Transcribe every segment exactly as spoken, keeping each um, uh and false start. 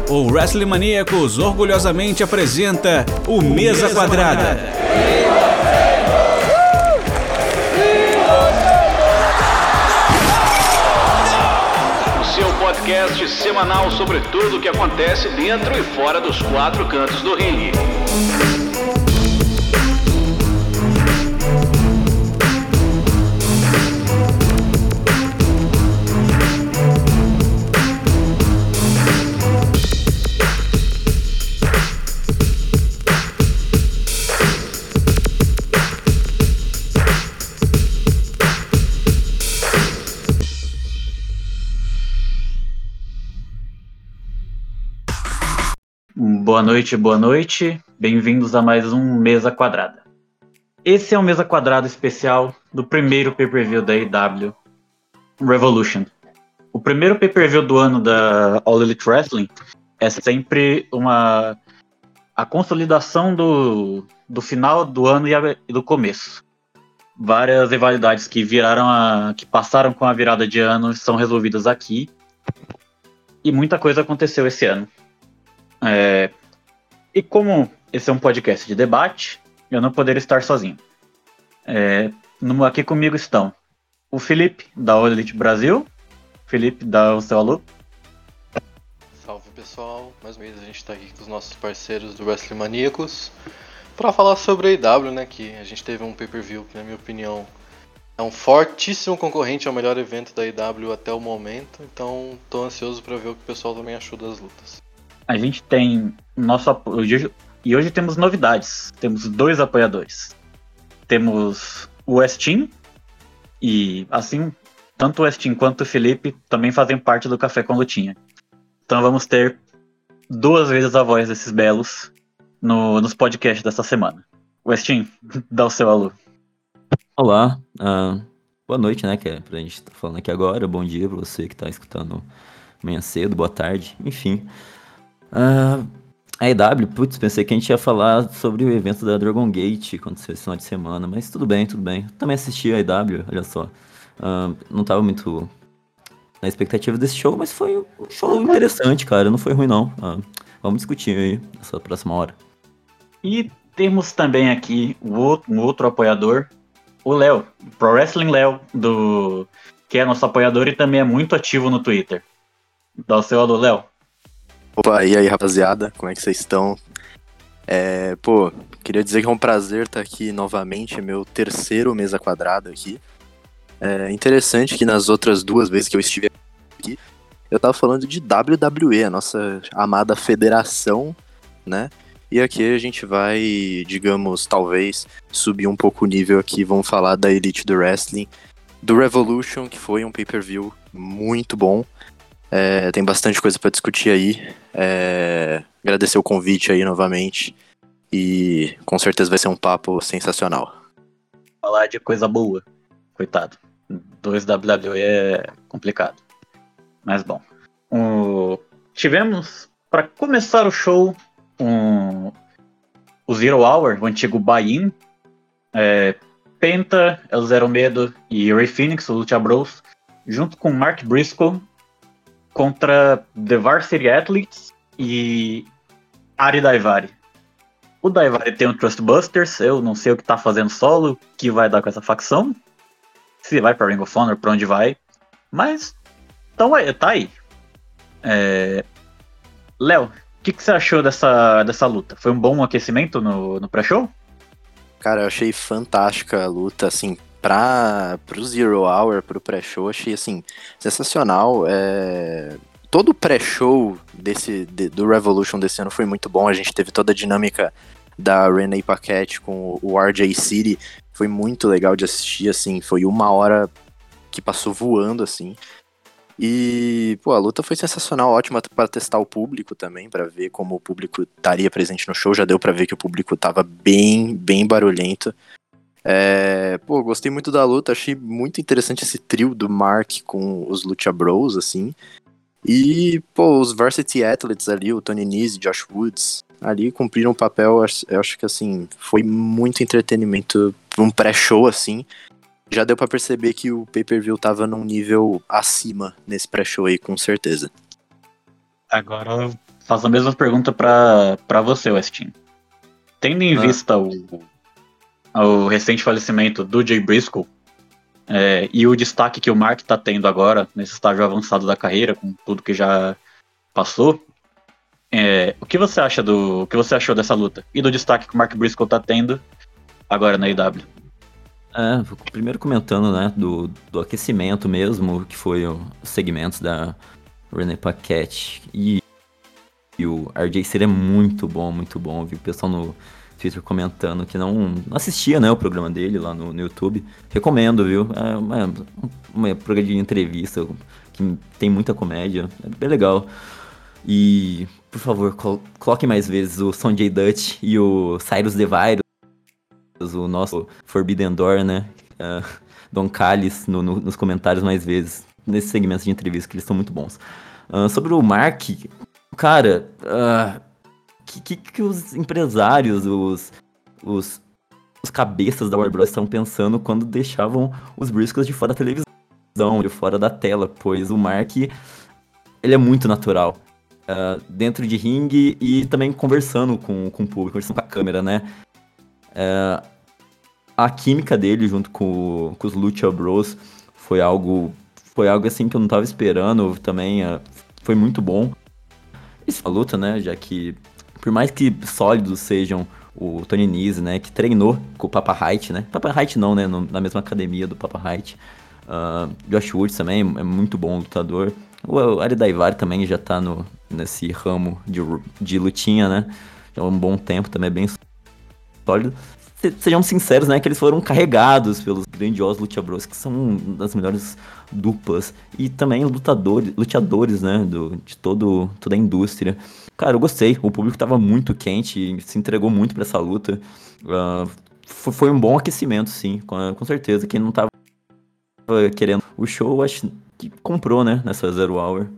O Wrestling Maníacos orgulhosamente apresenta o Mesa Quadrada. O seu podcast semanal sobre tudo o que acontece dentro e fora dos quatro cantos do ringue. Boa noite, boa noite. Bem-vindos a mais um Mesa Quadrada. Esse é um Mesa Quadrada especial do primeiro pay-per-view da A E W, Revolution. O primeiro pay-per-view do ano da All Elite Wrestling é sempre uma a consolidação do, do final do ano e, a, e do começo. Várias rivalidades que viraram a, que passaram com a virada de ano são resolvidas aqui. E muita coisa aconteceu esse ano. É, e como esse é um podcast de debate, eu não poderia estar sozinho. É, no, aqui comigo estão o Felipe, da All Elite Brasil. Felipe, dá o seu alô. Salve pessoal, mais uma vez a gente está aqui com os nossos parceiros do Wrestling Maníacos para falar sobre a A E W, né, que a gente teve um pay-per-view que, na minha opinião, é um fortíssimo concorrente ao melhor evento da A E W até o momento, então estou ansioso para ver o que o pessoal também achou das lutas. A gente tem nosso apoio, e hoje temos novidades. Temos dois apoiadores. Temos o Westin, e assim, tanto o Westin quanto o Felipe também fazem parte do Café com Lutinha. Então vamos ter duas vezes a voz desses belos no, nos podcasts dessa semana. Westin, dá o seu alô. Olá, uh, boa noite, né, que é pra gente estar falando aqui agora, bom dia pra você que tá escutando amanhã cedo, boa tarde, enfim. Uh, a E W, putz, pensei que a gente ia falar sobre o evento da Dragon Gate, que aconteceu esse final de semana, mas tudo bem, tudo bem. Eu também assisti a E W, olha só. Uh, não tava muito na expectativa desse show, mas foi um show interessante, cara, não foi ruim não. Uh, vamos discutir aí nessa próxima hora. E temos também aqui o outro, um outro apoiador, o Léo, Pro Wrestling Léo, do, que é nosso apoiador e também é muito ativo no Twitter. Dá o seu alô, Léo. Opa, e aí rapaziada, como é que vocês estão? É, pô, queria dizer que é um prazer estar aqui novamente, é meu terceiro Mesa Quadrada aqui. É interessante que nas outras duas vezes que eu estive aqui, eu tava falando de W W E, a nossa amada federação, né? E aqui a gente vai, digamos, talvez subir um pouco o nível aqui, vamos falar da Elite do Wrestling, do Revolution, que foi um pay-per-view muito bom. É, tem bastante coisa pra discutir aí. É, agradecer o convite aí novamente. E com certeza vai ser um papo sensacional. Falar de coisa boa. Coitado. Dois W W E é complicado. Mas bom. O... Tivemos, para começar o show, um... o Zero Hour, o antigo buy-in. É... Penta, El Zero Medo e Ray Phoenix, o Lucha Bros, junto com Mark Briscoe, contra The Varsity Athletes e Ari Daivari. O Daivari tem o Trustbusters, eu não sei o que tá fazendo solo, o que vai dar com essa facção, se vai pra Ring of Honor, pra onde vai, mas então, tá aí. É... Léo, o que, que você achou dessa, dessa luta? Foi um bom aquecimento no, no pré-show? Cara, eu achei fantástica a luta, assim, Pra, pro Zero Hour, pro pré-show, achei, assim, sensacional. É... Todo o pré-show desse, de, do Revolution desse ano foi muito bom. A gente teve toda a dinâmica da Renee Paquette com o R J City. Foi muito legal de assistir, assim. Foi uma hora que passou voando, assim. E, pô, a luta foi sensacional, ótima para testar o público também, para ver como o público estaria presente no show. Já deu pra ver que o público tava bem, bem barulhento. É, pô, gostei muito da luta, achei muito interessante esse trio do Mark com os Lucha Bros, assim. E, pô, os Varsity Athletes ali, o Tony Nese e Josh Woods, ali cumpriram o papel, eu acho que, assim, foi muito entretenimento pra um pré-show, assim. Já deu pra perceber que o pay-per-view tava num nível acima nesse pré-show aí, com certeza. Agora faço a mesma pergunta pra, pra você, Westin. Tendo em Ah. vista o, o recente falecimento do Jay Briscoe, é, e o destaque que o Mark tá tendo agora, nesse estágio avançado da carreira, com tudo que já passou, é, o que você acha do, o que você achou dessa luta? E do destaque que o Mark Briscoe tá tendo agora na A E W? É, primeiro comentando, né, do, do aquecimento mesmo, que foi o- os segmentos da Renee Paquette e, e o R J seria muito bom, muito bom. Vi o pessoal no Twitter comentando que não, não assistia, né, o programa dele lá no, no YouTube. Recomendo, viu? É uma, uma programa de entrevista que tem muita comédia, é bem legal. E, por favor, col coloque mais vezes o Sonjay Dutt e o Cyrus the Virus, o nosso Forbidden Door, né? Uh, Don Callis no, no, nos comentários mais vezes, nesses segmentos de entrevista, que eles são muito bons. Uh, sobre o Mark, cara, uh, que, que, que os empresários, os, os, os cabeças da Warner Bros. Estavam pensando quando deixavam os Briscoes de fora da televisão, de fora da tela, pois o Mark, ele é muito natural. Uh, dentro de ringue e também conversando com, com o público, conversando com a câmera, né? Uh, a química dele junto com, com os Lucha Bros foi algo, foi algo assim que eu não tava esperando também, uh, foi muito bom. Isso é uma luta, né? Já que, por mais que sólidos sejam o Tony Nese, né? Que treinou com o Papa Height, né? Papa Height não, né? No, na mesma academia do Papa Height. Uh, Josh Woods também é muito bom lutador. O Ari Daivari também já tá no, nesse ramo de, de lutinha, né? Já há um bom tempo, também é bem sólido. Se, sejamos sinceros, né? Que eles foram carregados pelos grandiosos Lucha Bros, que são uma das melhores duplas. E também lutadores, luteadores, né? Do, de todo, toda a indústria. Cara, eu gostei. O público tava muito quente e se entregou muito pra essa luta. Uh, foi, foi um bom aquecimento, sim. Com, com certeza. Quem não tava querendo o show, acho que comprou, né, nessa Zero Hour.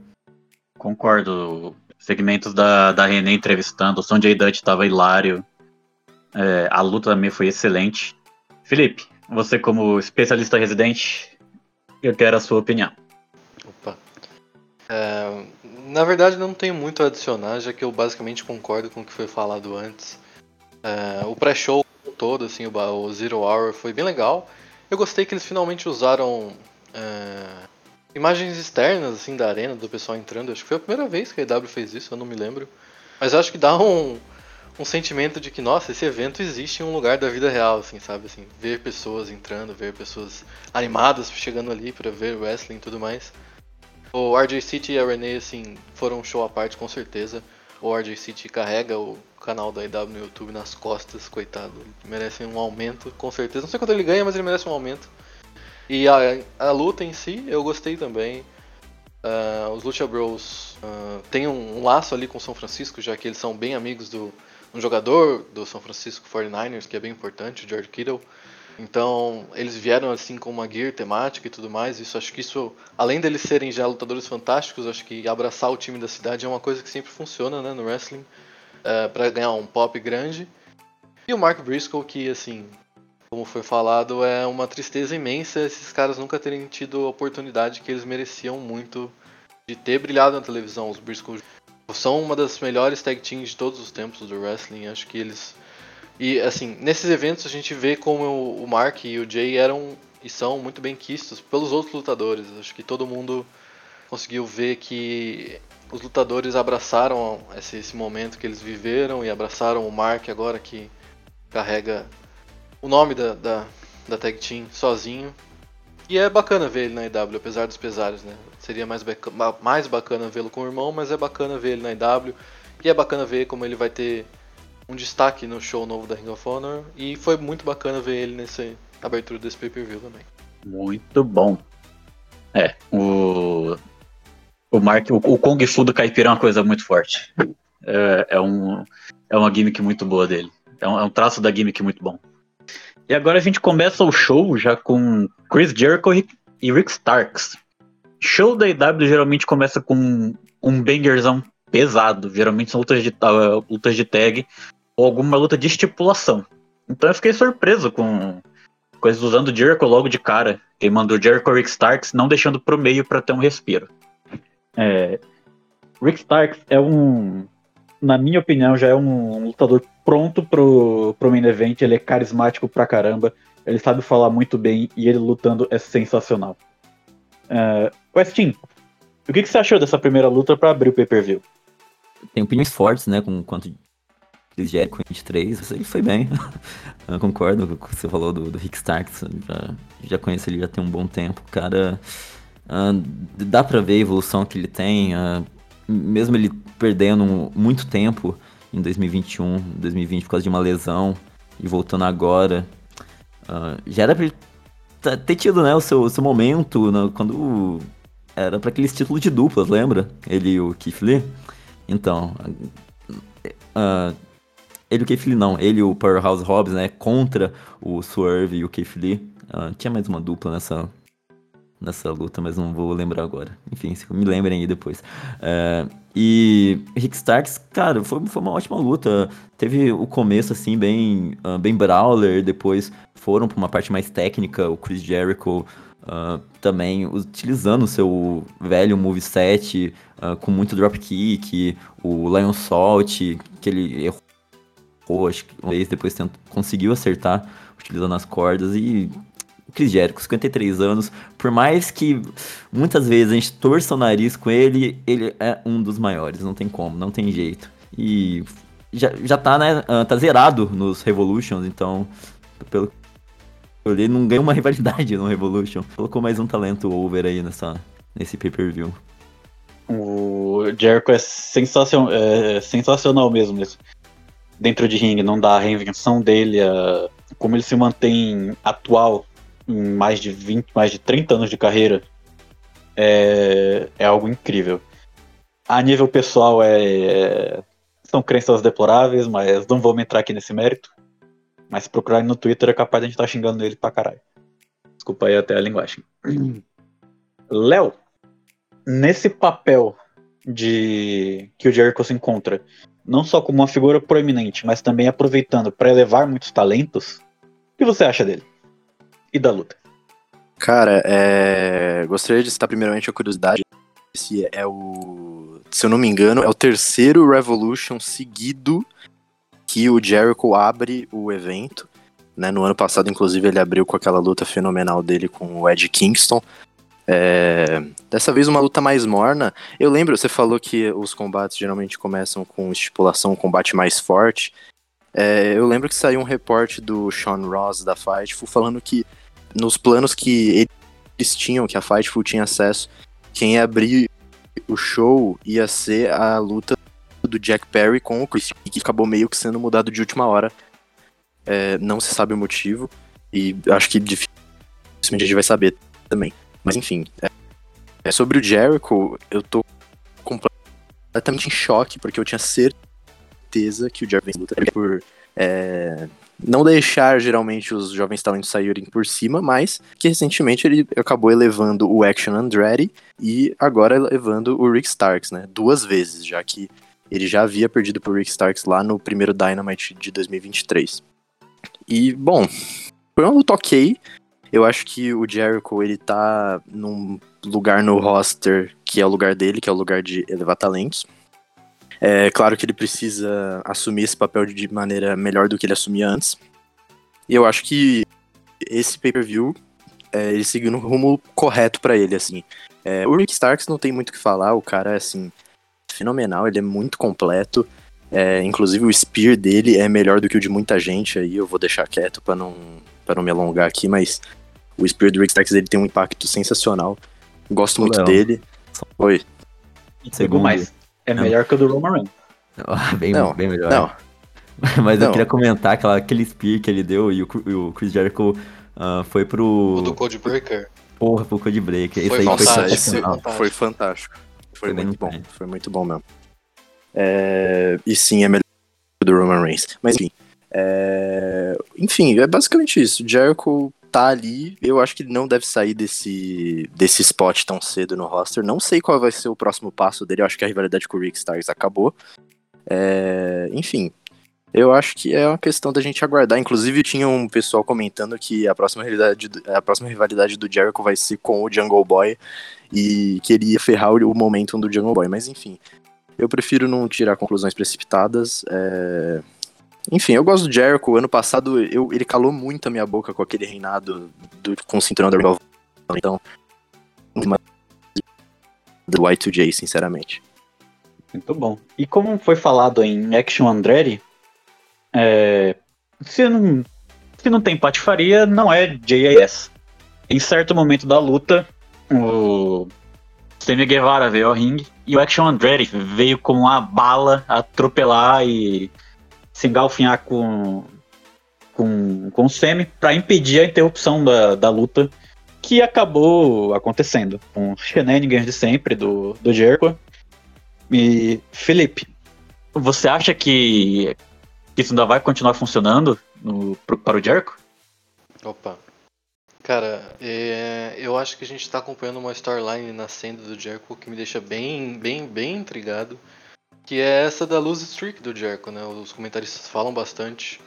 Concordo. Segmentos da, da Renee entrevistando, o Sonjay Dutt tava hilário. É, a luta também foi excelente. Felipe, você como especialista residente, eu quero a sua opinião. Opa. É, na verdade não tenho muito a adicionar, já que eu basicamente concordo com o que foi falado antes. É, o pré-show todo, assim, o, o Zero Hour foi bem legal. Eu gostei que eles finalmente usaram é, imagens externas assim da arena, do pessoal entrando. Acho que foi a primeira vez que a E W fez isso, eu não me lembro. Mas acho que dá um, um sentimento de que, nossa, esse evento existe em um lugar da vida real, assim, sabe? Assim, ver pessoas entrando, ver pessoas animadas chegando ali pra ver wrestling e tudo mais. O R J City e a Renee, assim, foram um show à parte, com certeza. O R J City carrega o canal da A E W no YouTube nas costas, coitado. Ele merece um aumento, com certeza. Não sei quanto ele ganha, mas ele merece um aumento. E a, a luta em si, eu gostei também. Uh, os Lucha Bros uh, têm um, um laço ali com o São Francisco, já que eles são bem amigos do um jogador do São Francisco forty-niners, que é bem importante, o George Kittle. Então, eles vieram assim com uma gear temática e tudo mais. Isso, acho que isso, além deles serem já lutadores fantásticos, acho que abraçar o time da cidade é uma coisa que sempre funciona, né, no wrestling, uh, para ganhar um pop grande. E o Mark Briscoe, que assim, como foi falado, é uma tristeza imensa esses caras nunca terem tido a oportunidade que eles mereciam muito de ter brilhado na televisão. Os Briscoe são uma das melhores tag teams de todos os tempos do wrestling. Acho que eles... E assim, nesses eventos a gente vê como o Mark e o Jay eram e são muito bem quistos pelos outros lutadores. Acho que todo mundo conseguiu ver que os lutadores abraçaram esse, esse momento que eles viveram e abraçaram o Mark agora que carrega o nome da, da, da tag team sozinho. E é bacana ver ele na E W, apesar dos pesares, né? Seria mais, beca- mais bacana vê-lo com o irmão, mas é bacana ver ele na E W. E é bacana ver como ele vai ter um destaque no show novo da Ring of Honor. E foi muito bacana ver ele nessa abertura desse pay-per-view também. Muito bom. É, o... O Mark, o, o Kung Fu do Caipira é uma coisa muito forte. É, é, um, é uma gimmick muito boa dele. É um, é um traço da gimmick muito bom. E agora a gente começa o show já com Chris Jericho e Rick Starks. Show da A E W geralmente começa com um bangerzão pesado. Geralmente são lutas de, uh, lutas de tag ou alguma luta de estipulação. Então eu fiquei surpreso com coisas usando o Jericho logo de cara. Queimando o Jericho e Rick Starks, não deixando pro meio para ter um respiro. É, Rick Starks é um, na minha opinião, já é um, um lutador pronto pro, pro main event. Ele é carismático pra caramba, ele sabe falar muito bem e ele lutando é sensacional. Uh, Westin, o que, que você achou dessa primeira luta pra abrir o pay-per-view? Tem opiniões fortes, né, com quanto Chris Jericho vinte e três, isso aí foi bem. Eu concordo com o que você falou do, do Rick Starks, já, já conheço ele já tem um bom tempo, o cara, uh, dá pra ver a evolução que ele tem, uh, mesmo ele perdendo muito tempo em dois mil e vinte e um, dois mil e vinte por causa de uma lesão, e voltando agora, uh, já era pra ele ter tido, né, o seu, o seu momento, né, quando era pra aqueles títulos de duplas, lembra? Ele e o Keith Lee. Então, uh, ele e o Keith Lee não, ele e o Powerhouse Hobbs, né, contra o Swerve e o Keith Lee. Uh, tinha mais uma dupla nessa, nessa luta, mas não vou lembrar agora. Enfim, se me lembrem aí depois. Uh, e Rick Starks, cara, foi, foi uma ótima luta. Teve o começo, assim, bem, uh, bem brawler, depois foram pra uma parte mais técnica, o Chris Jericho uh, também utilizando o seu velho moveset, uh, com muito dropkick, o Lion Salt, que ele errou, acho que uma vez, depois tent, conseguiu acertar, utilizando as cordas, e o Chris Jericho, cinquenta e três anos, por mais que muitas vezes a gente torça o nariz com ele, ele é um dos maiores, não tem como, não tem jeito. E já, já tá, né, uh, tá zerado nos Revolutions, então, pelo ele não ganhou uma rivalidade no Revolution. Colocou mais um talento over aí nessa, nesse pay-per-view. O Jericho é sensacional, é sensacional mesmo isso. Dentro de ringue, não dá a reinvenção dele, a, como ele se mantém atual em mais de vinte, mais de trinta anos de carreira, é, é algo incrível. A nível pessoal, é, é, são crenças deploráveis, mas não vamos entrar aqui nesse mérito. Mas se procurarem no Twitter é capaz de a gente estar tá xingando ele pra caralho. Desculpa aí até a linguagem. Léo, nesse papel de que o Jericho se encontra, não só como uma figura proeminente, mas também aproveitando para elevar muitos talentos, o que você acha dele? E da luta? Cara, é... gostaria de citar primeiramente a curiosidade. Esse é o... Se eu não me engano, é o terceiro Revolution seguido que o Jericho abre o evento, né? No ano passado, inclusive, ele abriu com aquela luta fenomenal dele com o Eddie Kingston. É... Dessa vez uma luta mais morna. Eu lembro, você falou que os combates geralmente começam com estipulação, um combate mais forte. É... Eu lembro que saiu um reporte do Sean Ross da Fightful falando que nos planos que eles tinham, que a Fightful tinha acesso, quem ia abrir o show ia ser a luta do Jack Perry com o Chris, que acabou meio que sendo mudado de última hora. É, não se sabe o motivo, e acho que dificilmente a gente vai saber também. Mas enfim, é, é sobre o Jericho, eu tô completamente em choque, porque eu tinha certeza que o Jericho vem luta por é, não deixar geralmente os jovens talentos saírem por cima, mas que recentemente ele acabou elevando o Action Andretti e agora elevando o Rick Starks, né? Duas vezes, já que ele já havia perdido pro Rick Starks lá no primeiro Dynamite de dois mil e vinte e três. E, bom, foi uma luta ok. Eu acho que o Jericho, ele tá num lugar no roster que é o lugar dele, que é o lugar de elevar talentos. É claro que ele precisa assumir esse papel de maneira melhor do que ele assumia antes. E eu acho que esse pay-per-view, é, ele seguiu no rumo correto pra ele, assim. É, o Rick Starks não tem muito o que falar, o cara é, assim, fenomenal, ele é muito completo. É, inclusive o spear dele é melhor do que o de muita gente, aí eu vou deixar quieto pra não, pra não me alongar aqui, mas o spear do Rick Starks, ele tem um impacto sensacional. Gosto muito Léo. dele. Oi. Segundo mais. É melhor que o do Roman Reigns. bem, Não, bem melhor. não. Mas Não. eu queria comentar aquela, aquele spear que ele deu e o, o Chris Jericho uh, foi pro... O do Code Breaker. Porra, pro Code Breaker. Isso Foi aí Nossa, foi fantástico, esse sensacional. fantástico. foi fantástico. Foi, Foi bem muito bom, bem. foi muito bom mesmo. É, e sim, é melhor do Roman Reigns. Mas enfim, é, enfim, é basicamente isso. O Jericho tá ali, eu acho que ele não deve sair desse, desse spot tão cedo no roster. Não sei qual vai ser o próximo passo dele, eu acho que a rivalidade com o Rick Starks acabou. É, enfim, eu acho que é uma questão da gente aguardar. Inclusive tinha um pessoal comentando que a próxima rivalidade, a próxima rivalidade do Jericho vai ser com o Jungle Boy e queria ferrar o momentum do Jungle Boy, mas enfim. eu prefiro não tirar conclusões precipitadas. É... Enfim, eu gosto do Jericho. Ano passado eu, ele calou muito a minha boca com aquele reinado do, com o cinturão da Ring of Honor. Então, do Y dois J, sinceramente. Muito bom. E como foi falado em Action Andretti, é, se, não, se não tem patifaria, não é J A S. Em certo momento da luta, o Sammy Guevara veio ao ringue e o Action Andretti veio como uma bala atropelar e se engalfinhar com, com, com o Sammy para impedir a interrupção da, da luta, que acabou acontecendo com shenanigans de sempre do, do Jericho. E, Felipe, você acha que isso ainda vai continuar funcionando no, pro, para o Jericho? Opa. Cara, é, eu acho que a gente tá acompanhando uma storyline nascendo do Jericho que me deixa bem, bem, bem intrigado. Que é essa da lose streak do Jericho, né? Os comentaristas falam bastante.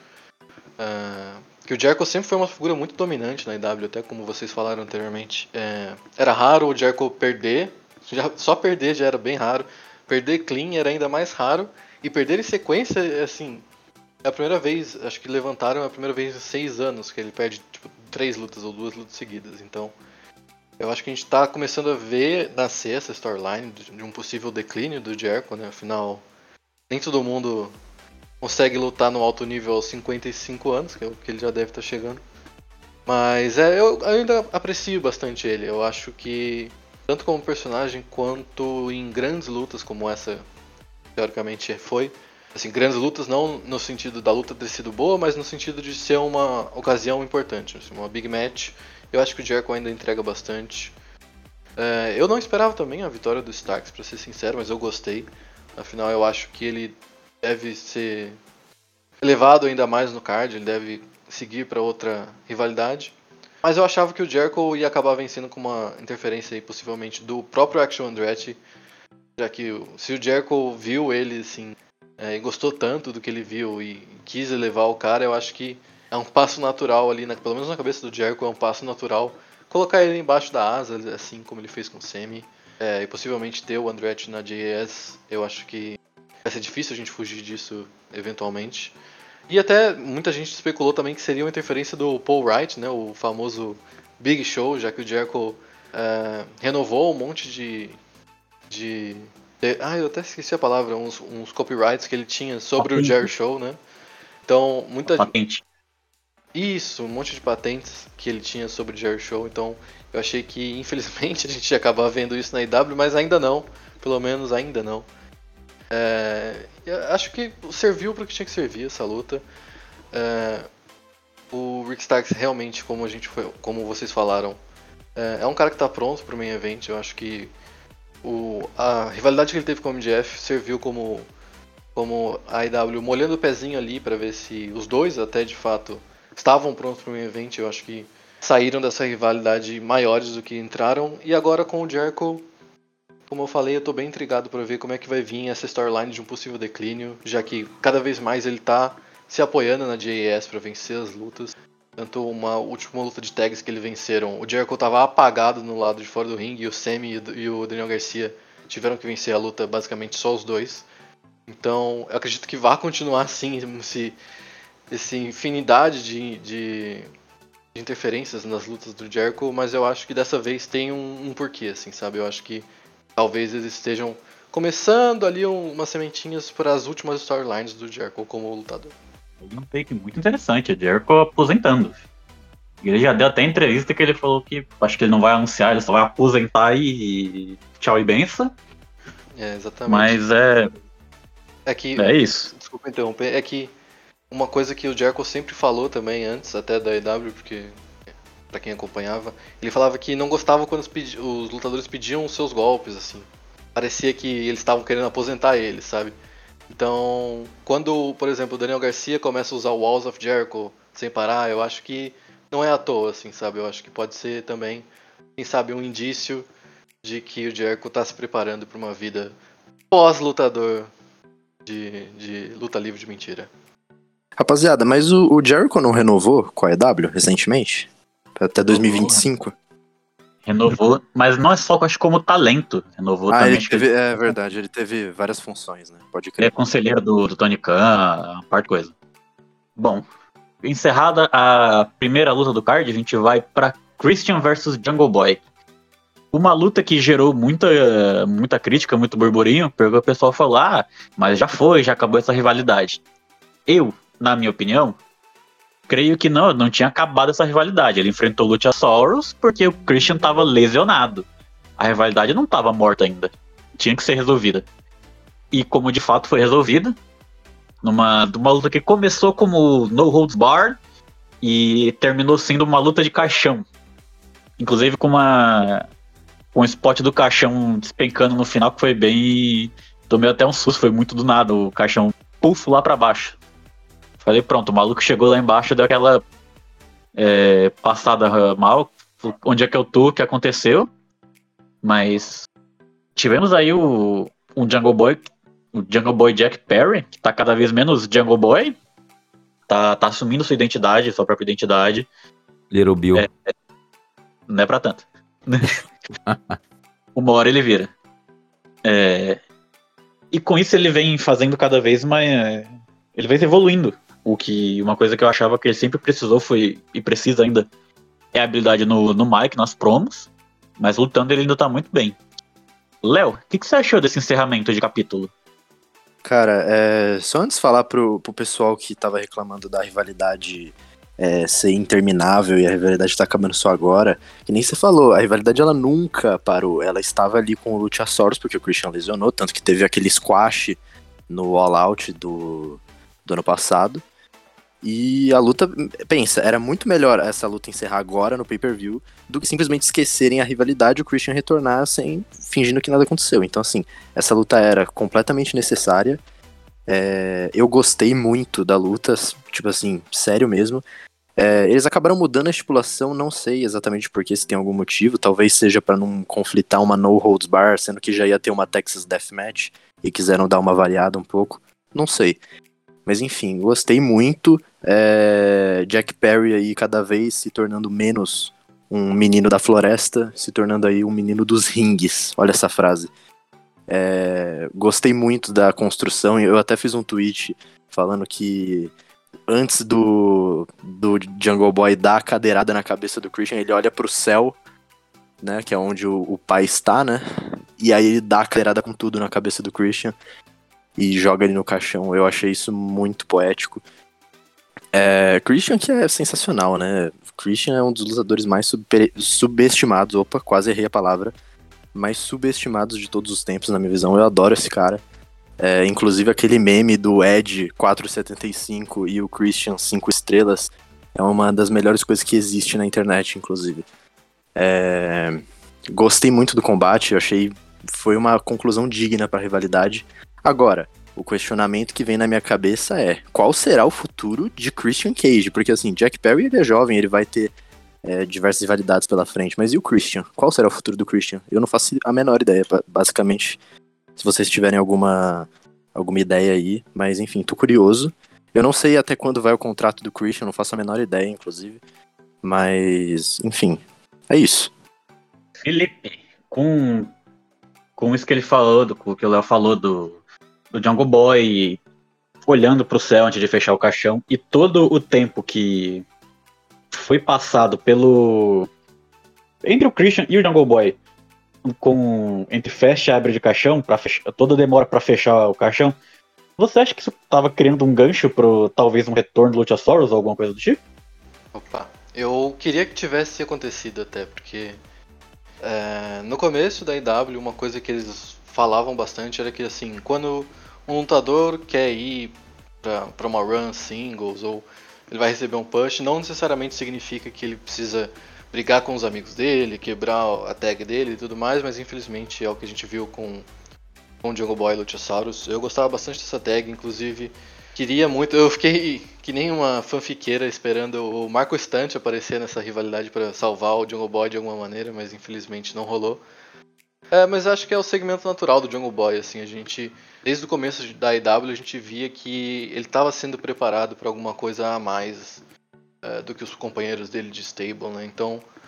Uh, que o Jericho sempre foi uma figura muito dominante na I W, até como vocês falaram anteriormente. É, era raro o Jericho perder, já, só perder já era bem raro. Perder clean era ainda mais raro. E perder em sequência, assim, é a primeira vez, acho que levantaram a primeira vez em seis anos que ele perde tipo, três lutas ou duas lutas seguidas. Então, eu acho que a gente tá começando a ver nascer essa storyline de um possível declínio do Jericho, né? Afinal, nem todo mundo consegue lutar no alto nível aos cinquenta e cinco anos, que é o que ele já deve estar chegando. Mas é, eu, eu ainda aprecio bastante ele. Eu acho que, tanto como personagem, quanto em grandes lutas como essa, teoricamente foi. Assim, grandes lutas não no sentido da luta ter sido boa, mas no sentido de ser uma ocasião importante, assim, uma big match. Eu acho que o Jericho ainda entrega bastante. É, eu não esperava também a vitória do Starks, pra ser sincero, mas eu gostei. Afinal, eu acho que ele deve ser elevado ainda mais no card, ele deve seguir para outra rivalidade. Mas eu achava que o Jericho ia acabar vencendo com uma interferência aí, possivelmente do próprio Action Andretti, já que se o Jericho viu ele assim, é, e gostou tanto do que ele viu e quis elevar o cara, eu acho que é um passo natural ali, na, pelo menos na cabeça do Jericho, é um passo natural colocar ele embaixo da asa, assim como ele fez com o Sammy, é, e possivelmente ter o Andretti na J A S. Eu acho que vai ser difícil a gente fugir disso eventualmente. E até muita gente especulou também que seria uma interferência do Paul Wright, né, o famoso Big Show, já que o Jericho é, renovou um monte de, de, de... Ah, eu até esqueci a palavra, uns, uns copyrights que ele tinha sobre patente. O Jerry Show, né? Então, muita patente. Isso, um monte de patentes que ele tinha sobre o Jerry Show, então eu achei que infelizmente a gente ia acabar vendo isso na I W, mas ainda não, pelo menos ainda não. É, acho que serviu para o que tinha que servir essa luta. É, o Rick Starks realmente, como a gente foi, como vocês falaram, é, é um cara que está pronto para o main event. Eu acho que o, a rivalidade que ele teve com o M J F serviu como, como a I W molhando o pezinho ali para ver se os dois até de fato estavam prontos para o main event. Eu acho que saíram dessa rivalidade maiores do que entraram. E agora com o Jericho, como eu falei, eu tô bem intrigado para ver como é que vai vir essa storyline de um possível declínio, já que cada vez mais ele tá se apoiando na J A S para vencer as lutas. Tanto uma última luta de tags que eles venceram, o Jericho tava apagado no lado de fora do ringue e o Sammy e o Daniel Garcia tiveram que vencer a luta basicamente só os dois. Então eu acredito que vai continuar assim, esse, essa infinidade de, de, de interferências nas lutas do Jericho, mas eu acho que dessa vez tem um, um porquê, assim, sabe? Eu acho que talvez eles estejam começando ali umas sementinhas para as últimas storylines do Jericho como lutador. Um take muito interessante, o Jericho aposentando. Ele já deu até entrevista que ele falou que acho que ele não vai anunciar, ele só vai aposentar e tchau e benção. É, exatamente. Mas é. É que. É isso. Desculpa interromper, é que uma coisa que o Jericho sempre falou também antes, até da E W, porque pra quem acompanhava, ele falava que não gostava quando os, pedi- os lutadores pediam os seus golpes, assim. Parecia que eles estavam querendo aposentar ele, sabe? Então, quando, por exemplo, o Daniel Garcia começa a usar o Walls of Jericho sem parar, eu acho que não é à toa, assim, sabe? Eu acho que pode ser também, quem sabe, um indício de que o Jericho tá se preparando para uma vida pós-lutador de, de luta livre de mentira. Rapaziada, mas o, o Jericho não renovou com a E W recentemente? Até dois mil e vinte e cinco? renovou, mas não é só acho, como talento. Renovou Ah, também, ele acho que teve, ele é verdade, ele teve várias funções, né? Pode é crer. conselheiro do, do Tony Khan, uma parte de coisa. Bom, encerrada a primeira luta do card, a gente vai pra Christian versus Jungle Boy. Uma luta que gerou muita, muita crítica, muito burburinho, porque o pessoal falou, ah, mas já foi, já acabou essa rivalidade. Eu, na minha opinião, creio que não, não tinha acabado essa rivalidade. Ele enfrentou o Luchasaurus porque o Christian estava lesionado. A rivalidade não estava morta ainda. Tinha que ser resolvida. E como de fato foi resolvida, numa, numa luta que começou como No Holds Barred e terminou sendo uma luta de caixão. Inclusive com uma com um spot do caixão despencando no final, que foi bem... Tomei até um susto, foi muito do nada, o caixão pulso lá pra baixo. Falei, pronto, o maluco chegou lá embaixo, deu aquela é, passada mal, onde é que eu tô, o que aconteceu. Mas tivemos aí o, o Jungle Boy, o Jungle Boy Jack Perry, que tá cada vez menos Jungle Boy, tá, tá assumindo sua identidade, sua própria identidade. Little Bill. É, não é pra tanto. Uma hora ele vira. É, e com isso ele vem fazendo cada vez mais... Ele vem evoluindo. O que, uma coisa que eu achava que ele sempre precisou foi, e precisa ainda, é a habilidade no, no mic, nas promos. Mas lutando ele ainda tá muito bem. Léo, o que, que você achou desse encerramento de capítulo? Cara, é, só antes de falar pro, pro pessoal que tava reclamando da rivalidade é, ser interminável e a rivalidade tá acabando só agora, que nem você falou, a rivalidade ela nunca parou, ela estava ali com o Luchasaurus porque o Christian lesionou, tanto que teve aquele squash no All Out do, do ano passado, e a luta, pensa, era muito melhor essa luta encerrar agora no pay-per-view do que simplesmente esquecerem a rivalidade e o Christian retornar sem, fingindo que nada aconteceu. Então assim, essa luta era completamente necessária. É, eu gostei muito da luta, tipo assim, sério mesmo. É, eles acabaram mudando a estipulação, não sei exatamente porquê, se tem algum motivo. Talvez seja pra não conflitar uma No Holds Bar, sendo que já ia ter uma Texas Deathmatch e quiseram dar uma variada um pouco. Não sei. Mas enfim, gostei muito. É, Jack Perry aí cada vez se tornando menos um menino da floresta, se tornando aí um menino dos ringues. Olha essa frase. É, gostei muito da construção. Eu até fiz um tweet falando que antes do, do Jungle Boy dar a cadeirada na cabeça do Christian, ele olha pro céu, né, que é onde o, o pai está, né? E aí ele dá a cadeirada com tudo na cabeça do Christian e joga ele no caixão. Eu achei isso muito poético. É, Christian que é sensacional, né? Christian é um dos lutadores mais super, subestimados, opa, quase errei a palavra, mais subestimados de todos os tempos, na minha visão. Eu adoro esse cara. É, inclusive aquele meme do Ed quatro setenta e cinco e o Christian cinco estrelas é uma das melhores coisas que existe na internet, inclusive. É, gostei muito do combate, eu achei foi uma conclusão digna para a rivalidade. Agora, o questionamento que vem na minha cabeça é: qual será o futuro de Christian Cage? Porque assim, Jack Perry ele é jovem, ele vai ter é, diversas rivalidades pela frente, mas e o Christian? Qual será o futuro do Christian? Eu não faço a menor ideia, basicamente. Se vocês tiverem alguma, alguma ideia aí, mas enfim, tô curioso. Eu não sei até quando vai o contrato do Christian, não faço a menor ideia, inclusive. Mas, enfim, é isso. Felipe, com, com isso que ele falou, do que o Léo falou do, do Jungle Boy olhando pro céu antes de fechar o caixão, e todo o tempo que foi passado pelo... entre o Christian e o Jungle Boy, com entre fecha e abre de caixão, pra fechar, toda a demora pra fechar o caixão, você acha que isso tava criando um gancho pro talvez um retorno do Luchasaurus ou alguma coisa do tipo? Opa, eu queria que tivesse acontecido até, porque é, no começo da I W uma coisa que eles falavam bastante era que assim, quando um lutador quer ir pra, pra uma run singles ou ele vai receber um push, não necessariamente significa que ele precisa brigar com os amigos dele, quebrar a tag dele e tudo mais, mas infelizmente é o que a gente viu com, com o Jungle Boy e Luchasaurus. Eu gostava bastante dessa tag, inclusive queria muito, eu fiquei que nem uma fanfiqueira esperando o Marco Stunt aparecer nessa rivalidade para salvar o Jungle Boy de alguma maneira, mas infelizmente não rolou. É, mas acho que é o segmento natural do Jungle Boy, assim, a gente, desde o começo da I W a gente via que ele estava sendo preparado para alguma coisa a mais é, do que os companheiros dele de stable, né, então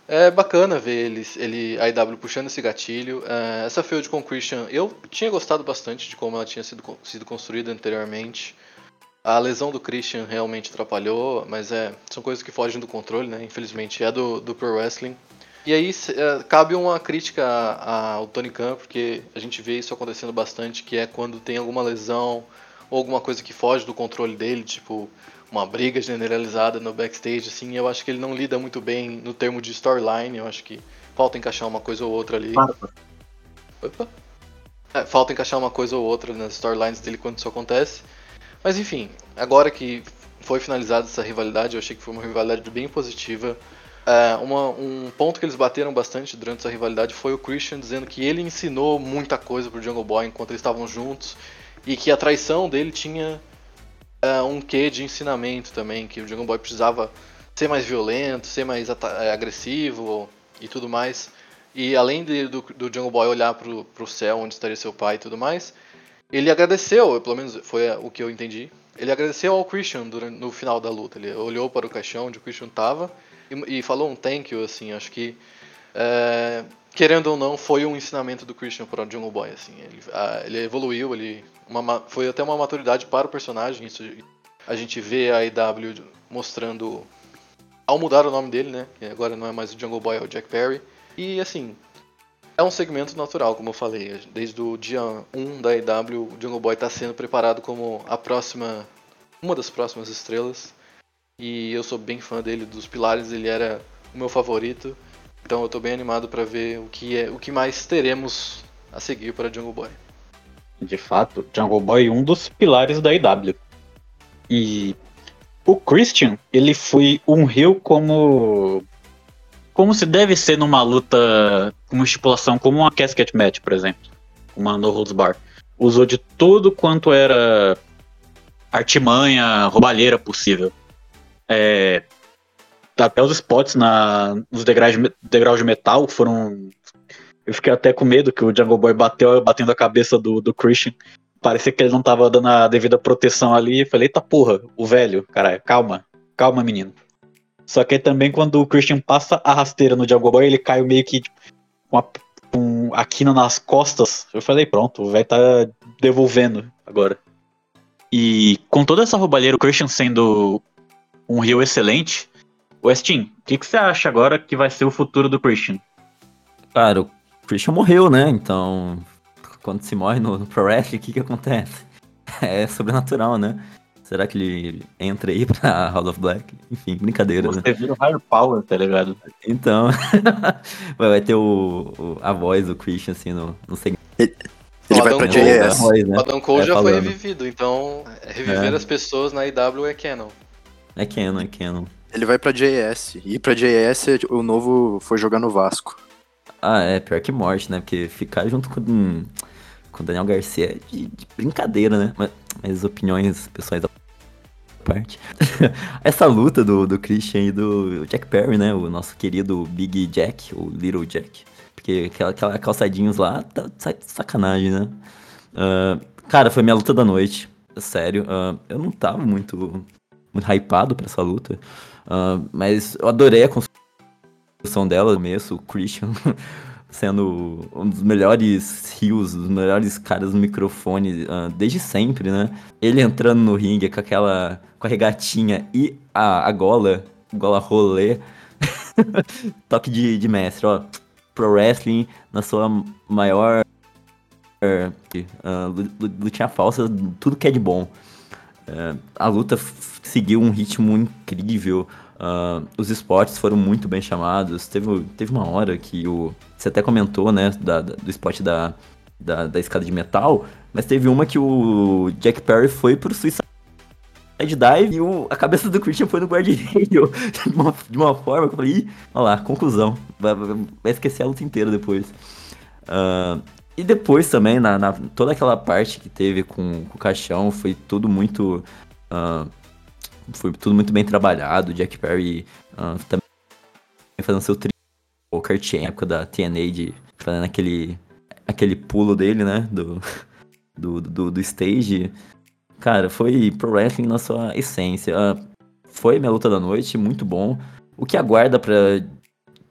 É bacana ver ele, ele, a I W puxando esse gatilho. É, essa feud com o Christian, eu tinha gostado bastante de como ela tinha sido, sido construída anteriormente. A lesão do Christian realmente atrapalhou, mas é, são coisas que fogem do controle, né? Infelizmente é do, do Pro Wrestling. E aí é, cabe uma crítica ao Tony Khan, porque a gente vê isso acontecendo bastante, que é quando tem alguma lesão ou alguma coisa que foge do controle dele, tipo uma briga generalizada no backstage, assim, eu acho que ele não lida muito bem no termo de storyline, eu acho que falta encaixar uma coisa ou outra ali. Opa. É, falta encaixar uma coisa ou outra nas storylines dele quando isso acontece. Mas enfim, agora que foi finalizada essa rivalidade, eu achei que foi uma rivalidade bem positiva. É, uma, um ponto que eles bateram bastante durante essa rivalidade foi o Christian dizendo que ele ensinou muita coisa pro Jungle Boy enquanto eles estavam juntos e que a traição dele tinha é, um quê de ensinamento também, que o Jungle Boy precisava ser mais violento, ser mais agressivo e tudo mais. E além de, do, do Jungle Boy olhar pro, pro céu onde estaria seu pai e tudo mais, ele agradeceu, pelo menos foi o que eu entendi, ele agradeceu ao Christian durante, no final da luta. Ele olhou para o caixão onde o Christian estava e, e falou um thank you, assim, acho que é, querendo ou não, foi um ensinamento do Christian para o Jungle Boy, assim, ele, a, ele evoluiu, ele uma, foi até uma maturidade para o personagem. Isso a gente vê a I W mostrando ao mudar o nome dele, né, que agora não é mais o Jungle Boy, é o Jack Perry, e assim, é um segmento natural, como eu falei. Desde o dia um da I W, o Jungle Boy está sendo preparado como a próxima, uma das próximas estrelas. E eu sou bem fã dele, dos pilares, ele era o meu favorito. Então eu estou bem animado para ver o que, é, o que mais teremos a seguir para Jungle Boy. De fato, Jungle Boy é um dos pilares da I W. E o Christian, ele foi um heel como... como se deve ser numa luta com estipulação, como uma casket match, por exemplo, uma no holds bar. Usou de tudo quanto era artimanha, roubalheira possível. É, até os spots na, nos degraus de, degraus de metal foram... Eu fiquei até com medo que o Jungle Boy bateu batendo a cabeça do, do Christian. Parecia que ele não tava dando a devida proteção ali. Eu falei, eita porra, o velho, caralho, calma, calma menino. Só que aí também quando o Christian passa a rasteira no Jungle Boy, ele cai meio que tipo, com, a, com a quina nas costas. Eu falei, pronto, o velho tá devolvendo agora. E com toda essa roubalheira, o Christian sendo um heel excelente, Westin, o que, que você acha agora que vai ser o futuro do Christian? Cara, o Christian morreu, né? Então, quando se morre no, no Pro Wrestling, o que que acontece? É sobrenatural, né? Será que ele entra aí pra House of Black? Enfim, brincadeira, Você né? vira o Higher Power, tá ligado? Então, vai ter o, o- a voz do Christian, assim, no, no segmento. Ele O vai Adam pra Cole, J da S. voz, né? O Adam Cole É, já foi falando. revivido, então reviver É. as pessoas na I W é canon. É canon, é canon. Ele vai pra J S. E pra J S, o novo foi jogar no Vasco. Ah, é, pior que morte, né? Porque ficar junto com, com o Daniel Garcia é de, de brincadeira, né? Mas, mas opiniões pessoais à parte. Essa luta do, do Christian e do Jack Perry, né? O nosso querido Big Jack, ou Little Jack. Porque aquela, aquela calçadinhos lá, tá tá sacanagem, né? Ah, cara, foi minha luta da noite. Sério. Ah, eu não tava muito, muito hypado pra essa luta. Ah, mas eu adorei a construção dela no começo, o Christian sendo um dos melhores heels, um dos melhores caras no microfone uh, desde sempre, né? Ele entrando no ringue com aquela, com a regatinha e a, a gola, gola rolê, toque de, de mestre, ó, Pro Wrestling na sua maior uh, lutinha falsa, tudo que é de bom. Uh, a luta f- seguiu um ritmo incrível. Uh, os spots foram muito bem chamados. Teve, teve uma hora que o. Você até comentou, né? Da, da- do spot da, da, da escada de metal. Mas teve uma que o Jack Perry foi pro Suicide Dive e o, a cabeça do Christian foi no guardrail. de, uma, de uma forma que eu falei, ih, olha lá, conclusão. Vai, vai vai esquecer a luta inteira depois. Uh, e depois também, na, na- toda aquela parte que teve com, com o caixão, foi tudo muito. uh, foi tudo muito bem trabalhado. O Jack Perry uh, também fazendo seu tri. O Kurt Angle, na época da T N A, de, fazendo aquele, aquele pulo dele, né? Do, do, do, do stage. Cara, foi pro wrestling na sua essência. Uh, foi minha luta da noite, muito bom. O que aguarda pra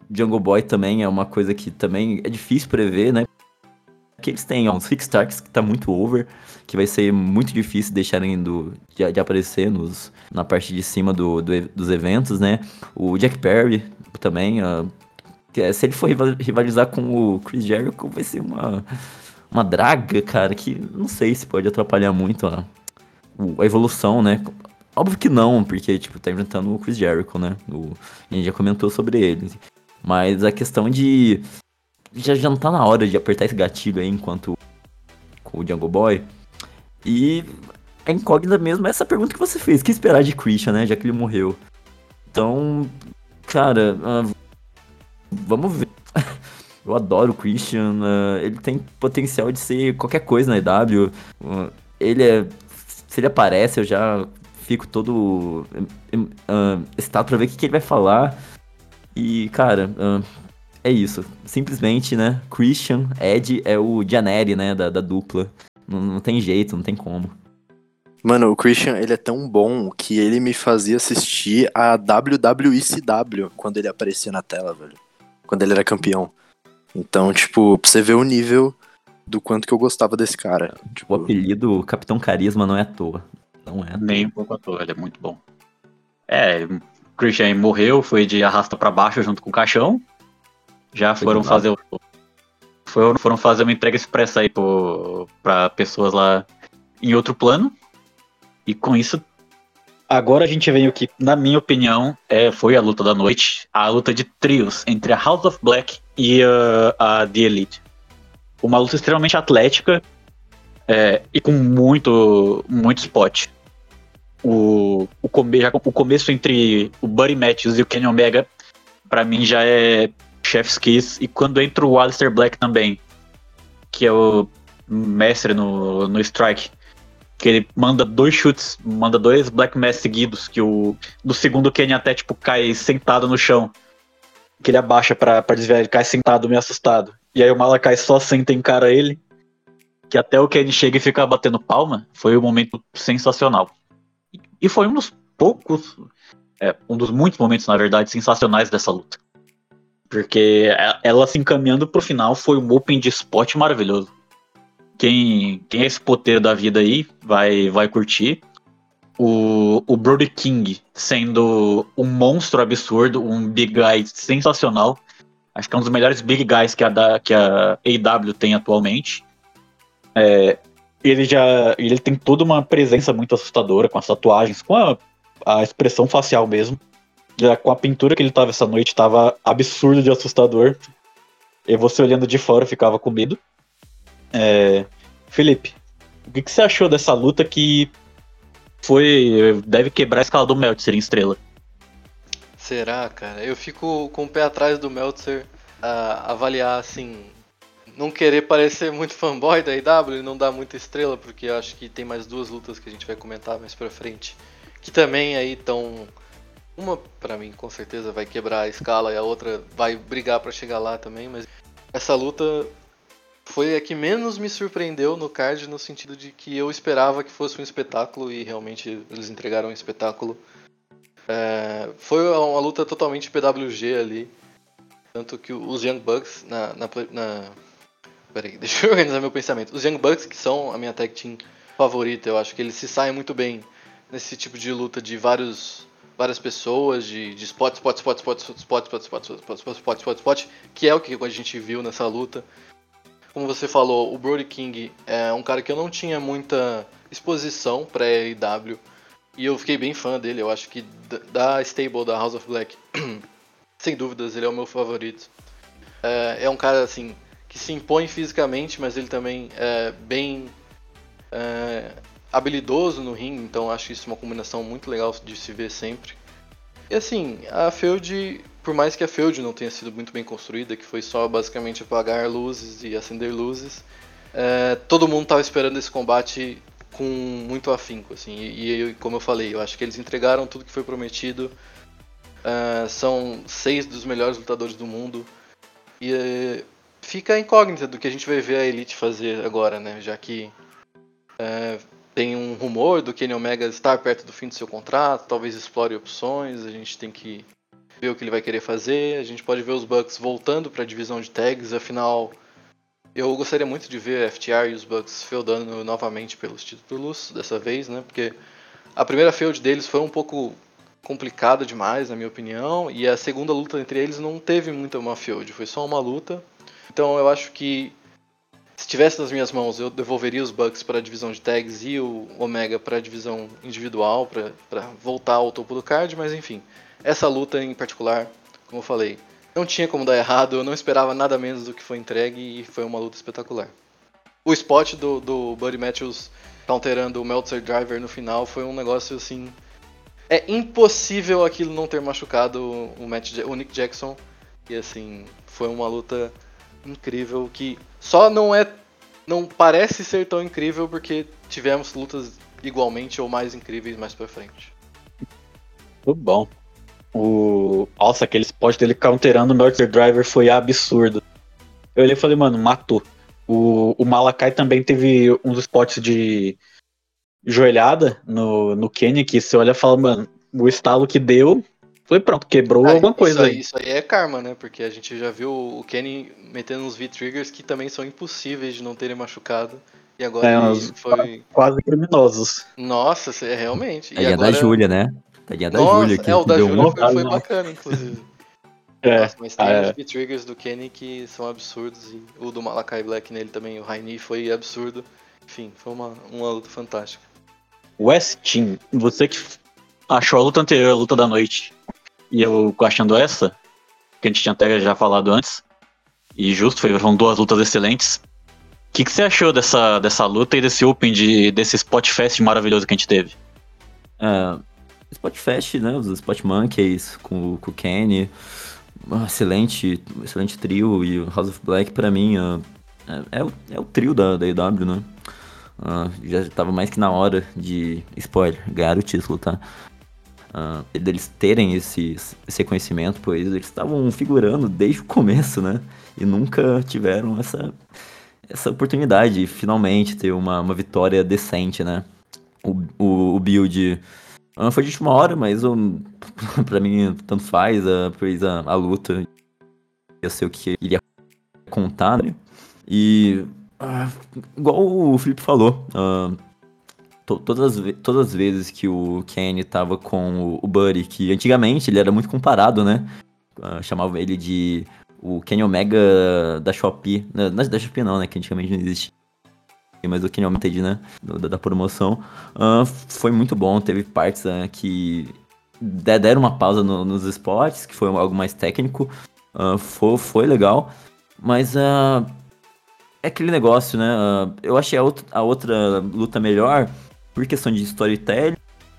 Jungle Boy também é uma coisa que também é difícil prever, né? Que eles têm ó, um Six Stars que tá muito over, que vai ser muito difícil deixarem do, de, de aparecer nos, na parte de cima do, do, dos eventos, né? O Jack Perry também, uh, que é, se ele for rivalizar com o Chris Jericho, vai ser uma, uma draga, cara, que não sei se pode atrapalhar muito a, a evolução, né? Óbvio que não, porque, tipo, tá enfrentando o Chris Jericho, né? O, a gente já comentou sobre ele. Mas a questão de... Já, já não tá na hora de apertar esse gatilho aí enquanto com o Jungle Boy. E a incógnita mesmo é essa pergunta que você fez. O que esperar de Christian, né? Já que ele morreu. Então, cara, uh, vamos ver. Eu adoro o Christian. Uh, ele tem potencial de ser qualquer coisa na E W. Uh, ele é... Se ele aparece, eu já fico todo uh, excitado pra ver o que, que ele vai falar. E, cara... Uh, É isso, simplesmente, né, Christian, Ed é o Janeri, né, da, da dupla, não, não tem jeito, não tem como. Mano, o Christian, ele é tão bom que ele me fazia assistir a W W E C W quando ele aparecia na tela, velho, quando ele era campeão. Então, tipo, pra você ver o nível do quanto que eu gostava desse cara. Tipo... O apelido Capitão Carisma não é à toa, não é à Nem toa. um pouco à toa, ele é muito bom. É, o Christian morreu, foi de arrasta pra baixo junto com o caixão. Já Foi foram de fazer o, foram, foram fazer uma entrega expressa aí pro, pra pessoas lá em outro plano. E com isso, agora a gente vem o que, na minha opinião, é, foi a luta da noite. A luta de trios entre a House of Black e uh, a The Elite. Uma luta extremamente atlética é, e com muito, muito spot. O, o, come, já, o começo entre o Buddy Matthews e o Kenny Omega, pra mim, já é Chef's Kiss. E quando entra o Aleister Black também, que é o mestre no, no strike, que ele manda dois chutes, manda dois Black Mass seguidos, que o do segundo Kenny até tipo cai sentado no chão, que ele abaixa pra, pra desviar, ele cai sentado meio assustado, e aí o Malakai só senta e encara ele, que até o Kenny chega e fica batendo palma. Foi um momento sensacional, e foi um dos poucos, é, um dos muitos momentos, na verdade, sensacionais dessa luta. Porque ela se encaminhando pro final foi um open de spot maravilhoso. Quem, quem é esse poteiro da vida aí vai, vai curtir. O, o Brody King sendo um monstro absurdo, um big guy sensacional. Acho que é um dos melhores big guys que a, da, que a A E W tem atualmente. É, ele já ele tem toda uma presença muito assustadora, com as tatuagens, com a, a expressão facial mesmo. Já com a pintura que ele tava essa noite, tava absurdo de assustador. E você olhando de fora ficava com medo. É, Felipe, o que, que você achou dessa luta que foi deve quebrar a escala do Meltzer em estrela? Será, cara? Eu fico com o pé atrás do Meltzer a avaliar, assim, não querer parecer muito fanboy da A E W e não dar muita estrela, porque eu acho que tem mais duas lutas que a gente vai comentar mais pra frente, que também aí estão... Uma, pra mim, com certeza vai quebrar a escala e a outra vai brigar pra chegar lá também, mas essa luta foi a que menos me surpreendeu no card, no sentido de que eu esperava que fosse um espetáculo e realmente eles entregaram um espetáculo. É, foi uma luta totalmente P W G ali, tanto que os Young Bucks na... na, na peraí, deixa eu organizar meu pensamento. Os Young Bucks, que são a minha tag team favorita, eu acho que eles se saem muito bem nesse tipo de luta de vários... várias pessoas, de, de spot, spot, spot, spot, spot, spot, spot, spot, spot, spot, spot, spot, spot, que é o que a gente viu nessa luta. Como você falou, o Brody King é um cara que eu não tinha muita exposição pra A E W, e eu fiquei bem fã dele. Eu acho que da stable da House of Black, sem dúvidas, ele é o meu favorito. É, é um cara, assim, que se impõe fisicamente, mas ele também é bem... É, habilidoso no ringue, então acho isso uma combinação muito legal de se ver sempre. E assim, a feud, por mais que a feud não tenha sido muito bem construída, que foi só basicamente apagar luzes e acender luzes, é, todo mundo estava esperando esse combate com muito afinco, assim, e, e como eu falei, eu acho que eles entregaram tudo que foi prometido. É, são seis dos melhores lutadores do mundo, e é, fica a incógnita do que a gente vai ver a Elite fazer agora, né, já que é, tem um rumor do Kenny Omega estar perto do fim do seu contrato, talvez explore opções, a gente tem que ver o que ele vai querer fazer. A gente pode ver os Bucks voltando para a divisão de tags, afinal, eu gostaria muito de ver a F T R e os Bucks feudando novamente pelos títulos dessa vez, né? Porque a primeira feud deles foi um pouco complicada demais, na minha opinião, e a segunda luta entre eles não teve muita uma feud, foi só uma luta. Então eu acho que se tivesse nas minhas mãos, eu devolveria os Bucks para a divisão de tags e o Omega para a divisão individual, para voltar ao topo do card, mas enfim, essa luta em particular, como eu falei, não tinha como dar errado, eu não esperava nada menos do que foi entregue e foi uma luta espetacular. O spot do, do Buddy Matthews counterando o Meltzer Driver no final foi um negócio assim... É impossível aquilo não ter machucado o, Matt, o Nick Jackson, e assim, foi uma luta incrível que só não é, não parece ser tão incrível porque tivemos lutas igualmente ou mais incríveis mais pra frente. Muito bom. O... Nossa, aquele spot dele counterando o Meltzer Driver foi absurdo. Eu olhei e falei, mano, matou. O, o Malakai também teve uns spots de joelhada no, no Kenny, que você olha e fala, mano, o estalo que deu foi pronto, quebrou Ah, alguma coisa isso aí, aí. isso aí é karma, né? Porque a gente já viu o Kenny metendo uns V-Triggers que também são impossíveis de não terem machucado. E agora É, ele uns foi... quase criminosos. Nossa, é, realmente. E Tadinha agora... da Júlia, né? Tadinha da Nossa, Júlia, é, que, o que da deu Júlia um. foi, foi Ah, bacana, inclusive. É, Nossa, mas tem é. os V-Triggers do Kenny que são absurdos. E o do Malakai Black nele também, o Raini, foi absurdo. Enfim, foi uma, uma luta fantástica. Westin, você que achou a luta anterior, a luta da noite, e eu achando essa, que a gente tinha até já falado antes, e justo, foram duas lutas excelentes. O que, que você achou dessa, dessa luta e desse Open, de, desse Spot Fest maravilhoso que a gente teve? É, Spot Fest, né? Os Spot Monkeys com, com o Kenny. Um excelente, excelente trio. E o House of Black, pra mim, uh, é, é, o, é o trio da, da A E W, né? Uh, já tava mais que na hora de, spoiler, ganhar o título, tá? Uh, deles terem esse, esse reconhecimento, pois eles estavam figurando desde o começo, né? E nunca tiveram essa, essa oportunidade de finalmente ter uma, uma vitória decente, né? O, o, o build uh, foi de última hora, mas um, pra mim tanto faz, uh, pois a, a luta ia ser o que iria contar, né? E uh, igual o Felipe falou, uh, to, todas, as, todas as vezes que o Kenny tava com o, o Buddy, que antigamente ele era muito comparado, né? Uh, chamava ele de o Kenny Omega da Shopee, não, não da Shopee não, né? Que antigamente não existia. Mas o Kenny Omega, né, da, da promoção, uh, foi muito bom. Teve partes uh, que deram uma pausa no, nos spots, que foi algo mais técnico, uh, foi, foi legal, mas uh, é aquele negócio, né, uh, eu achei a outra, a outra luta melhor por questão de storytelling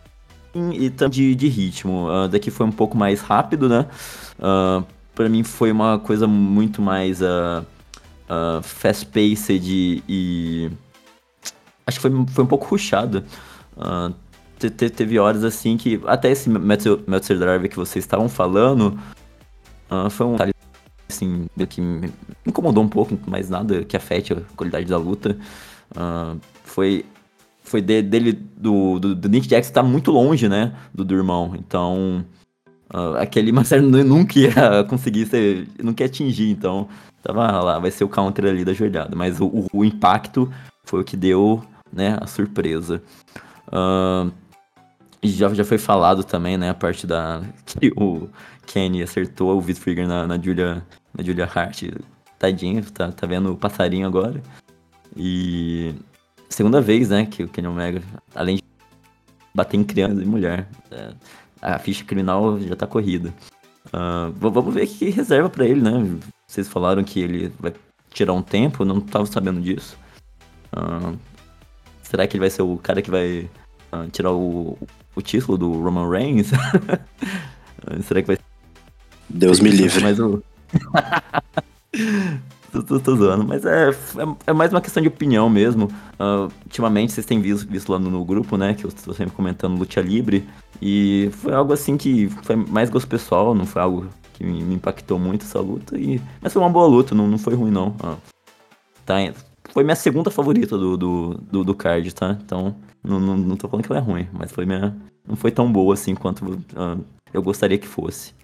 e também de, de ritmo. Uh, daqui foi um pouco mais rápido, né, uh, pra mim foi uma coisa muito mais uh, uh, fast-paced e... e acho que foi, foi um pouco rushado. Uh, te, te, teve horas assim que. Até esse Meltzer Drive que vocês estavam falando. Uh, foi um detalhe assim, que me incomodou um pouco, mais nada que afete a qualidade da luta. Uh, foi foi de, dele, do, do, do Nick Jackson tá muito longe, né? Do, do irmão. Então. Uh, aquele Master nunca ia conseguir ser. Nunca ia atingir. Então. Tava lá, vai ser o counter ali da joelhada. Mas o, o, o impacto foi o que deu, né, a surpresa. Uh, já, já foi falado também, né, a parte da... que o Kenny acertou o V-Trigger na, na, Julia, na Julia Hart. Tadinho, tá, tá vendo o passarinho agora. E... segunda vez, né, que o Kenny Omega, além de bater em criança e mulher, é, a ficha criminal já tá corrida. Uh, vamos ver o que reserva pra ele, né? Vocês falaram que ele vai tirar um tempo, eu não tava sabendo disso. Uh, será que ele vai ser o cara que vai uh, tirar o, o título do Roman Reigns? uh, será que vai Deus me livre. Mais o... tô, tô, tô zoando, mas é, é, é mais uma questão de opinião mesmo. Uh, ultimamente vocês têm visto, visto lá no, no grupo, né, que eu estou sempre comentando Lucha Libre, e foi algo assim que foi mais gosto pessoal, não foi algo que me, me impactou muito essa luta, e, mas foi uma boa luta, não, não foi ruim não. Uh, tá, foi minha segunda favorita do, do, do, do card, tá? Então, não, não, não tô falando que ela é ruim, mas foi minha, não foi tão boa assim quanto uh, eu gostaria que fosse.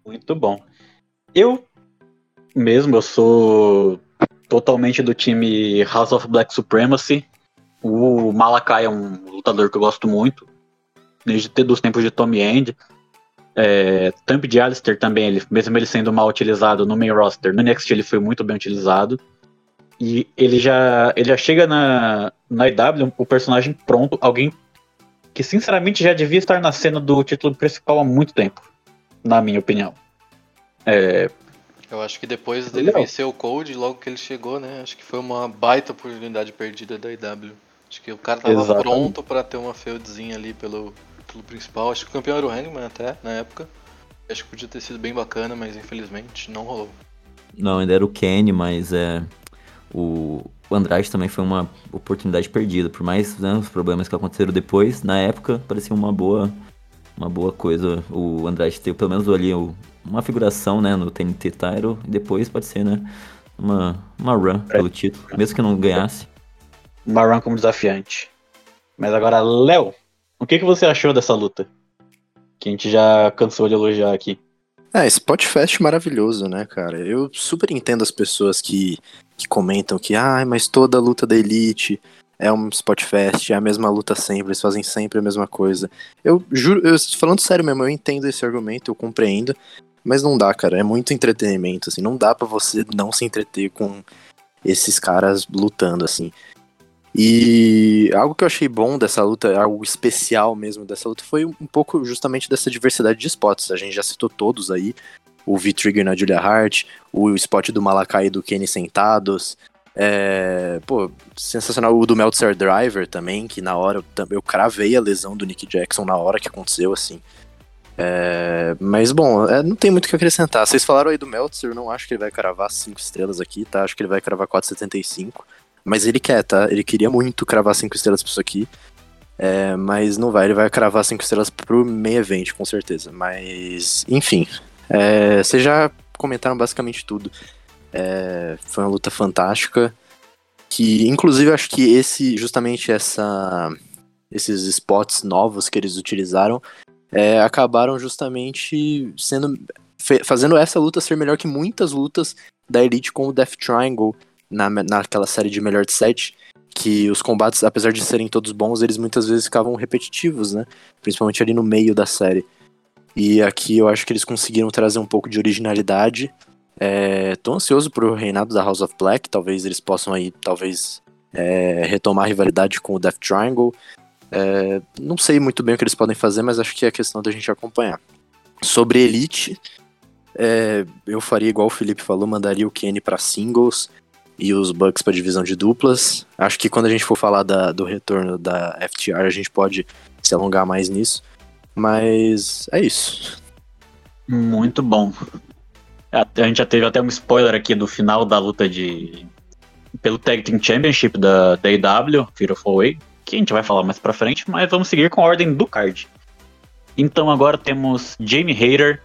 Muito bom. Eu mesmo, eu sou totalmente do time House of Black Supremacy. O Malakai é um lutador que eu gosto muito, desde dos tempos de Tommy End. É, Thump de Alistair também, ele, mesmo ele sendo mal utilizado no main roster, no N X T ele foi muito bem utilizado. E ele já, ele já chega na, na I W, o personagem pronto, alguém que sinceramente já devia estar na cena do título principal há muito tempo, na minha opinião. É, Eu acho que depois dele Legal. vencer o Code, logo que ele chegou, né? Acho que foi uma baita oportunidade perdida da I W. Acho que o cara tava Exatamente. pronto pra ter uma feudzinha ali pelo título principal. Acho que o campeão era o Hangman até, na época. Acho que podia ter sido bem bacana, mas infelizmente não rolou. Não, ainda era o Kenny, mas é. O, o Andrade também foi uma oportunidade perdida. Por mais, né, os problemas que aconteceram depois, na época parecia uma boa, uma boa coisa o Andrade ter pelo menos ali o- uma figuração, né, no T N T Title. E depois pode ser, né, uma, uma run pelo título, mesmo que não ganhasse. uma run como desafiante. Mas agora, Léo, o que, que você achou dessa luta? Que a gente já cansou de elogiar aqui. É, Spotfest maravilhoso, né, cara? Eu super entendo as pessoas que, que comentam que, ah, mas toda luta da Elite é um Spotfest, é a mesma luta sempre, eles fazem sempre a mesma coisa. Eu juro, eu, falando sério mesmo, eu entendo esse argumento, eu compreendo, mas não dá, cara, é muito entretenimento, assim, não dá pra você não se entreter com esses caras lutando, assim. E algo que eu achei bom dessa luta, algo especial mesmo dessa luta, foi um pouco justamente dessa diversidade de spots. A gente já citou todos aí, o V-Trigger na Julia Hart, o spot do Malakai e do Kenny sentados, é, pô, sensacional o do Meltzer Driver também, que na hora eu, tam- eu cravei a lesão do Nick Jackson na hora que aconteceu, assim. É, mas bom, é, não tem muito o que acrescentar. Vocês falaram aí do Meltzer, eu não acho que ele vai cravar cinco estrelas aqui, tá? Acho que ele vai cravar quatro vírgula setenta e cinco. Mas ele quer, tá? Ele queria muito cravar cinco estrelas pra isso aqui. É, mas não vai, ele vai cravar cinco estrelas pro main event, com certeza. Mas, enfim. É, vocês já comentaram basicamente tudo. É, foi uma luta fantástica. Que, inclusive, acho que esse, justamente essa, esses spots novos que eles utilizaram é, acabaram justamente sendo fe- fazendo essa luta ser melhor que muitas lutas da Elite com o Death Triangle na, naquela série de melhor de sete, que os combates, apesar de serem todos bons, eles muitas vezes ficavam repetitivos, né? Principalmente ali no meio da série. E aqui eu acho que eles conseguiram trazer um pouco de originalidade. É, tô ansioso pro reinado da House of Black, talvez eles possam aí, talvez, é, retomar a rivalidade com o Death Triangle. É, não sei muito bem o que eles podem fazer, mas acho que é questão da gente acompanhar. Sobre Elite, é, eu faria igual o Felipe falou, mandaria o Kenny pra singles e os Bucks pra divisão de duplas. Acho que quando a gente for falar da- do retorno da F T R, a gente pode se alongar mais nisso. Mas é isso. Muito bom. A gente já teve até um spoiler aqui do final da luta de pelo Tag Team Championship da, da A E W, Fatal Four Way, que a gente vai falar mais pra frente, mas vamos seguir com a ordem do card. Então agora temos Jamie Hayter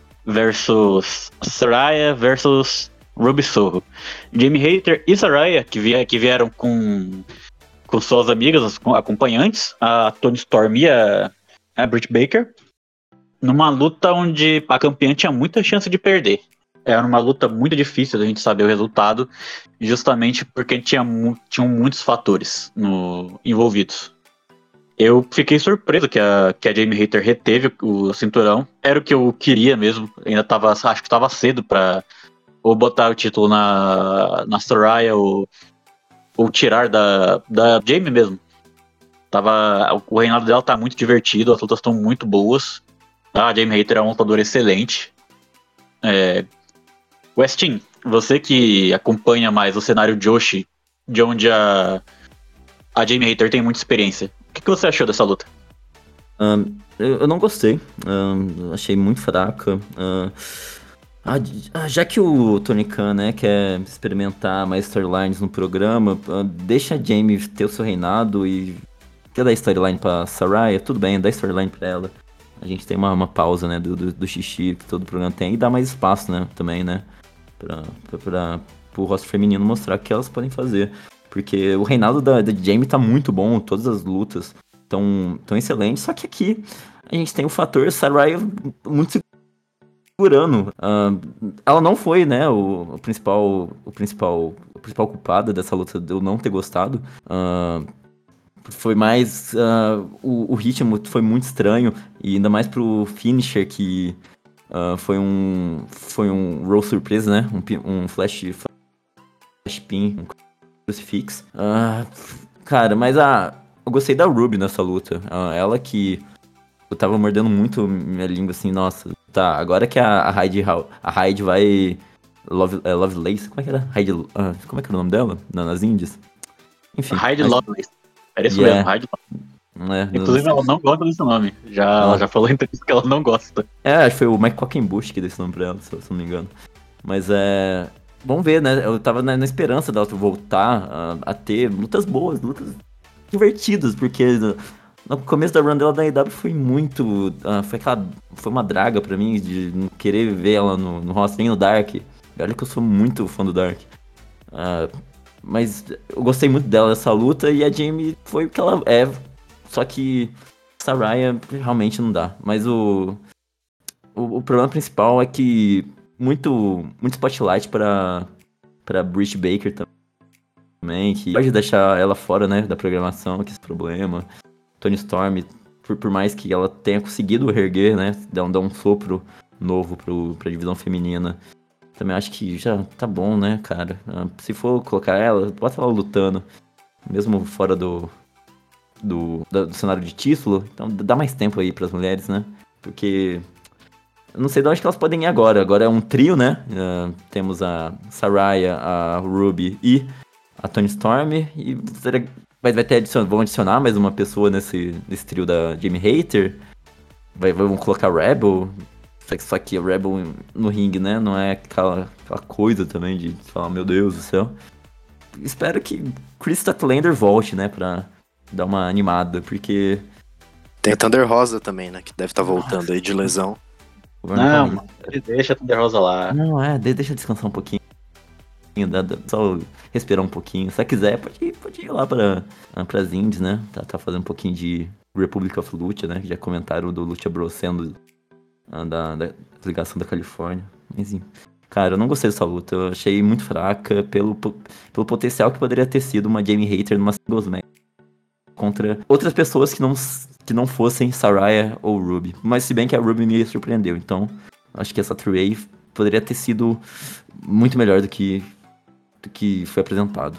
versus Saraya versus Ruby Soho. Jamie Hayter e Saraya, que, vie- que vieram com, com suas amigas, as co- acompanhantes, a Toni Storm e a, a Britt Baker, numa luta onde a campeã tinha muita chance de perder. Era uma luta muito difícil da gente saber o resultado, justamente porque tinha mu- tinham muitos fatores no- envolvidos. Eu fiquei surpreso que a, que a Jamie Hayter reteve o, o cinturão. Era o que eu queria mesmo. Ainda tava, acho que estava cedo pra ou botar o título na, na Soraya ou, ou tirar da, da Jamie mesmo. Tava, o reinado dela tá muito divertido, as lutas estão muito boas. A Jamie Hayter é um lutador excelente. É, Westin, você que acompanha mais o cenário Joshi, de onde a, a Jamie Hayter tem muita experiência, o que, que você achou dessa luta? Ahn, eu, eu não gostei, ahn, achei muito fraca. ahn. Ah, j- ah, já que o Tony Khan, né, quer experimentar mais storylines no programa, ah, deixa a Jamie ter o seu reinado e quer dar storyline pra Saraya, tudo bem, dá storyline pra ela. A gente tem uma, uma pausa, né, do, do, do xixi que todo programa tem e dá mais espaço, né, também, né, pra, pra, pra, pro roster feminino mostrar o que elas podem fazer. Porque o reinado da, da Jamie tá muito bom, todas as lutas tão, tão excelentes, só que aqui a gente tem o fator Saraya muito segurando. Uh, ela não foi, né, o, o principal, o principal, o principal culpado dessa luta de eu não ter gostado. Uh, foi mais uh, o, o ritmo foi muito estranho e ainda mais pro finisher que uh, foi um foi um roll surpresa, né, um, um flash flash pin, um crucifix. Uh, cara, mas a eu gostei da Ruby nessa luta. Uh, ela que eu tava mordendo muito minha língua, assim, nossa, tá, agora que a, a Hyde, a Hyde vai... Love, é, Lovelace, como é que era? Hyde, uh, como é que era o nome dela? Na, nas Índias? Enfim. Hyde mas... Lovelace. Era isso yeah. mesmo, Hyde Lovelace. É, Inclusive, ela não gosta desse nome. Já, ah. Ela já falou em entrevista que ela não gosta. É, acho que foi o Mike Quackenbush que deu esse nome pra ela, se eu não me engano. Mas é... Vamos ver, né? Eu tava na, na esperança dela voltar a, a ter lutas boas, lutas divertidas, porque... No começo da run dela da A E W foi muito... Uh, foi, aquela, foi uma draga pra mim de não querer ver ela no, no roster, nem no Dark. Olha que eu sou muito fã do Dark. Uh, mas eu gostei muito dela nessa luta e a Jamie foi o que ela é. Só que Saraya realmente não dá. Mas o, o, o problema principal é que muito, muito spotlight pra, pra Britt Baker também. Que pode deixar ela fora, né, da programação, que esse problema... Toni Storm, por, por mais que ela tenha conseguido reerguer, né, dar um, dar um sopro novo pro, pra divisão feminina, também acho que já tá bom, né, cara. Se for colocar ela, bota ela lutando, mesmo fora do, do, do cenário de título, então dá mais tempo aí pras mulheres, né, porque eu não sei de onde que elas podem ir agora. Agora é um trio, né, uh, temos a Saraya, a Ruby e a Toni Storm, e Mas vai ter adicion... vão adicionar mais uma pessoa nesse, nesse trio da Jamie Hayter. Vai, vão colocar Rebel. Só que, só que a Rebel no ringue, né? Não é aquela, aquela coisa também de falar, meu Deus do céu. Espero que Chris Statlander volte, né? Pra dar uma animada, porque... Tem a Thunder Rosa também, né? Que deve estar tá voltando aí de lesão. Não, não deixa a Thunder Rosa lá. Não, é, deixa descansar um pouquinho. Só respirar um pouquinho. Se quiser, pode ir, pode ir lá para as indies, né? Tá, tá fazendo um pouquinho de Republic of Lucha, né? Já comentaram do Lucha Bros sendo a, da, da ligação da Califórnia. Mas, cara, eu não gostei dessa luta. Eu achei muito fraca pelo, pelo potencial que poderia ter sido uma Jamie Hayter numa singles match contra outras pessoas que não, que não fossem Saraya ou Ruby. Mas se bem que a Ruby me surpreendeu. Então, acho que essa three-way poderia ter sido muito melhor do que do que foi apresentado.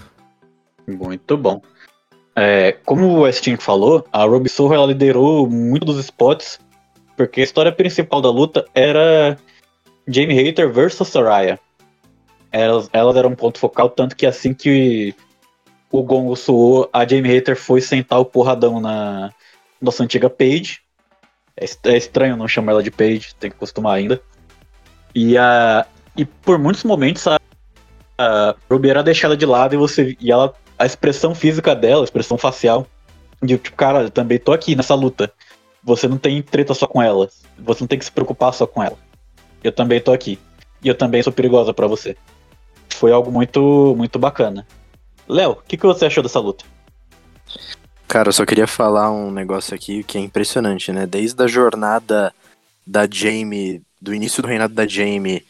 Muito bom. É, como o Westin falou, a Ruby Soho ela liderou muito dos spots, porque a história principal da luta era Jamie Hayter versus Saraya. Elas, elas eram um ponto focal, tanto que assim que o gongo soou, a Jamie Hayter foi sentar o porradão na nossa antiga Paige. É, é estranho não chamar ela de Paige, tem que acostumar ainda. E, a, e por muitos momentos a a Ruby era deixada de lado e você e ela a expressão física dela, a expressão facial de tipo, cara, eu também tô aqui nessa luta. Você não tem treta só com ela. Você não tem que se preocupar só com ela. Eu também tô aqui. E eu também sou perigosa pra você. Foi algo muito muito bacana. Léo, o que, que você achou dessa luta? Cara, eu só queria falar um negócio aqui que é impressionante, né? Desde a jornada da Jamie, do início do reinado da Jamie,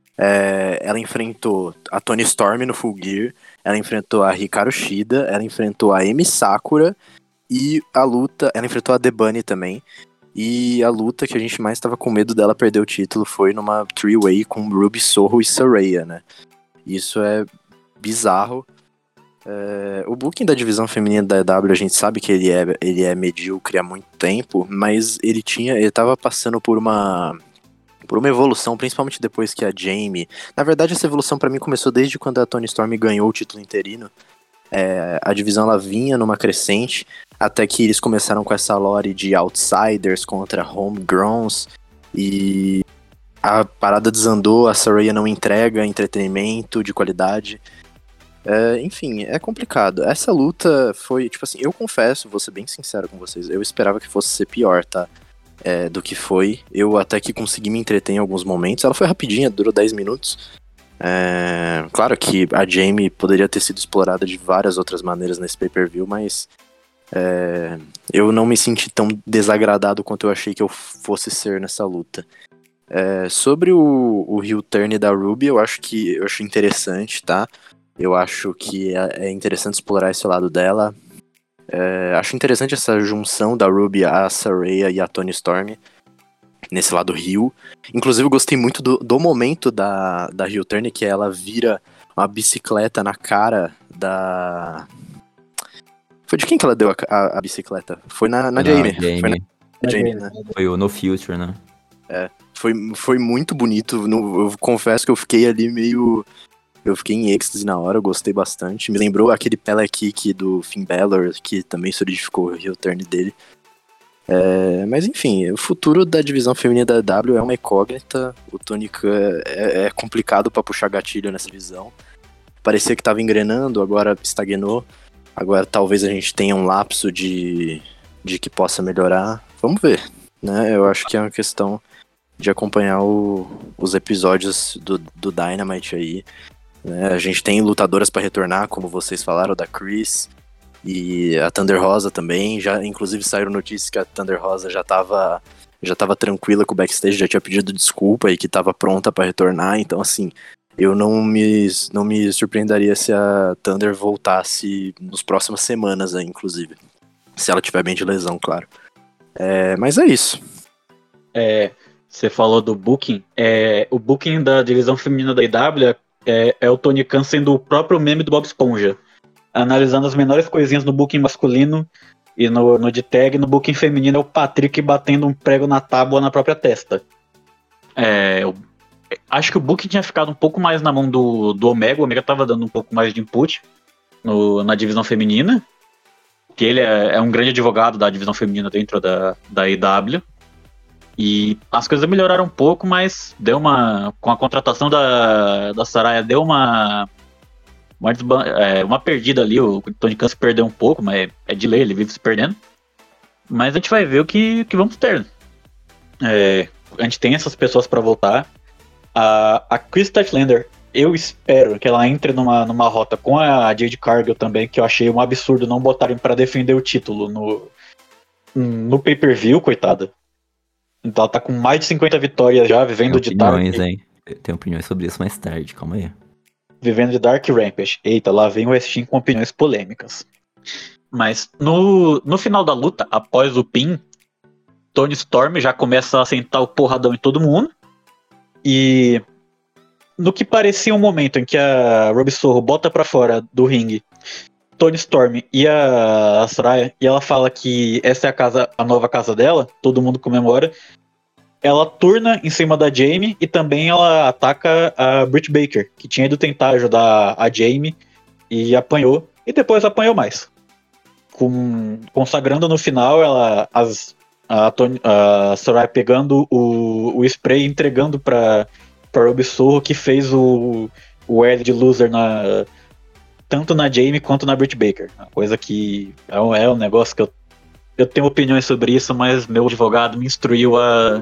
É, ela enfrentou a Toni Storm no Full Gear, ela enfrentou a Hikaru Shida, ela enfrentou a Emi Sakura e a luta, ela enfrentou a The Bunny também, e a luta que a gente mais estava com medo dela perder o título foi numa three-way com Ruby Soho e Saraya, né? Isso é bizarro. É, o booking da divisão feminina da A E W, a gente sabe que ele é, ele é medíocre há muito tempo, mas ele tinha, ele tava passando por uma... por uma evolução, principalmente depois que a Jamie... Na verdade, essa evolução pra mim começou desde quando a Toni Storm ganhou o título interino. É, a divisão ela vinha numa crescente, até que eles começaram com essa lore de outsiders contra homegrowns, e a parada desandou, a Saraya não entrega entretenimento de qualidade. É, enfim, é complicado. Essa luta foi, tipo assim, eu confesso, vou ser bem sincero com vocês, eu esperava que fosse ser pior, tá? É, do que foi. Eu até que consegui me entreter em alguns momentos. Ela foi rapidinha, durou dez minutos. É, claro que a Jamie poderia ter sido explorada de várias outras maneiras nesse pay-per-view, mas é, eu não me senti tão desagradado quanto eu achei que eu fosse ser nessa luta. É, sobre o, o heel turn da Ruby, eu acho que eu acho interessante, tá? Eu acho que é, é interessante explorar esse lado dela. É, acho interessante essa junção da Ruby, a Saraya e a Toni Storm nesse lado heel. Inclusive, eu gostei muito do, do momento da, da heel turn, que ela vira uma bicicleta na cara da... Foi de quem que ela deu a, a, a bicicleta? Foi na, na Foi na Jamie. Jamie. Foi na, na Jamie, Jamie. né? Foi o No Future, né? Foi, foi muito bonito. No, eu confesso que eu fiquei ali meio... Eu fiquei em êxtase na hora, eu gostei bastante. Me lembrou aquele Pele Kick do Finn Balor, que também solidificou o heel turn dele. É, mas enfim, o futuro da divisão feminina da W é uma incógnita. O Tony Khan é, é complicado pra puxar gatilho nessa divisão. Parecia que tava engrenando, agora estagnou. Agora talvez a gente tenha um lapso de, de que possa melhorar. Vamos ver, né? Eu acho que é uma questão de acompanhar o, os episódios do, do Dynamite aí. Né? A gente tem lutadoras pra retornar, como vocês falaram, da Chris e a Thunder Rosa também. Já, inclusive saíram notícias que a Thunder Rosa já tava, já tava tranquila com o backstage, já tinha pedido desculpa e que tava pronta pra retornar. Então, assim, eu não me, não me surpreenderia se a Thunder voltasse nas próximas semanas, aí, inclusive. Se ela tiver bem de lesão, claro. É, mas é isso. É, você falou do booking. É, o booking da divisão feminina da I W é, é o Tony Khan sendo o próprio meme do Bob Esponja. Analisando as menores coisinhas no booking masculino e no, no de tag, no booking feminino é o Patrick batendo um prego na tábua na própria testa. É, eu, acho que o booking tinha ficado um pouco mais na mão do, do Omega. O Omega tava dando um pouco mais de input no, na divisão feminina, que ele é, é um grande advogado da divisão feminina dentro da, da I W. E as coisas melhoraram um pouco, mas deu uma. Com a contratação da, da Saraya, deu uma. Uma, desban- é, uma perdida ali. O Tony Khan se perdeu um pouco, mas é de lei, ele vive se perdendo. Mas a gente vai ver o que, que vamos ter. É, a gente tem essas pessoas pra voltar. A, a Chris Statlander, eu espero que ela entre numa, numa rota com a Jade Cargill também, que eu achei um absurdo não botarem pra defender o título no, no pay-per-view, coitada. Então ela tá com mais de cinquenta vitórias já, vivendo de Tem Dark, opiniões, hein? Tem opiniões sobre isso mais tarde, calma aí. vivendo de Dark Rampage. Eita, lá vem o Westin com opiniões polêmicas. Mas no, no final da luta, após o pin, Toni Storm já começa a sentar o porradão em todo mundo. E no que parecia um momento em que a Ruby Soho bota pra fora do ringue Toni Storm e a Saraya, e ela fala que essa é a casa, a nova casa dela, todo mundo comemora. Ela turna em cima da Jamie e também ela ataca a Britt Baker, que tinha ido tentar ajudar a Jamie e apanhou, e depois apanhou mais. Com, consagrando no final, ela as, a, Tony, a Saraya pegando o, o spray e entregando pra, pra Ruby Soho, que fez o, o L de loser na, tanto na Jamie quanto na Britt Baker. Uma coisa que é um, é um negócio que eu, eu tenho opiniões sobre isso, mas meu advogado me instruiu a,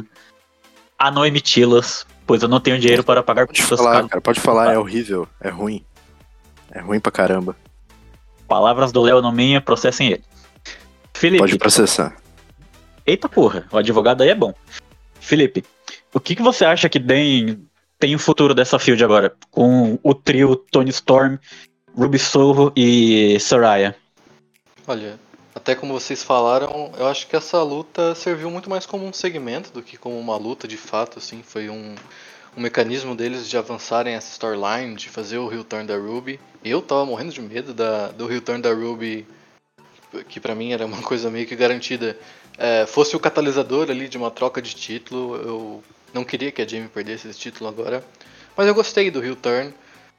a não emiti-las, pois eu não tenho dinheiro para pagar Pode pessoas falar, caras. cara, pode falar, é horrível, é ruim. É ruim pra caramba. Palavras do Léo, não minha, processem ele. Felipe. Pode processar. Eita porra, o advogado aí é bom. Felipe, o que, que você acha que tem, tem o futuro dessa field agora? Com o trio Toni Storm, Ruby Soho e Saraya. Olha, até como vocês falaram, eu acho que essa luta serviu muito mais como um segmento do que como uma luta de fato, assim. Foi um, um mecanismo deles de avançarem essa storyline, de fazer o heel turn da Ruby. Eu tava morrendo de medo da, do heel turn da Ruby, que pra mim era uma coisa meio que garantida. É, fosse o catalisador ali de uma troca de título, eu não queria que a Jamie perdesse esse título agora. Mas eu gostei do heel turn.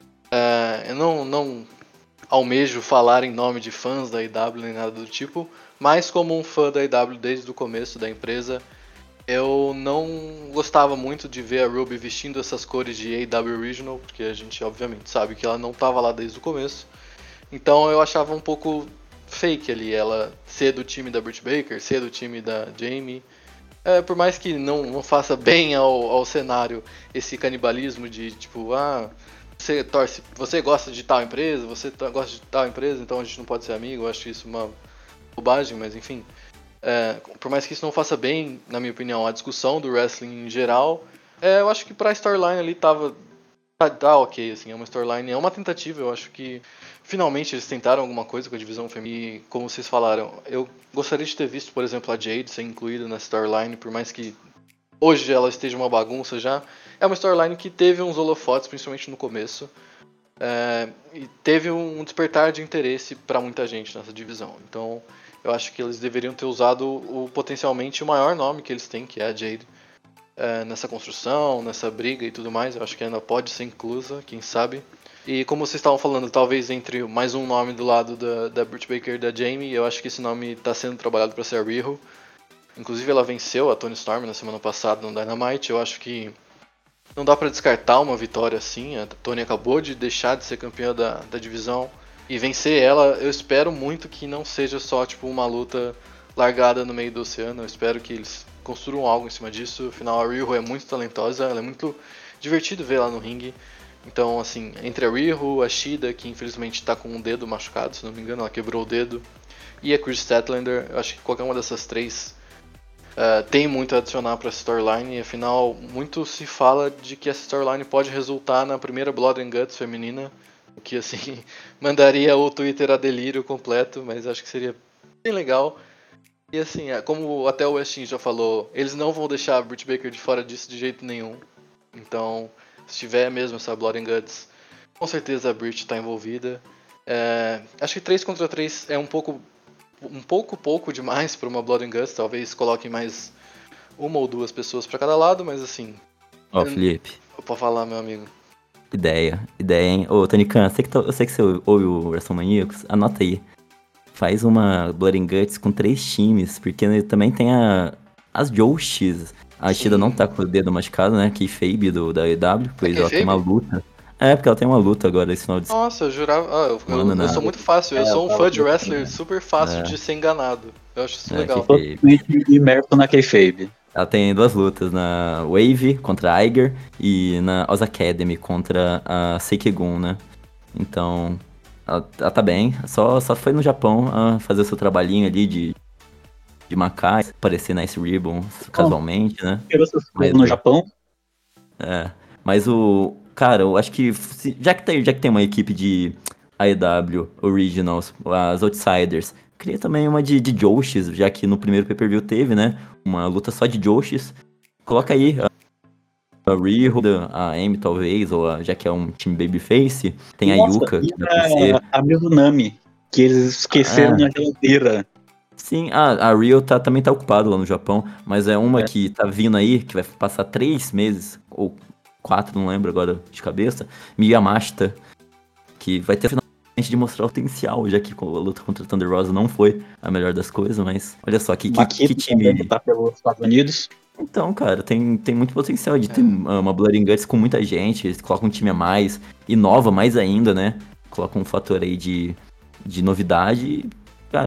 É, eu não, não almejo falar em nome de fãs da I W nem nada do tipo, mas como um fã da I W desde o começo da empresa, eu não gostava muito de ver a Ruby vestindo essas cores de A E W Original, porque a gente obviamente sabe que ela não estava lá desde o começo. Então eu achava um pouco fake ali, ela ser do time da Britt Baker, ser do time da Jamie. É, por mais que não, não faça bem ao, ao cenário esse canibalismo de tipo, ah, você torce, você gosta de tal empresa, você gosta de tal empresa, então a gente não pode ser amigo. Eu acho isso uma bobagem, mas enfim. É, por mais que isso não faça bem, na minha opinião, a discussão do wrestling em geral, É, eu acho que pra storyline ali tava. Tá, tá ok, assim, é uma storyline, é uma tentativa, eu acho que finalmente eles tentaram alguma coisa com a divisão feminina e, como vocês falaram, eu gostaria de ter visto, por exemplo, a Jade ser incluída na storyline, por mais que hoje ela esteja uma bagunça já. É uma storyline que teve uns holofotes, principalmente no começo, é, e teve um despertar de interesse pra muita gente nessa divisão. Então, eu acho que eles deveriam ter usado o potencialmente o maior nome que eles têm, que é a Jade. É, nessa construção, nessa briga e tudo mais, eu acho que ainda pode ser inclusa, quem sabe. E como vocês estavam falando, talvez entre mais um nome do lado da, da Britt Baker e da Jamie, eu acho que esse nome está sendo trabalhado para ser a Riho. Inclusive ela venceu a Toni Storm na semana passada no Dynamite, eu acho que não dá para descartar uma vitória assim, a Toni acabou de deixar de ser campeã da, da divisão, e vencer ela, eu espero muito que não seja só tipo uma luta largada no meio do oceano, eu espero que eles construam algo em cima disso. Afinal, a Riho é muito talentosa, ela é muito divertido ver ela no ringue. Então, assim, entre a Riho, a Shida, que infelizmente tá com um dedo machucado, se não me engano, ela quebrou o dedo, e a Chris Statlander, eu acho que qualquer uma dessas três uh, tem muito a adicionar para essa storyline. E afinal, muito se fala de que essa storyline pode resultar na primeira Blood and Guts feminina, o que, assim, mandaria o Twitter a delírio completo, mas acho que seria bem legal. E assim, como até o Westin já falou, eles não vão deixar a Britt Baker de fora disso de jeito nenhum. Então, se tiver mesmo essa Blood and Guts, com certeza a Britt está envolvida. É, acho que três contra três é um pouco um pouco pouco demais para uma Blood and Guts. Talvez coloquem mais uma ou duas pessoas para cada lado, mas assim... Ó, Felipe. Pode falar, meu amigo. Ideia, ideia, hein? Ô, Tonican, eu sei que, eu sei que você ouve o WrestleManiacos, anota aí. Faz uma Blood and Guts com três times, porque também tem a, as Joshes. A Shida não tá com o dedo machucado, né? Que Fabe do, da E W, pois é ela tem uma luta. É, porque ela tem uma luta agora esse final de semana. Nossa, eu jurava. Ah, eu, eu, eu sou muito fácil, eu É, sou um eu fã de tava- wrestler super fácil É. de ser enganado. Eu acho isso É, legal. que- Totalmente imerso na kayfabe. Ela tem duas lutas, na Wave contra a Iger e na Oz Academy contra a Seikegun, né? Então, ela, ela tá bem, só, só foi no Japão a fazer o seu trabalhinho ali de, de Macai, aparecer na Ice Ribbon casualmente, né? Tirou seus Mas no o- Japão. É, mas o... Cara, eu acho que se- já que tem, já que tem uma equipe de A E W Originals, as Outsiders, cria também uma de, de Joshes, já que no primeiro pay-per-view teve, né? Uma luta só de Joshes. Coloca aí a, a Riho, a Amy talvez, ou a- já que é um time babyface, tem a Nossa, Yuka, e que dá pra ser. a, a Mizunami, que eles esqueceram Ah. na geladeira. Sim, a, a Rio tá, também tá ocupada lá no Japão, mas é uma É. que tá vindo aí, que vai passar três meses, ou quatro, não lembro agora de cabeça, Miyamashita, que vai ter finalmente de mostrar o potencial, já que a luta contra o Thunder Rosa não foi a melhor das coisas, mas olha só, que, que, Makito que também time... tá pelos Estados Unidos. Então, cara, tem, tem muito potencial de ter uh, uma Blood and Guts com muita gente, eles colocam um time a mais, inova mais ainda, né, colocam um fator aí de, de novidade e, cara,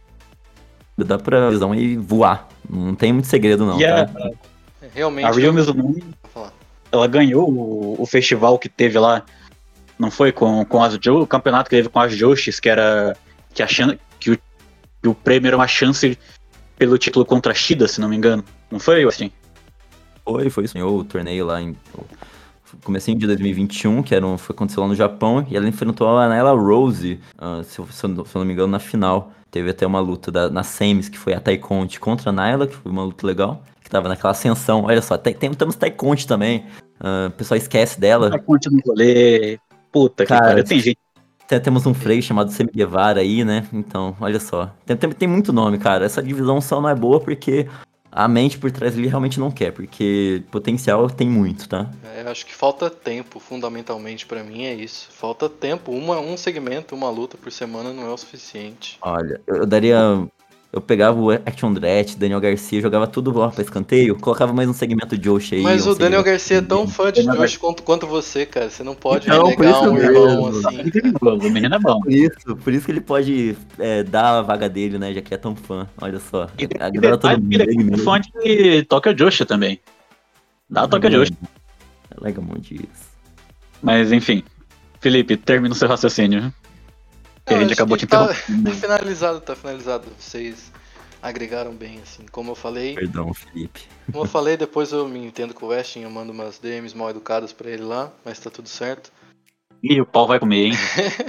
dá pra visão aí voar, não tem muito segredo não, E a, tá? Realmente. a Ryo eu- Mizunami, Vou falar. ela ganhou o, o festival que teve lá, não foi? Com, com as Jo, o campeonato que teve com as Joshis, que era que, a chan, que, o, que o prêmio era uma chance pelo título contra a Shida, se não me engano. Não foi, assim? Foi, foi isso. Ganhou o torneio lá em comecinho de dois mil e vinte e um, que era um, foi aconteceu lá no Japão, e ela enfrentou a Nyla Rose, uh, se, eu, se, eu, não- se eu não me engano, na final. Teve até uma luta da, na semis, que foi a Tai Conti contra a Nyla, que foi uma luta legal, que tava naquela ascensão. Olha só, tem, tem, temos Tai Conti também, uh, o pessoal esquece dela. A ponte no rolê. Puta Cara, que pariu. Tem gente. Tem- Temos um Frei chamado Sammy Guevara aí, né? Então, olha só. Tem, tem, tem muito nome, cara. Essa divisão só não é boa porque a mente por trás ali realmente não quer, porque potencial tem muito, tá? É, eu acho que falta tempo, fundamentalmente pra mim é isso. Falta tempo. Uma, um segmento, uma luta por semana não é o suficiente. Olha, eu, eu daria. Eu pegava o Action Andretti, Daniel Garcia, jogava tudo lá pra escanteio, colocava mais um segmento de Josh aí. Mas um o Daniel segmento Garcia é tão de- fã de Daniel Josh quanto, quanto você, cara. Você não pode Então, por renegar isso um mesmo. irmão assim. O menino é bom. Por isso, por isso que ele pode é, dar a vaga dele, né? Já que é tão fã. Olha só. E, A e galera todo detalhe que ele é mundo muito mesmo. fã de Tokyo Joshi também. Dá Tokyo Joshi. É legal muito isso. Mas enfim. Felipe, termina o seu raciocínio. Que a Eu gente acho acabou que te tá, interrompendo. tá finalizado, tá finalizado. Vocês agregaram bem, assim. Como eu falei, Perdão, Felipe. como eu falei, depois eu me entendo com o Westin, eu mando umas D Ms mal educadas pra ele lá, mas tá tudo certo. Ih, o pau vai comer, hein?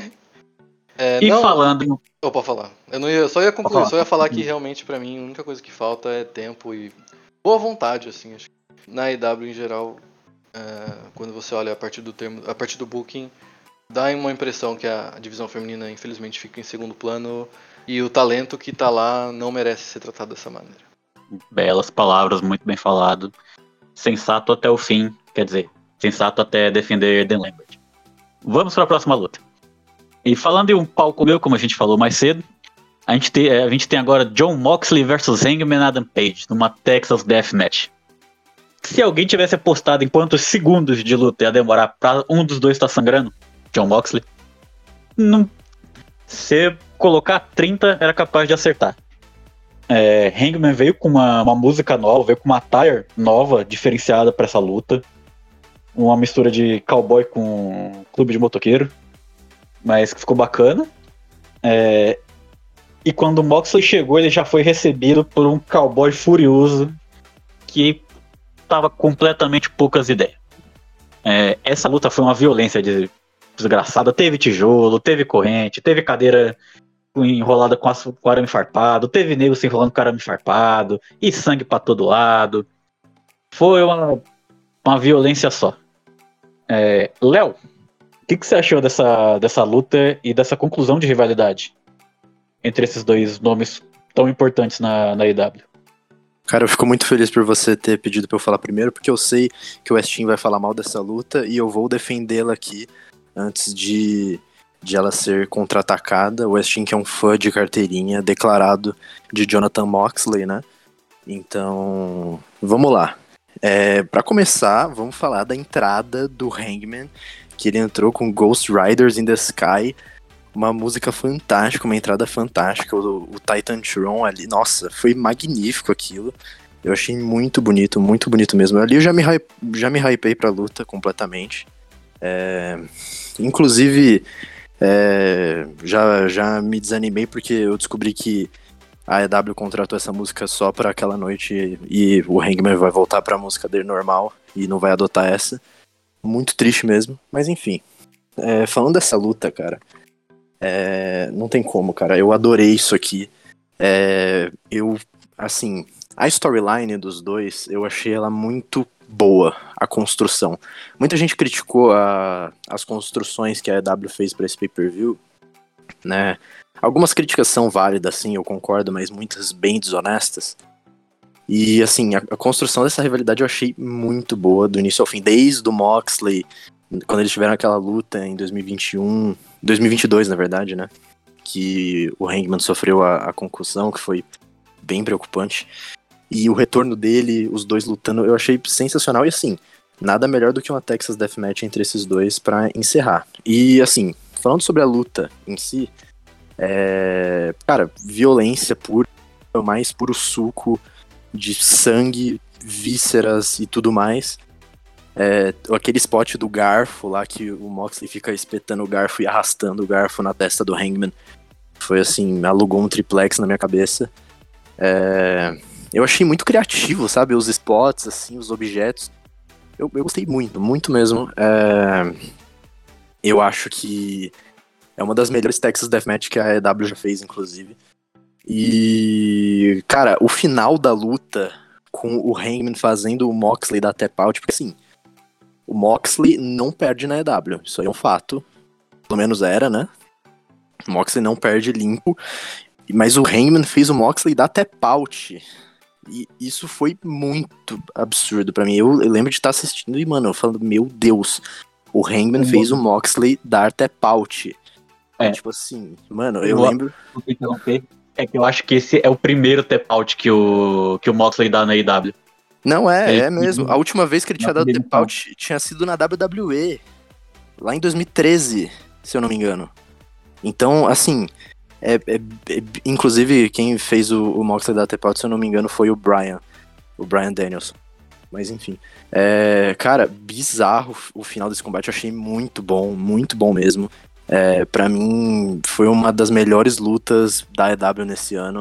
É, E não, falando. eu posso falar. Eu não ia, eu só ia concluir, falar. só ia falar que realmente pra mim a única coisa que falta é tempo e boa vontade, assim. Acho que na A E W em geral, é, quando você olha a partir do termo, a partir do booking, dá uma impressão que a divisão feminina infelizmente fica em segundo plano e o talento que tá lá não merece ser tratado dessa maneira. Belas palavras, muito bem falado. Sensato até o fim, quer dizer, sensato até defender Dan Lambert. Vamos para a próxima luta. E falando em um palco meu, como a gente falou mais cedo, a gente tem, a gente tem agora Jon Moxley versus Hangman Adam Page, numa Texas Deathmatch. Se alguém tivesse apostado em quantos segundos de luta ia demorar para um dos dois estar sangrando, Jon Moxley, não, se colocar trinta era capaz de acertar. É, Hangman veio com uma, uma música nova, veio com uma attire nova, diferenciada para essa luta. Uma mistura de cowboy com clube de motoqueiro, mas que ficou bacana. É, e quando o Moxley chegou, ele já foi recebido por um cowboy furioso que tava completamente poucas ideias. É, essa luta foi uma violência de, desgraçada. Teve tijolo, teve corrente, teve cadeira enrolada com, aço, com arame farpado, teve nego se enrolando com arame farpado, e sangue pra todo lado. Foi uma, uma violência só. É, Léo, o que, que você achou dessa, dessa luta e dessa conclusão de rivalidade entre esses dois nomes tão importantes na, na A E W? Cara, eu fico muito feliz por você ter pedido pra eu falar primeiro, porque eu sei que o Westin vai falar mal dessa luta e eu vou defendê-la aqui antes de, de ela ser contra-atacada. O Westin, que é um fã de carteirinha declarado de Jonathan Moxley, né? Então, vamos lá. É, para começar, vamos falar da entrada do Hangman, que ele entrou com Ghost Riders in the Sky, uma música fantástica, uma entrada fantástica, o, o Titantron ali, nossa, foi magnífico aquilo, eu achei muito bonito, muito bonito mesmo. Ali eu já me, hype, já me hypei pra luta completamente, é, inclusive é, já, já me desanimei porque eu descobri que a A E W contratou essa música só pra aquela noite e o Hangman vai voltar pra música dele normal e não vai adotar essa. Muito triste mesmo, mas enfim. É, falando dessa luta, cara, é, não tem como, cara. Eu adorei isso aqui. É, eu, assim, a storyline dos dois, eu achei ela muito boa, a construção. Muita gente criticou a, as construções que a A E W fez pra esse pay-per-view, né? Algumas críticas são válidas, sim, eu concordo, mas muitas bem desonestas. E, assim, a, a construção dessa rivalidade eu achei muito boa, do início ao fim. Desde o Moxley, quando eles tiveram aquela luta em dois mil e vinte e um... dois mil e vinte e dois, na verdade, né? Que o Hangman sofreu a, a concussão, que foi bem preocupante. E o retorno dele, os dois lutando, eu achei sensacional. E, assim, nada melhor do que uma Texas Deathmatch entre esses dois pra encerrar. E, assim, falando sobre a luta em si... É, cara, violência pura, mais puro suco de sangue, vísceras e tudo mais. É, aquele spot do garfo lá que o Moxley fica espetando o garfo e arrastando o garfo na testa do Hangman. Foi assim, alugou um triplex na minha cabeça. É, eu achei muito criativo, sabe? Os spots, assim, os objetos. Eu, eu gostei muito, muito mesmo. É, eu acho que é uma das melhores Texas Deathmatch que a E W já fez, inclusive. E, cara, o final da luta com o Hangman fazendo o Moxley dar tap out, porque assim, o Moxley não perde na E W, isso aí é um fato. Pelo menos era, né? O Moxley não perde limpo, mas o Hangman fez o Moxley dar tap out. E isso foi muito absurdo pra mim. Eu, eu lembro de estar assistindo e, mano, eu falando, meu Deus, o Hangman fez o Moxley dar tap out. É. Tipo assim, mano, eu, eu lembro... Vou interromper. É que eu acho que esse é o primeiro tap out que o, que o Moxley dá na A E W. Não, é, ele, é mesmo. A última vez que ele tinha dado tap out tinha sido na W W E. Lá em dois mil e treze, se eu não me engano. Então, assim, é, é, é, inclusive quem fez o, o Moxley dar tap out, se eu não me engano, foi o Brian. O Brian Danielson. Mas enfim. É, cara, bizarro o final desse combate. Eu achei muito bom, muito bom mesmo. É, pra mim, foi uma das melhores lutas da A E W nesse ano.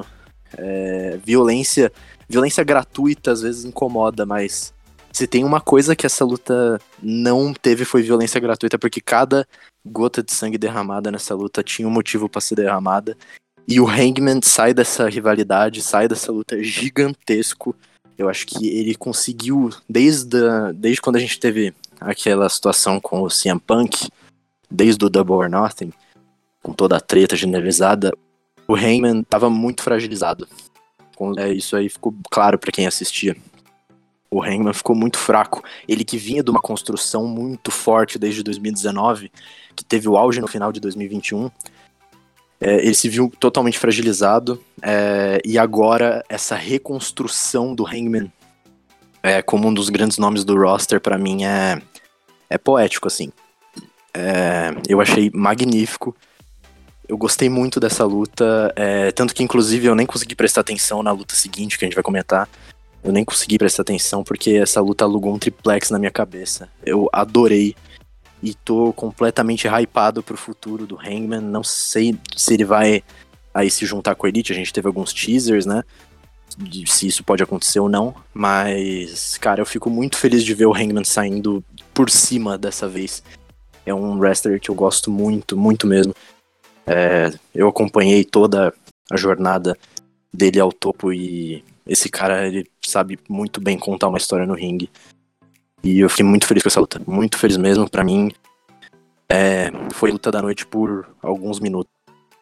É, violência, violência gratuita às vezes incomoda, mas se tem uma coisa que essa luta não teve foi violência gratuita, porque cada gota de sangue derramada nessa luta tinha um motivo pra ser derramada. E o Hangman sai dessa rivalidade, sai dessa luta gigantesco. Eu acho que ele conseguiu, desde, a, desde quando a gente teve aquela situação com o C M Punk, desde o Double or Nothing, com toda a treta generalizada, o Hangman tava muito fragilizado. É, isso aí ficou claro pra quem assistia. O Hangman ficou muito fraco. Ele que vinha de uma construção muito forte desde dois mil e dezenove, que teve o auge no final de dois mil e vinte e um, é, ele se viu totalmente fragilizado, é, e agora essa reconstrução do Hangman é, como um dos grandes nomes do roster, pra mim é, é poético, assim. É, eu achei magnífico. Eu gostei muito dessa luta, é, tanto que inclusive eu nem consegui prestar atenção na luta seguinte, que a gente vai comentar. Eu nem consegui prestar atenção porque essa luta alugou um triplex na minha cabeça. Eu adorei e tô completamente hypado pro futuro do Hangman. Não sei se ele vai aí se juntar com a Elite, a gente teve alguns teasers, né, de se isso pode acontecer ou não, mas, cara, eu fico muito feliz de ver o Hangman saindo por cima dessa vez. É um wrestler que eu gosto muito, muito mesmo. É, eu acompanhei toda a jornada dele ao topo e esse cara, ele sabe muito bem contar uma história no ringue. E eu fiquei muito feliz com essa luta, muito feliz mesmo. Pra mim, é, foi a luta da noite por alguns minutos,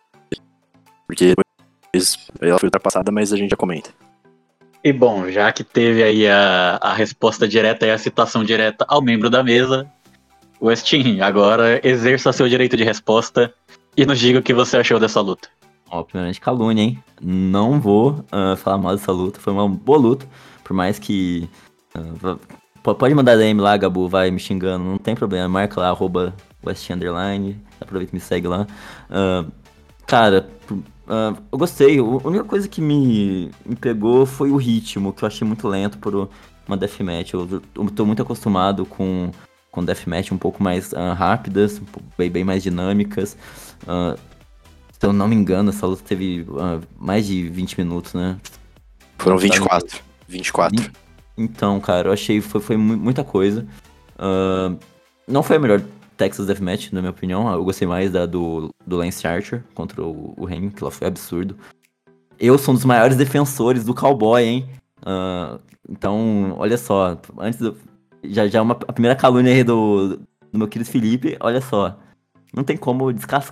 porque depois ela foi ultrapassada, mas a gente já comenta. E bom, já que teve aí a, a resposta direta e a citação direta ao membro da mesa, Westin, agora exerça seu direito de resposta e nos diga o que você achou dessa luta. Ó, primeiramente calúnia, hein? Não vou uh, falar mal dessa luta, foi uma boa luta, por mais que... Uh, pode mandar D M lá, Gabu, vai me xingando, não tem problema, marca lá, arroba Westin Underline, aproveita e me segue lá. Uh, cara, uh, eu gostei, a única coisa que me, me pegou foi o ritmo, que eu achei muito lento por uma deathmatch. Eu, eu tô muito acostumado com, com deathmatch um pouco mais uh, rápidas, um pouco, bem, bem mais dinâmicas. Uh, Se eu não me engano, essa luta teve uh, mais de vinte minutos, né? Foram vinte e quatro. vinte e quatro. Então, cara, eu achei que foi, foi muita coisa. Uh, não foi a melhor Texas Deathmatch, na minha opinião. Eu gostei mais da do, do Lance Archer contra o, o Hangman, que lá foi absurdo. Eu sou um dos maiores defensores do Cowboy, hein? Uh, então, olha só. Antes do, já já uma, a primeira calúnia aí do, do meu querido Felipe, olha só. Não tem como descascar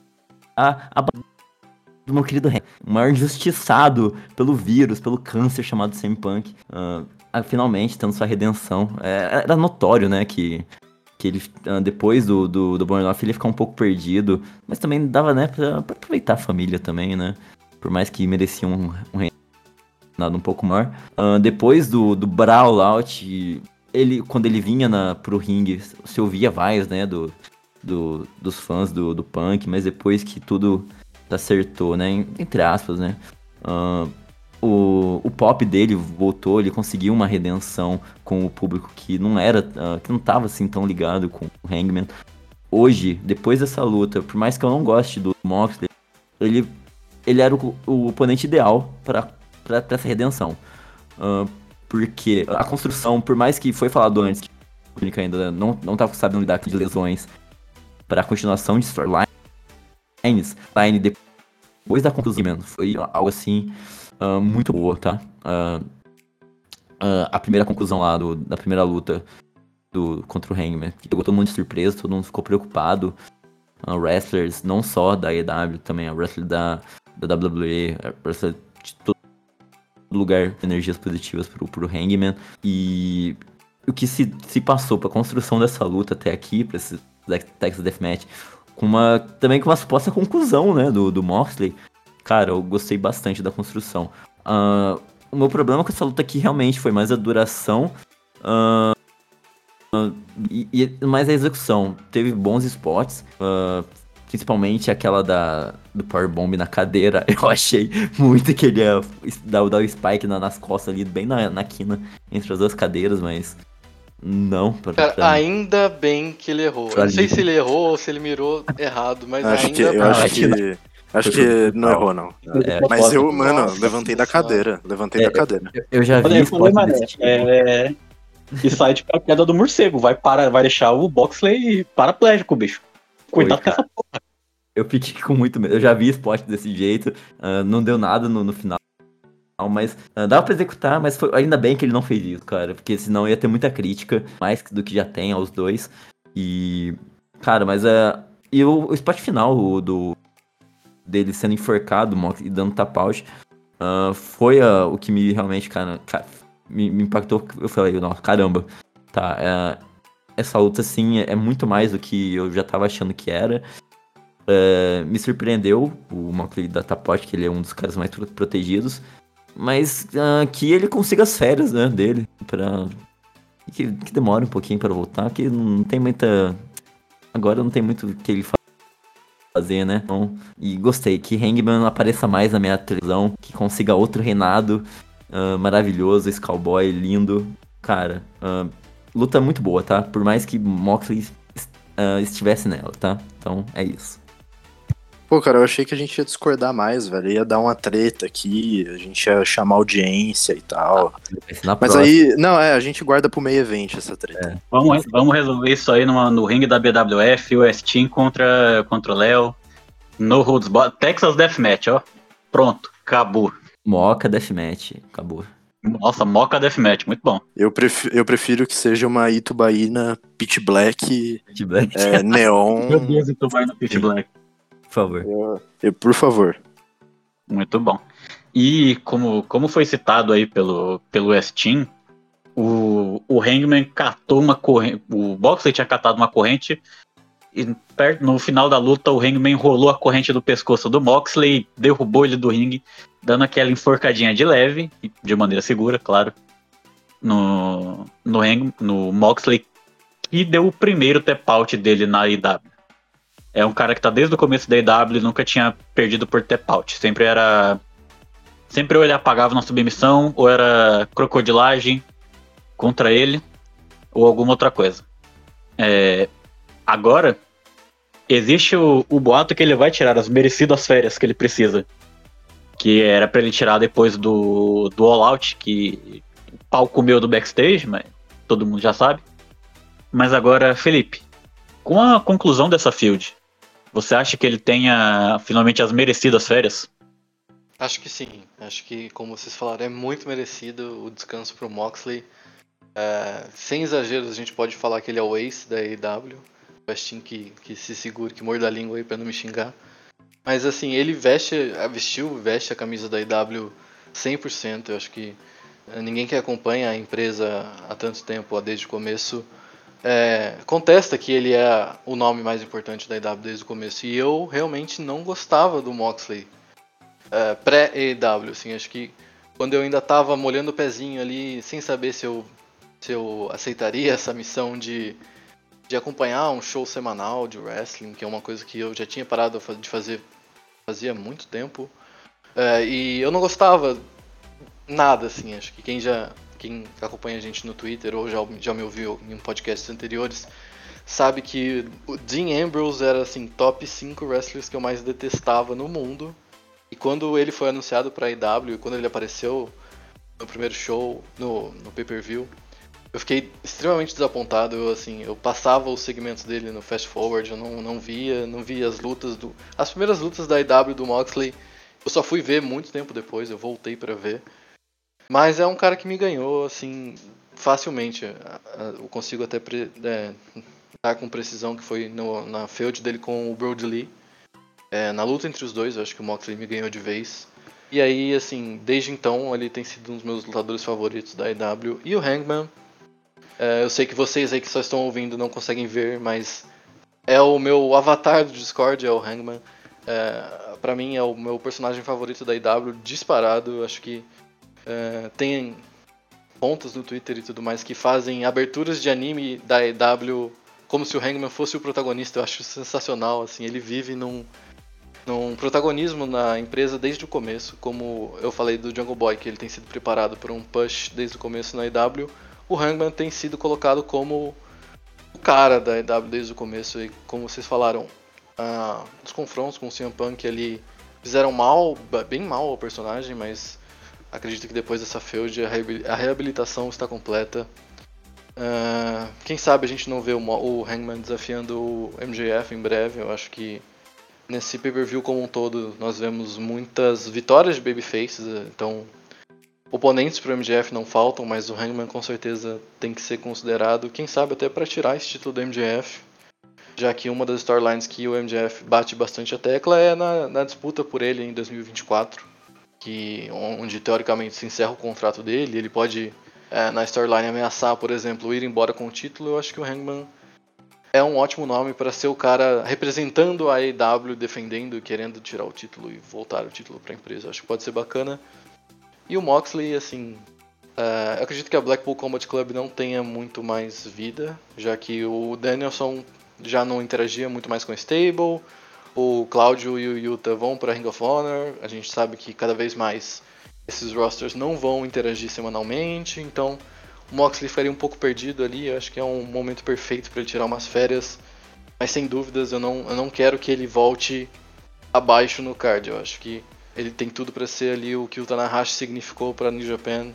a, a do meu querido Hangman, o maior injustiçado pelo vírus, pelo câncer chamado C M Punk, uh, finalmente tendo sua redenção. É, era notório, né, que, que ele, uh, depois do, do, do Born Off, ele ia ficar um pouco perdido, mas também dava, né, pra, pra aproveitar a família também, né, por mais que merecia um, um reinado um pouco maior. Uh, depois do, do Brawl Out, ele, quando ele vinha na, pro ringue, se ouvia vaias, né, do, do, dos fãs do, do Punk, mas depois que tudo acertou, né, entre aspas, né, uh, o, o pop dele voltou, ele conseguiu uma redenção com o público que não era, uh, que não tava assim tão ligado com o Hangman. Hoje, depois dessa luta, por mais que eu não goste do Moxley, ele, ele era o, o oponente ideal para essa redenção, uh, porque a construção, por mais que foi falado antes, que o público ainda não, não tava sabendo lidar com lesões, para a continuação de storyline, line depois da conclusão, foi algo assim uh, muito boa, tá? Uh, uh, a primeira conclusão lá do, da primeira luta do, contra o Hangman, que pegou todo mundo de surpresa, todo mundo ficou preocupado. Uh, wrestlers, não só da A E W, também a wrestler da, da W W E, wrestler de todo lugar, energias positivas pro, pro Hangman. E o que se, se passou pra construção dessa luta até aqui, pra esse Texas Deathmatch, com uma, também com uma suposta conclusão, né, do, do Moxley. Cara, eu gostei bastante da construção. Uh, o meu problema com essa luta aqui realmente foi mais a duração uh, uh, e, e mais a execução. Teve bons spots, uh, principalmente aquela da, do Powerbomb na cadeira. Eu achei muito que ele ia dar, dar o spike na, nas costas ali, bem na, na quina, entre as duas cadeiras, mas... Não, pra, Cara, pra ainda bem que ele errou. Eu não sei se ele errou ou se ele mirou errado, mas eu acho ainda que, eu bem. acho que Acho Foi que pro- não errou, não. É, Mas eu, Nossa, mano, levantei da senhora. cadeira. Levantei É, da cadeira. eu- eu já Eu vi falei, spot mané, desse tipo. é... E sai de queda do morcego. Vai, para, vai deixar o Boxley paraplégico, bicho. Cuidado Oi, com essa porra. Eu fiquei com muito medo. Eu já vi spot desse jeito. ah, não deu nada no, no final. Mas ah, dava pra executar, mas foi- ainda bem que ele não fez isso, cara. Porque senão ia ter muita crítica, mais do que já tem aos dois. E. Cara, mas é. E o, o spot final o do dele sendo enforcado, Mox, e dando tap-out, ah, foi ah, o que me realmente, cara, ca- me, me impactou. Eu falei, nossa, caramba, tá. é, essa luta, assim, é, é muito mais do que eu já tava achando que era. É, me surpreendeu o Moxley da tap-out, que ele é um dos caras mais pro- protegidos. Mas ah, que ele consiga as férias, né, dele, pra... Que, que demora um pouquinho pra voltar, que não tem muita... Agora não tem muito o que ele fa- fazer, né? Então, e gostei, que Hangman apareça mais na minha televisão, que consiga outro reinado ah, maravilhoso, esse cowboy lindo. Cara, ah, luta muito boa, tá? Por mais que Moxley ah, estivesse nela, tá? Então, é isso. Pô, cara, eu achei que a gente ia discordar mais, velho. Ia dar uma treta aqui, a gente ia chamar audiência e tal. Vai ser na Mas próxima. aí, não, é, a gente guarda pro meio evento essa treta. Vamos, vamos resolver isso aí numa- no ringue da B W F, o West Team contra, contra o Léo. No Holds Barred. Texas Deathmatch, ó. Pronto, acabou. Moca Deathmatch, acabou. Nossa, Mocha Deathmatch, muito bom. Eu, prefiro, eu prefiro que seja uma Itubaína Pitch Black, De Black, é, Neon. Meu Deus, eu tô vai no Pitch Black. por favor. Eu- eu- por favor. Muito bom. E como, como foi citado aí pelo, pelo West Team, o, o Hangman catou uma corrente. O Boxley tinha catado uma corrente. E perto, no final da luta, o Hangman enrolou a corrente do pescoço do Moxley, derrubou ele do ringue, dando aquela enforcadinha de leve, de maneira segura, claro, no, no, Hang, no Moxley, que deu o primeiro tap-out dele na I W. É um cara que tá desde o começo da I W e nunca tinha perdido por tap-out. Sempre era. Sempre ou ele apagava na submissão, ou era crocodilagem contra ele, ou alguma outra coisa. É, agora, existe o, o boato que ele vai tirar as merecidas férias que ele precisa. Que era pra ele tirar depois do, do All Out, que o pau comeu do backstage, mas todo mundo já sabe. Mas agora, Felipe, com a conclusão dessa field, você acha que ele tenha finalmente as merecidas férias? Acho que sim. Acho que, como vocês falaram, é muito merecido o descanso pro Moxley. É, sem exageros, a gente pode falar que ele é o ace da A E W. O Westin que, que se segure, que morda a língua aí pra não me xingar. Mas assim, ele veste, vestiu, veste a camisa da A E W cem por cento. Eu acho que ninguém que acompanha a empresa há tanto tempo, desde o começo, é, contesta que ele é o nome mais importante da A E W desde o começo. E eu realmente não gostava do Moxley é, pré-A E W. Assim, acho que quando eu ainda estava molhando o pezinho ali, sem saber se eu, se eu aceitaria essa missão de, de acompanhar um show semanal de wrestling, que é uma coisa que eu já tinha parado de fazer fazia muito tempo. É, e eu não gostava nada, assim. Acho que quem já quem acompanha a gente no Twitter ou já, já me ouviu em podcasts anteriores sabe que o Dean Ambrose era assim top cinco wrestlers que eu mais detestava no mundo. E quando ele foi anunciado para a A E W, quando ele apareceu no primeiro show, no, no pay-per-view, eu fiquei extremamente desapontado. Eu, assim, eu passava os segmentos dele no fast forward, eu não, não via, não via as lutas do, as primeiras lutas da A E W do Moxley. Eu só fui ver muito tempo depois, eu voltei para ver. Mas é um cara que me ganhou, assim, facilmente. Eu consigo até pre, é, dar com precisão que foi no, na feud dele com o Brody Lee. É, na luta entre os dois, eu acho que o Moxley me ganhou de vez. E aí, assim, desde então, ele tem sido um dos meus lutadores favoritos da A E W. E o Hangman, é, eu sei que vocês aí que só estão ouvindo não conseguem ver, mas é o meu avatar do Discord, é o Hangman. É, pra mim, é o meu personagem favorito da A E W, disparado. Eu acho que é, tem contas no Twitter e tudo mais que fazem aberturas de anime da A E W como se o Hangman fosse o protagonista. Eu acho sensacional, assim, ele vive num... num protagonismo na empresa desde o começo, como eu falei do Jungle Boy, que ele tem sido preparado por um push desde o começo na A E W, o Hangman tem sido colocado como o cara da A E W desde o começo, e como vocês falaram, ah, os confrontos com o C M Punk ali fizeram mal, bem mal ao personagem, mas acredito que depois dessa feud a reabilitação está completa. Uh, quem sabe a gente não vê o, o Hangman desafiando o M J F em breve. Eu acho que nesse pay-per-view como um todo nós vemos muitas vitórias de babyfaces, então oponentes para o M J F não faltam, mas o Hangman com certeza tem que ser considerado, quem sabe até para tirar esse título do M J F, já que uma das storylines que o M J F bate bastante a tecla é na, na disputa por ele em dois mil e vinte e quatro, que, onde teoricamente se encerra o contrato dele, ele pode é, na storyline ameaçar, por exemplo, ir embora com o título. Eu acho que o Hangman é um ótimo nome para ser o cara representando a A E W, defendendo, querendo tirar o título e voltar o título para a empresa. Eu acho que pode ser bacana. E o Moxley, assim, uh, eu acredito que a Blackpool Combat Club não tenha muito mais vida, já que o Danielson já não interagia muito mais com o stable, o Cláudio e o Yuta vão para Ring of Honor, a gente sabe que cada vez mais esses rosters não vão interagir semanalmente, então o Moxley ficaria um pouco perdido ali. Eu acho que é um momento perfeito para ele tirar umas férias, mas sem dúvidas eu não, eu não quero que ele volte abaixo no card. Eu acho que ele tem tudo para ser ali o que o Tanahashi significou para New Japan,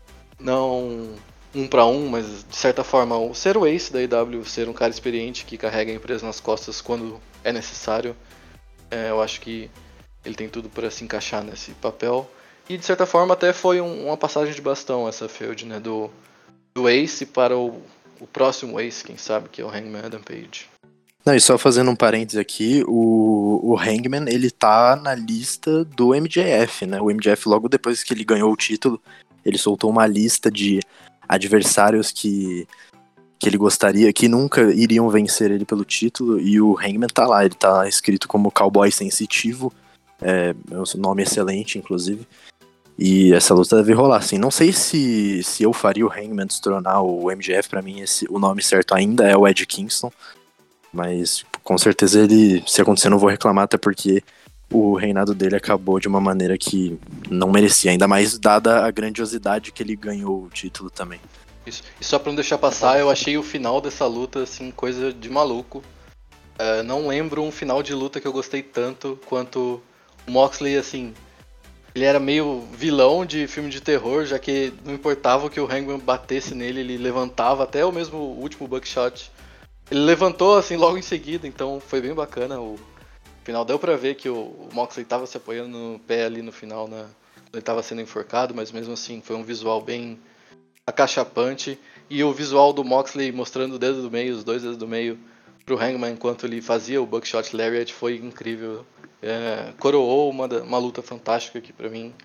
não um para um, mas de certa forma ser o ace da A E W, ser um cara experiente que carrega a empresa nas costas quando é necessário. É, eu acho que ele tem tudo para se encaixar nesse papel. E de certa forma até foi um, uma passagem de bastão essa feud, né, do, do Ace para o, o próximo Ace, quem sabe, que é o Hangman Adam Page. Não, e só fazendo um parênteses aqui, o, o Hangman, ele tá na lista do M J F, né? O M J F, logo depois que ele ganhou o título, ele soltou uma lista de adversários que, que ele gostaria, que nunca iriam vencer ele pelo título, e o Hangman tá lá, ele tá escrito como Cowboy Sensitivo, é um nome excelente, inclusive. E essa luta deve rolar, assim. Não sei se, se eu faria o Hangman destronar o M J F. Pra mim, esse, o nome certo ainda é o Ed Kingston. Mas, com certeza, ele, se acontecer, eu não vou reclamar, até porque o reinado dele acabou de uma maneira que não merecia. Ainda mais dada a grandiosidade que ele ganhou o título também. Isso. E só pra não deixar passar, eu achei o final dessa luta, assim, coisa de maluco. Uh, não lembro um final de luta que eu gostei tanto quanto o Moxley, assim... Ele era meio vilão de filme de terror, já que não importava que o Hangman batesse nele, ele levantava, até o mesmo último buckshot. Ele levantou assim logo em seguida, então foi bem bacana. O final deu pra ver que o Moxley tava se apoiando no pé ali no final, né? Ele tava sendo enforcado, mas mesmo assim foi um visual bem acachapante. E o visual do Moxley mostrando o dedo do meio, os dois dedos do meio, pro Hangman enquanto ele fazia o buckshot lariat foi incrível. É, coroou uma, uma luta fantástica aqui pra mim.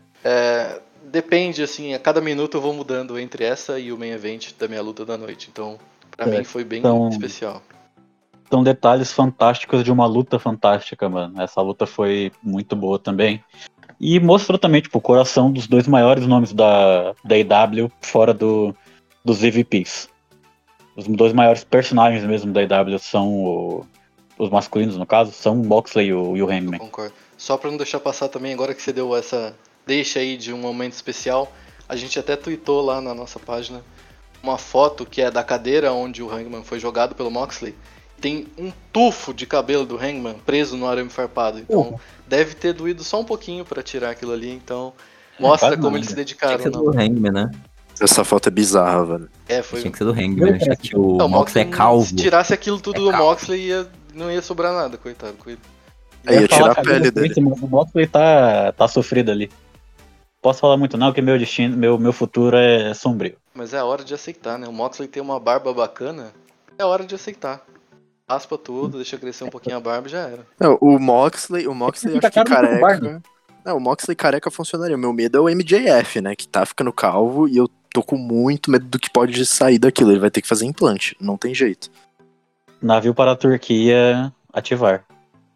É, depende, assim, a cada minuto eu vou mudando entre essa e o main event da minha luta da noite. Então, pra é, mim foi bem então, especial. São detalhes fantásticos de uma luta fantástica, mano. Essa luta foi muito boa também. E mostrou também, tipo, o coração dos dois maiores nomes da, da A E W fora do, dos E V Ps. Os dois maiores personagens mesmo da A E W são o... os masculinos, no caso, são o Moxley e o, e o Hangman. Eu concordo. Só pra não deixar passar também, agora que você deu essa deixa aí de um momento especial, a gente até tweetou lá na nossa página uma foto que é da cadeira onde o Hangman foi jogado pelo Moxley. Tem um tufo de cabelo do Hangman preso no arame farpado. Então uhum. deve ter doído só um pouquinho pra tirar aquilo ali. Então mostra é, como eles se dedicaram. Tinha que ser do Hangman, né? Essa foto é bizarra, velho. É, foi... Tinha que ser do Hangman, já que o não, Moxley é calvo. Se tirasse aquilo tudo é do calvo. Moxley, ia... não ia sobrar nada, coitado com ele. Aí ia tirar a pele dele. O Moxley tá, tá sofrido ali. Posso falar muito não, que meu destino, meu, meu futuro é sombrio. Mas é a hora de aceitar, né? O Moxley tem uma barba bacana, é hora de aceitar. Raspa tudo, deixa crescer um pouquinho a barba e já era. Não, o Moxley, o Moxley acho que careca... Não, o Moxley careca funcionaria. O meu medo é o M J F, né? Que tá ficando calvo e eu tô com muito medo do que pode sair daquilo. Ele vai ter que fazer implante, não tem jeito. Navio para a Turquia ativar.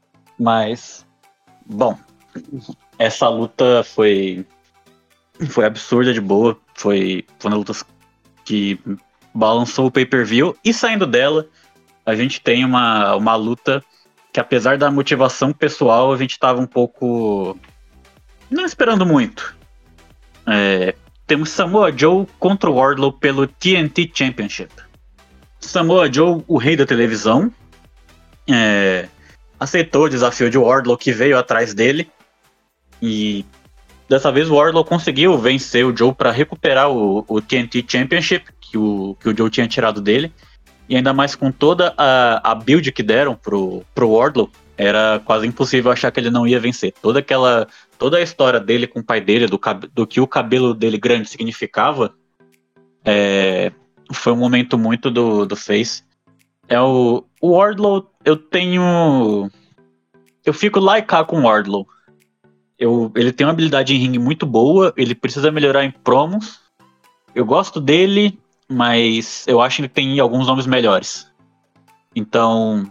Mas, bom, essa luta foi foi absurda de boa. Foi, foi uma luta que balançou o pay-per-view. E saindo dela, a gente tem uma, uma luta que, apesar da motivação pessoal, a gente tava um pouco... não esperando muito. É, temos Samoa Joe contra o Wardlow pelo T N T Championship. Samoa Joe, o rei da televisão, é, aceitou o desafio de Wardlow, que veio atrás dele. E dessa vez o Wardlow conseguiu vencer o Joe para recuperar o, o T N T Championship que o, que o Joe tinha tirado dele. E ainda mais com toda a, a build que deram pro, pro Wardlow, era quase impossível achar que ele não ia vencer. Toda aquela, toda a história dele com o pai dele, do, do que o cabelo dele grande significava, é, foi um momento muito do, do Face. É o, o Wardlow, eu tenho... Eu fico lá e cá com o Wardlow. Eu, ele tem uma habilidade em ringue muito boa, ele precisa melhorar em promos. Eu gosto dele, mas eu acho que ele tem alguns nomes melhores. Então,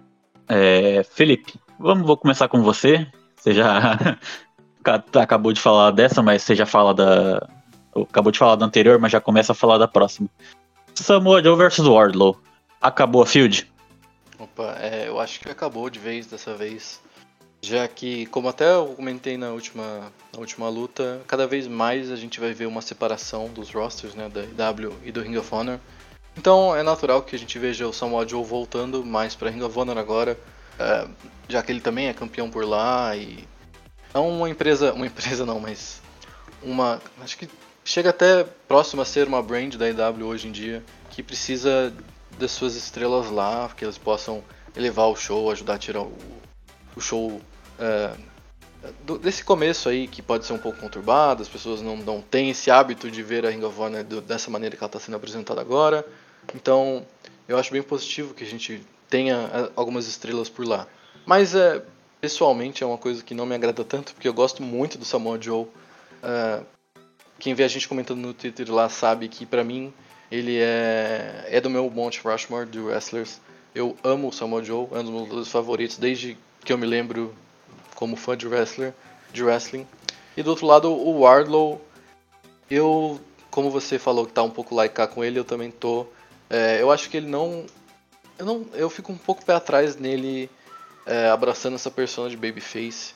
é, Felipe, vamos, vou começar com você. Você já acabou de falar dessa, mas você já fala da... Acabou de falar da anterior, mas já começa a falar da próxima. Samoa Joe versus Wardlow. Acabou a feud? Opa, é, eu acho que acabou de vez dessa vez. Já que, como até eu comentei na última, na última luta, cada vez mais a gente vai ver uma separação dos rosters, né, da A E W e do Ring of Honor. Então é natural que a gente veja o Samoa Joe voltando mais para Ring of Honor agora, é, já que ele também é campeão por lá e é uma empresa, uma empresa não, mas uma, acho que chega até próximo a ser uma brand da A E W hoje em dia, que precisa das suas estrelas lá, que eles possam elevar o show, ajudar a tirar o, o show é, do, desse começo aí, que pode ser um pouco conturbado, as pessoas não, não têm esse hábito de ver a Ring of Honor do, dessa maneira que ela está sendo apresentada agora. Então eu acho bem positivo que a gente tenha algumas estrelas por lá. Mas é, pessoalmente é uma coisa que não me agrada tanto, porque eu gosto muito do Samoa Joe. É, quem vê a gente comentando no Twitter lá sabe que pra mim ele é, é do meu Mount Rushmore de wrestlers. Eu amo o Samoa Joe, é um dos meus lutadores favoritos desde que eu me lembro como fã de wrestler, de wrestling. E do outro lado, o Wardlow, eu, como você falou que tá um pouco lá e cá com ele, eu também tô. É, eu acho que ele não eu, não... eu fico um pouco pé atrás nele é, abraçando essa persona de babyface.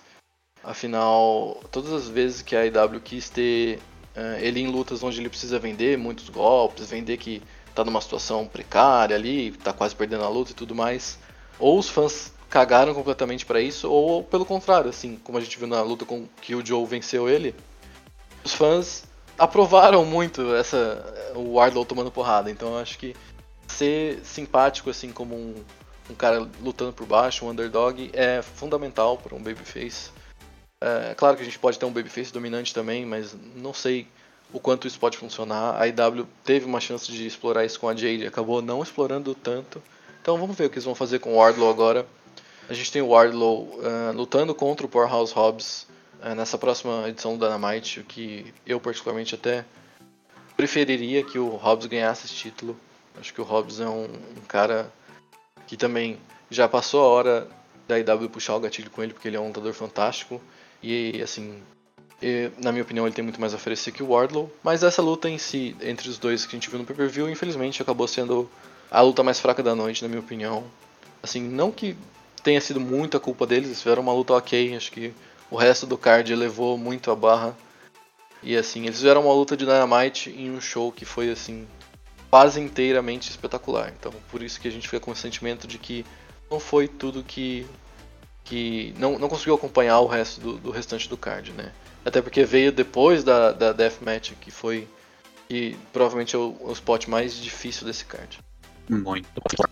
Afinal, todas as vezes que a A E W quis ter é, ele em lutas onde ele precisa vender muitos golpes, vender que tá numa situação precária ali, tá quase perdendo a luta e tudo mais, ou os fãs cagaram completamente pra isso, ou pelo contrário, assim, como a gente viu na luta com que o Joe venceu ele, os fãs aprovaram muito essa, o Wardlow tomando porrada. Então eu acho que ser simpático, assim, como um, um cara lutando por baixo, um underdog, é fundamental para um babyface. É claro que a gente pode ter um babyface dominante também, mas não sei o quanto isso pode funcionar. A A E W teve uma chance de explorar isso com a Jade, acabou não explorando tanto. Então vamos ver o que eles vão fazer com o Wardlow agora. A gente tem o Wardlow uh, lutando contra o Powerhouse Hobbs uh, nessa próxima edição do Dynamite, o que eu particularmente até preferiria que o Hobbs ganhasse esse título. Acho que o Hobbs é um, um cara que também já passou a hora da A E W puxar o gatilho com ele, porque ele é um lutador fantástico. E assim, e, na minha opinião, ele tem muito mais a oferecer que o Wardlow. Mas essa luta em si, entre os dois que a gente viu no pay-per-view, infelizmente acabou sendo a luta mais fraca da noite, na minha opinião. Assim, não que tenha sido muita culpa deles, eles fizeram uma luta ok, acho que o resto do card elevou muito a barra. E assim, eles fizeram uma luta de Dynamite em um show que foi assim, quase inteiramente espetacular. Então por isso que a gente fica com o sentimento de que não foi tudo que... que não, não conseguiu acompanhar o resto do, do restante do card, né? Até porque veio depois da, da Deathmatch, que foi... que provavelmente é o, o spot mais difícil desse card. Muito.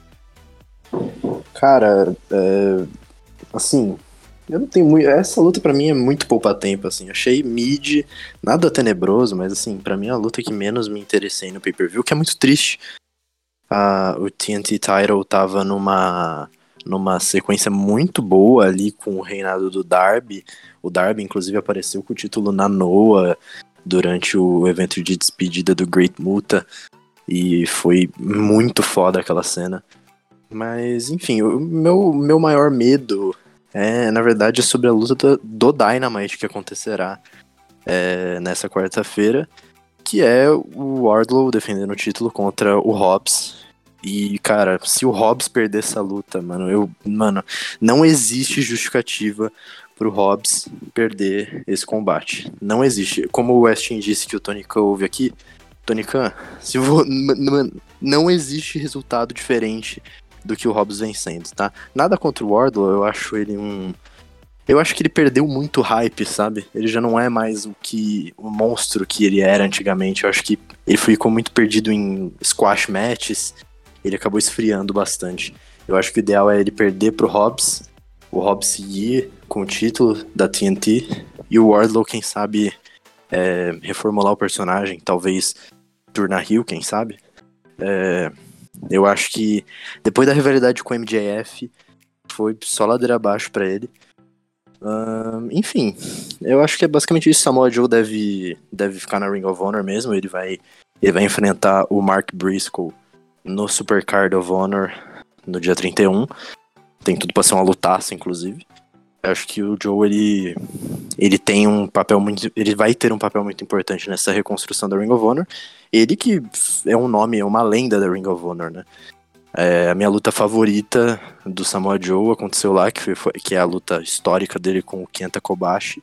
Cara, é, assim, eu não tenho muito. Essa luta pra mim é muito poupa-tempo, assim. Achei mid, nada tenebroso, mas assim, pra mim é a luta que menos me interessei no pay-per-view, que é muito triste. Ah, o T N T Title tava numa, numa sequência muito boa ali com o reinado do Darby. O Darby, inclusive, apareceu com o título na Noah durante o evento de despedida do Great Muta. E foi muito foda aquela cena. Mas, enfim, o meu, meu maior medo é, na verdade, sobre a luta do, do Dynamite que acontecerá é, nessa quarta-feira, que é o Wardlow defendendo o título contra o Hobbs. E, cara, se o Hobbs perder essa luta, mano, eu, mano, não existe justificativa pro Hobbs perder esse combate. Não existe. Como o Westin disse que o Tony Khan ouve aqui, Tony Khan, se vo, n- não existe resultado diferente do que o Hobbs vem sendo, tá? Nada contra o Wardlow, eu acho ele um... eu acho que ele perdeu muito hype, sabe? Ele já não é mais o que o monstro que ele era antigamente. Eu acho que ele ficou muito perdido em squash matches. Ele acabou esfriando bastante. Eu acho que o ideal é ele perder pro Hobbs, o Hobbs seguir com o título da T N T e o Wardlow, quem sabe, é, reformular o personagem, talvez turnar heel, quem sabe. É, eu acho que depois da rivalidade com o M J F foi só ladeira abaixo pra ele. Uh, enfim, eu acho que é basicamente isso. Samoa Joe deve, deve ficar na Ring of Honor mesmo. Ele vai, ele vai enfrentar o Mark Briscoe no Supercard of Honor no dia trinta e um. Tem tudo pra ser uma lutaça, inclusive. Eu acho que o Joe, ele, ele tem um papel muito, ele vai ter um papel muito importante nessa reconstrução da Ring of Honor. Ele que é um nome, é uma lenda da Ring of Honor, né? É, a minha luta favorita do Samoa Joe aconteceu lá, que, foi, foi, que é a luta histórica dele com o Kenta Kobashi.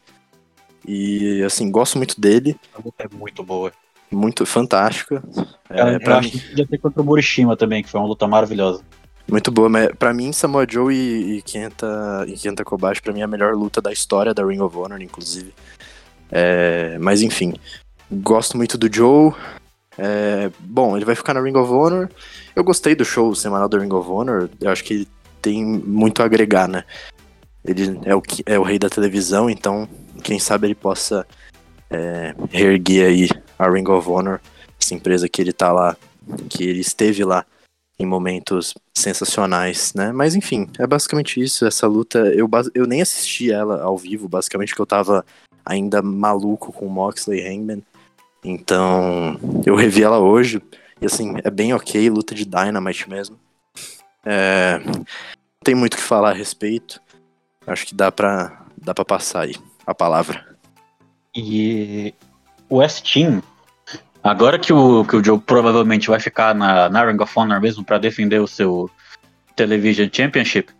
E, assim, gosto muito dele. A luta é muito boa. Muito fantástica. Eu, é, eu pra acho mim, que podia ter contra o Morishima também, que foi uma luta maravilhosa. muito boa, mas pra mim, Samoa Joe e, e, Kenta, e Kenta Kobashi, pra mim, é a melhor luta da história da Ring of Honor, inclusive. É, mas, enfim, gosto muito do Joe. É, bom, ele vai ficar na Ring of Honor. Eu gostei do show semanal da Ring of Honor. Eu acho que ele tem muito a agregar, né? Ele é o, é o rei da televisão, então quem sabe ele possa é, reerguer aí a Ring of Honor, essa empresa que ele tá lá, que ele esteve lá em momentos sensacionais, né? Mas enfim, é basicamente isso. Essa luta, eu, eu nem assisti ela ao vivo, basicamente, porque eu tava ainda maluco com o Moxley e Hangman. Então, eu revi ela hoje, e assim, é bem ok, luta de Dynamite mesmo. É, não tem muito o que falar a respeito, acho que dá pra, dá pra passar aí a palavra. E o West-Team, agora que o, que o Joe provavelmente vai ficar na, na Ring of Honor mesmo pra defender o seu Television Championship,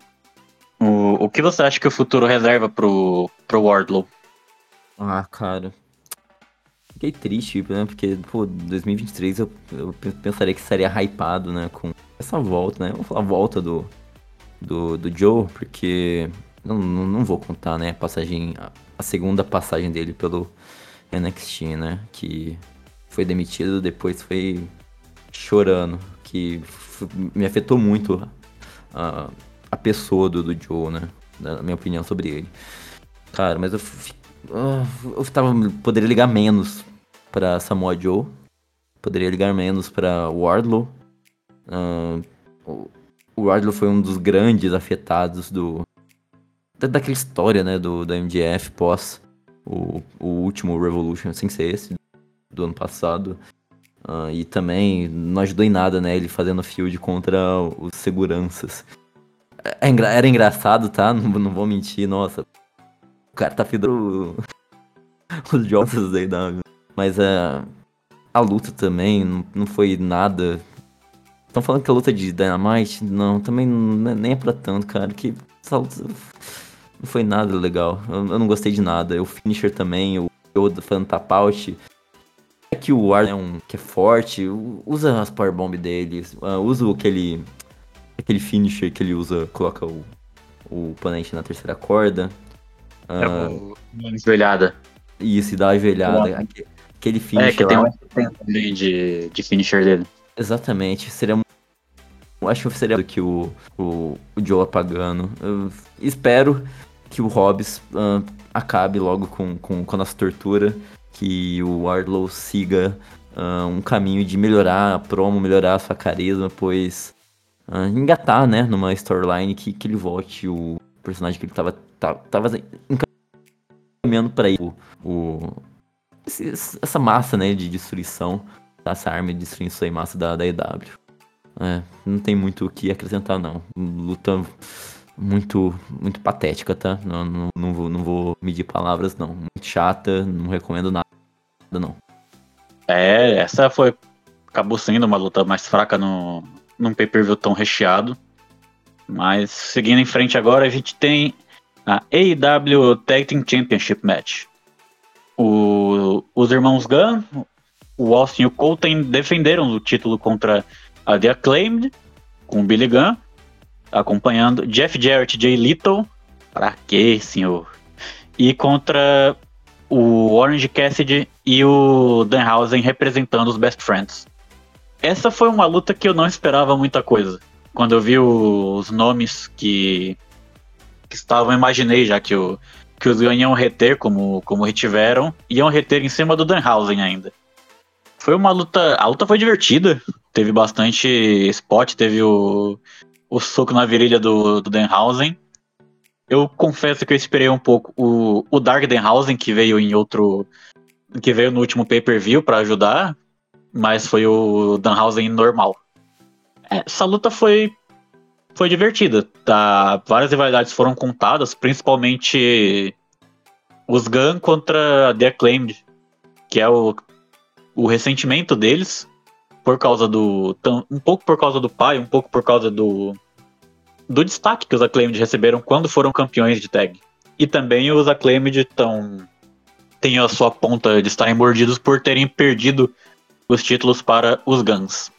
o, o que você acha que o futuro reserva pro, pro Wardlow? Ah, cara... Fiquei triste, né? Porque, pô, dois mil e vinte e três eu, eu pensaria que estaria hypado, né? Com essa volta, né? Vamos falar a volta do, do, do Joe, porque não, não, não vou contar, né? A passagem, a, a segunda passagem dele pelo N X T, né? Que foi demitido, depois foi chorando, que f- me afetou muito a, a pessoa do, do Joe, né? Na minha opinião sobre ele. Cara, mas eu, eu, eu tava, poderia ligar menos pra Samoa Joe, poderia ligar menos pra Wardlow. Uh, o, o Wardlow foi um dos grandes afetados do da, daquela história, né, do, da M J F pós o, o último Revolution, sem ser esse, do ano passado. Uh, e também não ajudou em nada, né, ele fazendo field contra os seguranças. É, é, era engraçado, tá? Não, não vou mentir, nossa. O cara tá fidando os Johnsons da I W. Mas uh, a luta também não, não foi nada. Estão falando que a luta de Dynamite, não, também não, nem é pra tanto, cara. Que essa luta não foi nada legal. Eu, eu não gostei de nada. O finisher também, o Yoda falando tap out. É que o Ar é um que é forte, usa as powerbomb dele, uh, usa aquele, aquele finisher que ele usa, coloca o, o oponente na terceira corda. Uh, é uma ajoelhada. Isso, e dá uma ajoelhada. Aquele, aquele finisher. É, que tem um também de, de finisher dele. Exatamente. Seria. Eu acho que seria do que o, o, o Joe apagando. Eu espero que o Hobbs uh, acabe logo com, com, com a nossa tortura. Que o Wardlow siga uh, um caminho de melhorar a promo, melhorar a sua carisma, pois uh, engatar, né, numa storyline que, que ele volte o personagem que ele tava, tava, tava encaminhando pra ir. O, o, esse, essa massa, né, de destruição, essa arma de destruição e massa da, da E W. É, não tem muito o que acrescentar, não. Luta muito, muito patética, tá? Não, não, não, vou, não vou medir palavras, não. Muito chata, não recomendo nada, não. É, essa foi... Acabou sendo uma luta mais fraca no, num pay-per-view tão recheado. Mas, seguindo em frente agora, a gente tem a A E W Tag Team Championship Match. O, os irmãos Gunn, o Austin e o Colten defenderam o título contra a The Acclaimed, com o Billy Gunn, acompanhando Jeff Jarrett e Jay Lethal, Pra quê, senhor? E contra o Orange Cassidy e o Danhausen representando os Best Friends. Essa foi uma luta que eu não esperava muita coisa. Quando eu vi os nomes que, que estavam, eu imaginei já que, o, que os iam reter como, como retiveram, iam reter em cima do Danhausen ainda. Foi uma luta, a luta foi divertida, teve bastante spot, teve o, o soco na virilha do, do Danhausen. Eu confesso que eu esperei um pouco o, o Dark Danhausen, que veio em outro, que veio no último pay-per-view pra ajudar, mas foi o Danhausen normal. Essa luta foi, foi divertida, tá? Várias rivalidades foram contadas, principalmente os Gunn contra The Acclaimed, que é o, o ressentimento deles, por causa do. Um pouco por causa do pai, um pouco por causa do, do destaque que os Acclaimed receberam quando foram campeões de tag. E também os Acclaimed tão, têm a sua ponta de estarem mordidos por terem perdido os títulos para os Guns.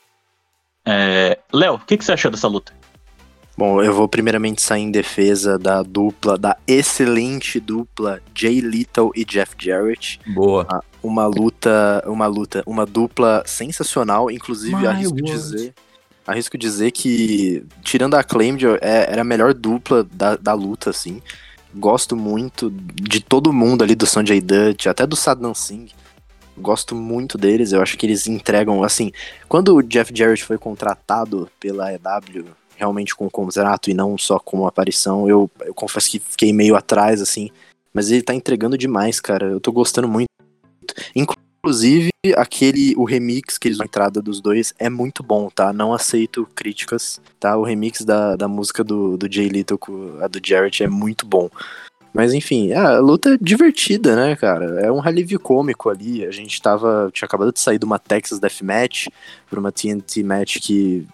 É... Léo, o que, que você achou dessa luta? Bom, eu vou primeiramente sair em defesa da dupla, da excelente dupla Jay Lethal e Jeff Jarrett. Boa. Uma luta, uma luta, uma dupla sensacional, inclusive My arrisco word. dizer, arrisco dizer que, tirando a Acclaimed, é, era a melhor dupla da, da luta, assim. Gosto muito de todo mundo ali, do Sanjay Dutt, até do Sadam Singh. Gosto muito deles, eu acho que eles entregam, assim, quando o Jeff Jarrett foi contratado pela A E W, realmente com contrato e não só com uma aparição, eu, eu confesso que fiquei meio atrás, assim, mas ele tá entregando demais, cara, eu tô gostando muito. Inclusive, aquele, o remix que eles na entrada dos dois é muito bom, tá? Não aceito críticas, tá? O remix da, da música do, do Jay Lethal com a do Jarrett é muito bom. Mas enfim, a luta é divertida, né, cara? É um alívio cômico ali. A gente tava. Tinha acabado de sair de uma Texas Deathmatch pra uma T N T match que.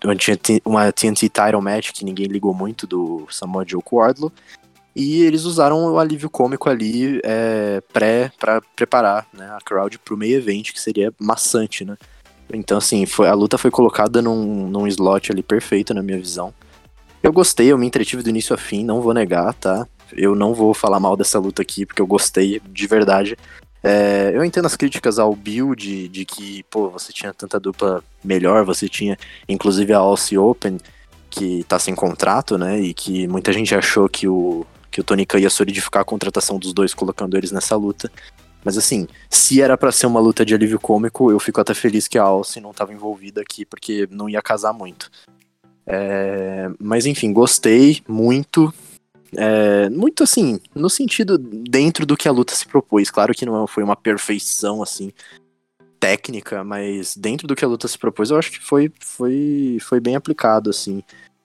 Uma T N T title match que ninguém ligou muito, do Samoa Joe com Wardlow. E eles usaram o alívio cômico ali é, pré pra preparar, né, a crowd pro main event, que seria maçante, né? Então, assim, foi, a luta foi colocada num, num slot ali perfeito, na minha visão. Eu gostei, eu me entretive do início ao fim, não vou negar, tá? Eu não vou falar mal dessa luta aqui, porque eu gostei de verdade. É, eu entendo as críticas ao build, de que, pô, você tinha tanta dupla melhor, você tinha, inclusive, a Aussie Open, que tá sem contrato, né, e que muita gente achou que o, que o Tony Khan ia solidificar a contratação dos dois, colocando eles nessa luta. Mas, assim, se era pra ser uma luta de alívio cômico, eu fico até feliz que a Aussie não tava envolvida aqui, porque não ia casar muito. É, mas, enfim, gostei muito. É, muito assim, no sentido dentro do que a luta se propôs. Claro que não foi uma perfeição assim técnica, mas dentro do que a luta se propôs, eu acho que foi, foi, foi bem aplicado assim.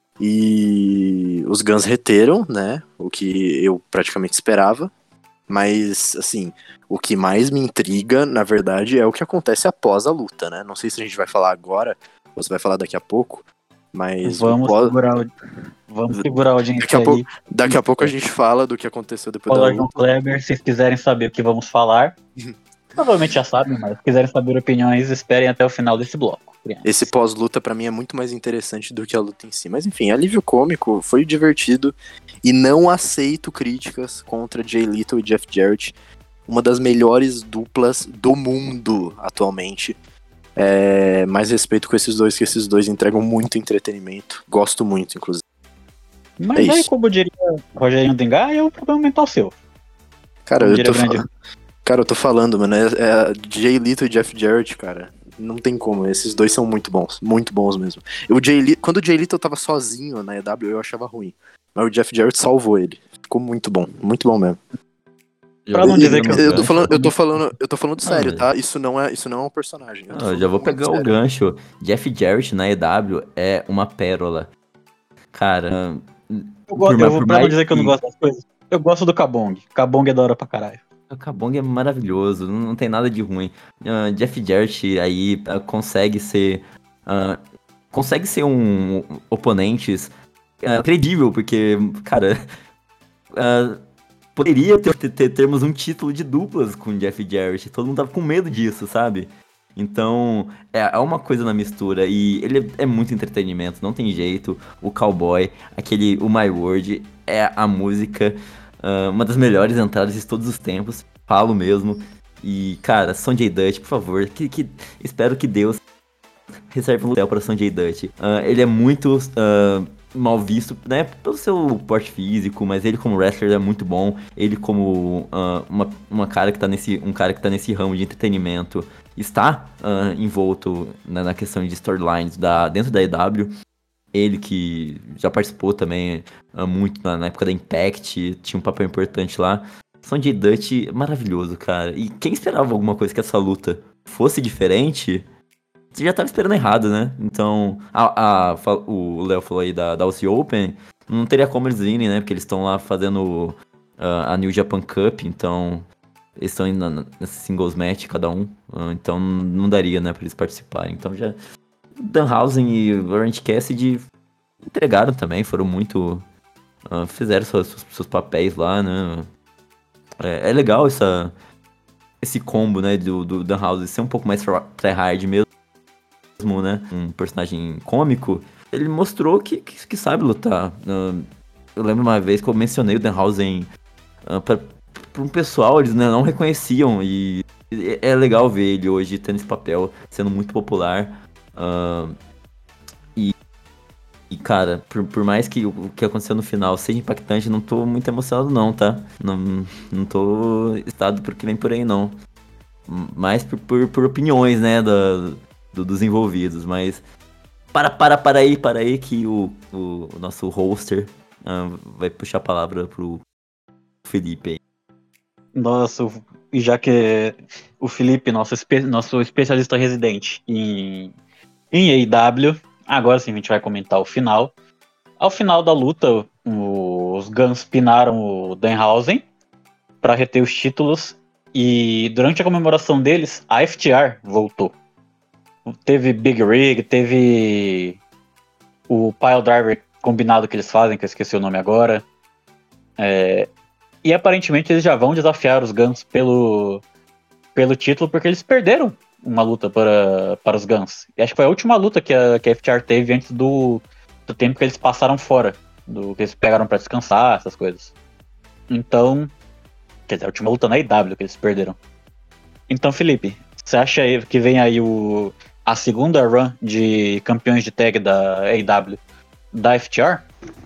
E os Guns reteram, né, o que eu praticamente esperava. Mas assim, o que mais me intriga, na verdade, é o que acontece após a luta, né? Não sei se a gente vai falar agora ou se vai falar daqui a pouco. Mas Vamos pós... segurar o... Vamos segurar a audiência daqui a aí. pouco, daqui a pouco a gente fala do que aconteceu depois Olá, da João luta. Kleber, se vocês quiserem saber o que vamos falar, provavelmente já sabem, mas se quiserem saber opiniões, esperem até o final desse bloco. Crianças. Esse pós-luta pra mim é muito mais interessante do que a luta em si. Mas enfim, alívio cômico, foi divertido. E não aceito críticas contra Jay Lethal e Jeff Jarrett. Uma das melhores duplas do mundo atualmente. É, mais respeito com esses dois, que esses dois entregam muito entretenimento. Gosto muito, inclusive. Mas é aí, isso. como diria Rogerinho Dengar, é um problema mental seu. Cara, Como eu diria tô grande- falando, cara, eu tô falando, mano. É, é Jay Lethal e Jeff Jarrett, cara. Não tem como. Esses dois são muito bons. Muito bons mesmo. O Jay Le- Quando o Jay Lethal tava sozinho na E W, eu achava ruim. Mas o Jeff Jarrett salvou ele. Ficou muito bom. Muito bom mesmo. Pra não dizer que eu, eu tô falando, eu tô eu falando, eu tô falando sério, Ah, tá? Isso não é, isso não é um personagem. Eu tô Ah, eu falando já vou muito pegar o sério. gancho. Jeff Jarrett na E W é uma pérola. Cara, eu, gosto, por eu ma- vou por pra não mais dizer que eu não que- gosto das coisas. Eu gosto do Kabong. Kabong é da hora pra caralho. o Kabong é maravilhoso, não, não tem nada de ruim. Ah, Jeff Jarrett aí ah, consegue ser. ah, consegue ser um oponente ah, credível, porque, cara. ah, poderia ter, ter- termos um título de duplas com o Jeff Jarrett. Todo mundo tava com medo disso, sabe? Então, é, é uma coisa na mistura e ele é muito entretenimento, não tem jeito. O Cowboy, aquele O My World, é a música, ah, uma das melhores entradas de todos os tempos, falo mesmo. E, cara, Sonjay Dutt, por favor, que, que, espero que Deus reserve um hotel para Sonjay Dutt. Ah, ele é muito ah, mal visto, né, pelo seu porte físico, mas ele como wrestler é muito bom. Ele como ah, uma, uma cara que tá nesse, um cara que tá nesse ramo de entretenimento está ah, envolto na, na questão de storylines da, dentro da E W. Ele que já participou também ah, muito na, na época da Impact, tinha um papel importante lá. Sonjay Dutt, maravilhoso, cara. E quem esperava alguma coisa que essa luta fosse diferente, você já tava esperando errado, né? Então, a, a- fa- o Léo falou aí da, da Aussie Open, não teria como eles virem, né? Porque eles estão lá fazendo ah, a New Japan Cup, então eles estão indo na- nesse singles match cada um, ah, então não daria, né, pra eles participarem. Então já Danhausen e Orange Cassidy entregaram também, foram muito, ah, fizeram seus, seus papéis lá, né? É, é legal essa, esse combo, né, do, do Danhausen ser um pouco mais tryhard mesmo, né? Um personagem cômico, ele mostrou que, que, que sabe lutar. Ah, eu lembro uma vez que eu mencionei o Danhausen uh, para um pessoal, eles né, não reconheciam e é é legal ver ele hoje tendo esse papel, sendo muito popular. ah, e, e, cara, por, por mais que o o que aconteceu no final seja impactante, não tô muito emocionado não, tá? Não, não tô excitado por que vem por aí não. Mais por, por, por opiniões, né, da, do- dos envolvidos, mas para, para, para aí, para aí que o, o, o nosso hoster ah, vai puxar a palavra pro Felipe aí. Nossa, o- e já que o Felipe, nosso, espe- nosso especialista residente em, em A E W, agora sim a gente vai comentar o final. Ao final da luta, os Guns pinaram o Danhausen para reter os títulos e durante a comemoração deles, a F T R voltou. Teve Big Rig, teve o Pile Driver combinado que eles fazem, que eu esqueci o nome agora. É, e aparentemente eles já vão desafiar os Guns pelo, pelo título, porque eles perderam uma luta para, para os Guns. E acho que foi a última luta que a, que a F T R teve antes do, do tempo que eles passaram fora, do que eles pegaram para descansar, essas coisas. Então, quer dizer, a última luta na A E W que eles perderam. Então, Felipe, você acha aí que vem aí o, a segunda run de campeões de tag da A E W da F T R?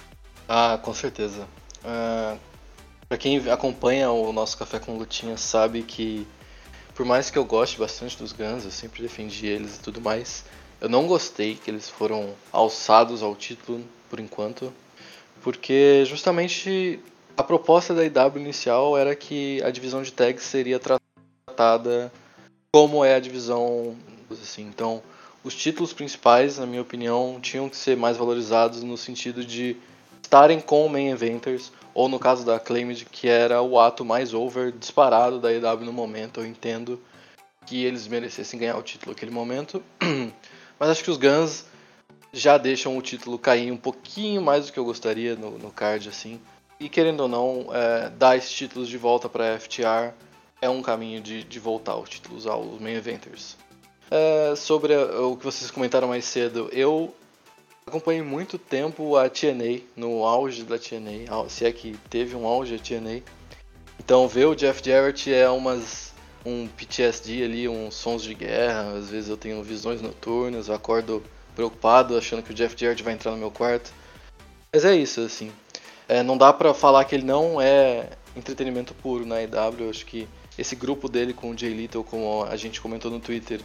Ah, com certeza. Ah, pra quem acompanha o nosso Café com Lutinha sabe que, por mais que eu goste bastante dos Guns, eu sempre defendi eles e tudo mais, eu não gostei que eles foram alçados ao título por enquanto, porque justamente a proposta da A E W inicial era que a divisão de tags seria tratada como é a divisão, assim. Então, os títulos principais, na minha opinião, tinham que ser mais valorizados no sentido de estarem com main eventers, ou no caso da Acclaimed, que era o ato mais over disparado da A E W no momento. Eu entendo que eles merecessem ganhar o título naquele momento, mas acho que os Guns já deixam o título cair um pouquinho mais do que eu gostaria no, no card, assim. E querendo ou não, é, dar esses títulos de volta para a F T R é um caminho de, de voltar os títulos aos main eventers. É, sobre a, o que vocês comentaram mais cedo, eu acompanhei muito tempo a T N A, no auge da T N A, se é que teve um auge a T N A. Então ver o Jeff Jarrett é umas, um P T S D ali, uns sons de guerra. Às vezes eu tenho visões noturnas, eu acordo preocupado achando que o Jeff Jarrett vai entrar no meu quarto. Mas é isso, assim. É, não dá pra falar que ele não é entretenimento puro na A E W. Eu acho que esse grupo dele com o Jay Little, como a gente comentou no Twitter,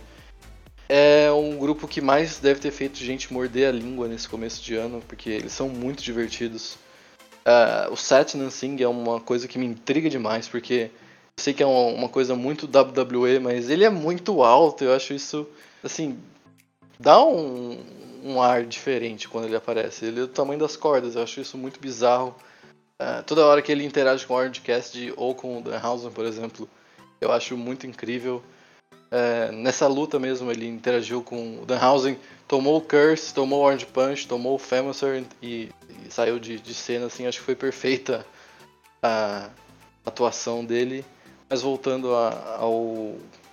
é um grupo que mais deve ter feito gente morder a língua nesse começo de ano, porque eles são muito divertidos. Uh, o Satnam Singh é uma coisa que me intriga demais, porque eu sei que é uma, uma coisa muito W W E, mas ele é muito alto. Eu acho isso, assim, dá um, um ar diferente quando ele aparece. Ele é do tamanho das cordas, eu acho isso muito bizarro. Uh, toda hora que ele interage com o Orange Cassidy ou com o Danhausen, por exemplo, eu acho muito incrível. Uh, nessa luta mesmo, ele interagiu com o Danhausen, tomou o Curse, tomou o Orange Punch, tomou o Famouser e, e saiu de, de cena, assim. Acho que foi perfeita a atuação dele. Mas voltando a, ao,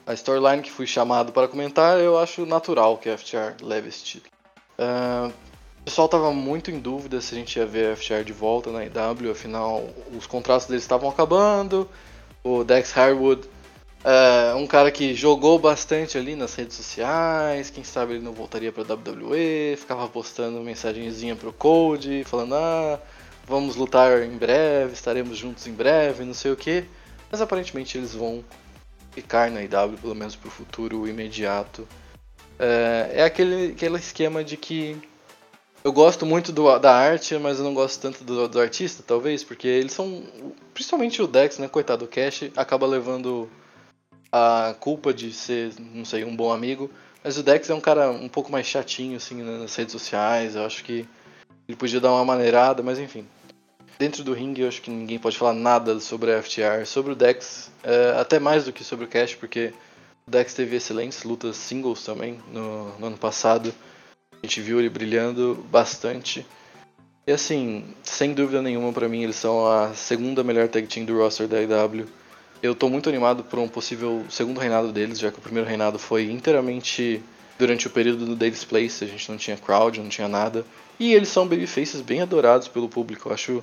a storyline que fui chamado para comentar, eu acho natural que a F T R leve esse título. Uh, o pessoal estava muito em dúvida se a gente ia ver a F T R de volta na A E W, afinal os contratos deles estavam acabando. O Dax Harwood, uh, um cara que jogou bastante ali nas redes sociais, quem sabe ele não voltaria para a W W E, ficava postando mensagenzinha pro Cody, falando ah, vamos lutar em breve, estaremos juntos em breve, não sei o que. Mas aparentemente eles vão ficar na A E W, pelo menos pro futuro imediato. É, é aquele, aquele esquema de que eu gosto muito do, da arte, mas eu não gosto tanto do, do artista, talvez, porque eles são, principalmente o Dex, né, coitado, o Cash acaba levando a culpa de ser, não sei, um bom amigo, mas o Dex é um cara um pouco mais chatinho, assim, nas redes sociais, eu acho que ele podia dar uma maneirada, mas enfim. Dentro do ringue, eu acho que ninguém pode falar nada sobre a F T R, sobre o Dex, é, até mais do que sobre o Cash, porque o Dex teve excelentes lutas singles também no, no ano passado. A gente viu ele brilhando bastante. E assim, sem dúvida nenhuma pra mim, eles são a segunda melhor tag team do roster da A E W. Eu tô muito animado por um possível segundo reinado deles, já que o primeiro reinado foi inteiramente durante o período do Daily's Place, a gente não tinha crowd, não tinha nada. E eles são babyfaces bem adorados pelo público, eu acho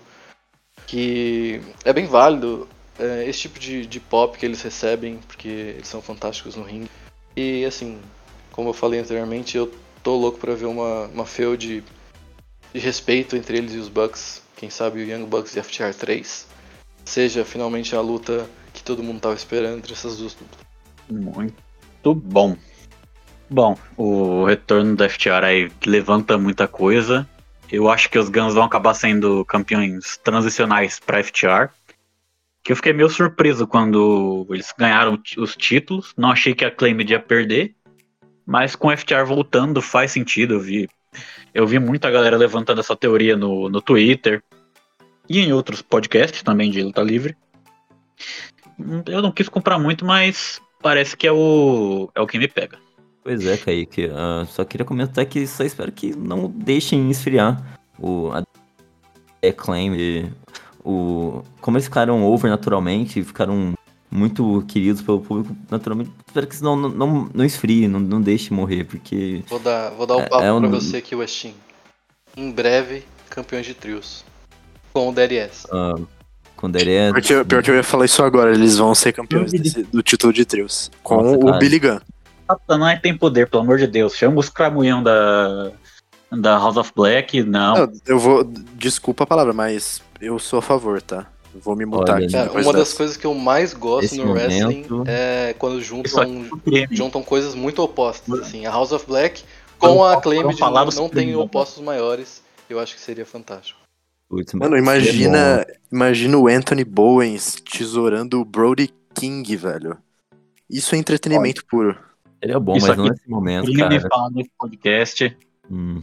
que é bem válido é, esse tipo de, de pop que eles recebem, porque eles são fantásticos no ringue. E assim, como eu falei anteriormente, eu tô louco pra ver uma, uma feud de, de respeito entre eles e os Bucks. Quem sabe o Young Bucks e F T R três seja finalmente a luta que todo mundo tava esperando entre essas duas duplas. Muito bom. Bom, o retorno da F T R aí levanta muita coisa. Eu acho que os Guns vão acabar sendo campeões transicionais pra F T R. Que eu fiquei meio surpreso quando eles ganharam os títulos. Não achei que a Claimed ia perder. Mas com o F T R voltando faz sentido. Eu vi, eu vi muita galera levantando essa teoria no, no Twitter. E em outros podcasts também de luta livre. Eu não quis comprar muito, mas parece que é o, é o que me pega. Pois é, Kaique. Uh, só queria comentar que só espero que não deixem esfriar o a Acclaim e o como eles ficaram over naturalmente, ficaram muito queridos pelo público naturalmente. Espero que isso não, não, não esfrie, não, não deixe morrer, porque... Vou dar, vou dar um é, papo é um... pra você aqui, Westin. Em breve, campeões de trios. Com o D L S. Uh, com o D L S... Pior que, pior que eu ia falar isso agora, eles vão ser campeões desse, do título de trios. Com Nossa, o cara. Billy Gunn. Satanás tem poder, pelo amor de Deus. Chama os cramunhão da, da House of Black, não. Não, eu vou... Desculpa a palavra, mas eu sou a favor, tá? Vou me mutar Olha, aqui. Cara, depois uma das dessa. coisas que eu mais gosto Esse no wrestling momento- é quando Isso juntam, aqui é um crime. juntam coisas muito opostas. Assim, a House of Black com a Acclaimed Vamos falar não, do não tem Supremo, opostos maiores. Eu acho que seria fantástico. Putz, Mano, seria imagina, bom. imagina o Anthony Bowens tesourando o Brody King, velho. Isso é entretenimento puro. Seria bom, Isso mas não aqui nesse momento, crime cara. falar nesse podcast. Hum,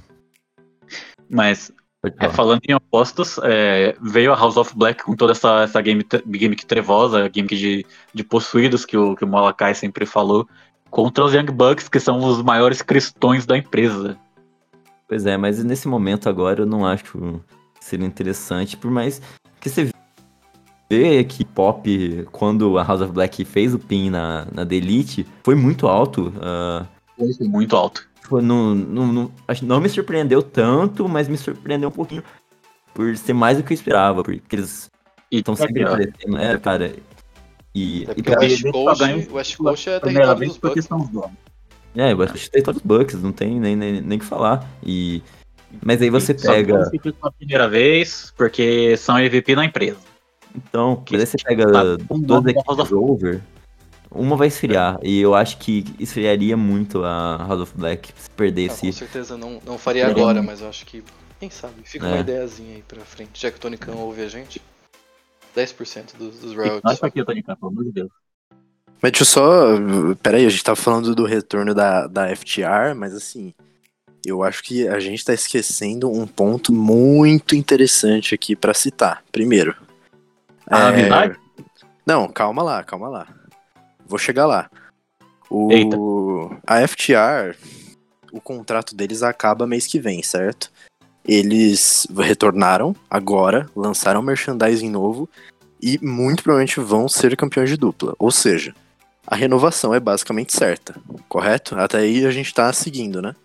Mas, pode é, falar. falando em opostos, é, veio a House of Black com toda essa, essa game, gimmick trevosa, gimmick de, de possuídos que o, que o Malakai sempre falou, contra os Young Bucks, que são os maiores cristões da empresa. Pois é, mas nesse momento agora eu não acho que seria interessante, por mais que você vê que Pop, quando a House of Black fez o pin na, na The Elite, foi muito alto. ah, Muito alto. Foi no, no, no- acho- não me surpreendeu tanto, mas me surpreendeu um pouquinho por ser mais do que eu esperava, porque eles E estão sempre aqui, ó, aparecendo, né, cara? E, É e porque pra o mim, West eles só Coast, ganham o West Coast é primeira território vez dos porque Bucks. são os donos. é, eu acho que tem todos os Bucks, não tem nem nem nem que falar. E mas aí você Só pega, ganham pela primeira vez porque são M V P na empresa. então, que mas aí você pega tá duas bombando a House equipes of- over, uma vai esfriar, e eu acho que esfriaria muito a House of Black se Ah, com perdesse. certeza não, não faria É. agora, mas eu acho que, quem sabe, fica uma É. ideiazinha aí pra frente. Já que o Tony Khan ouve a gente, dez por cento dos, dos Nós royalties. tá aqui, Tony Khan, pelo amor de Deus. Mas deixa eu só... Pera aí, a gente tava falando do retorno da, da F T R, mas assim... Eu acho que a gente tá esquecendo um ponto muito interessante aqui pra citar. Primeiro... A amizade? Não, calma lá, calma lá. Vou chegar lá. O... Eita. A F T R, o contrato deles acaba mês que vem, certo? Eles retornaram agora, lançaram merchandising novo e muito provavelmente vão ser campeões de dupla. Ou seja, a renovação é basicamente certa, correto? Até aí a gente tá seguindo, né?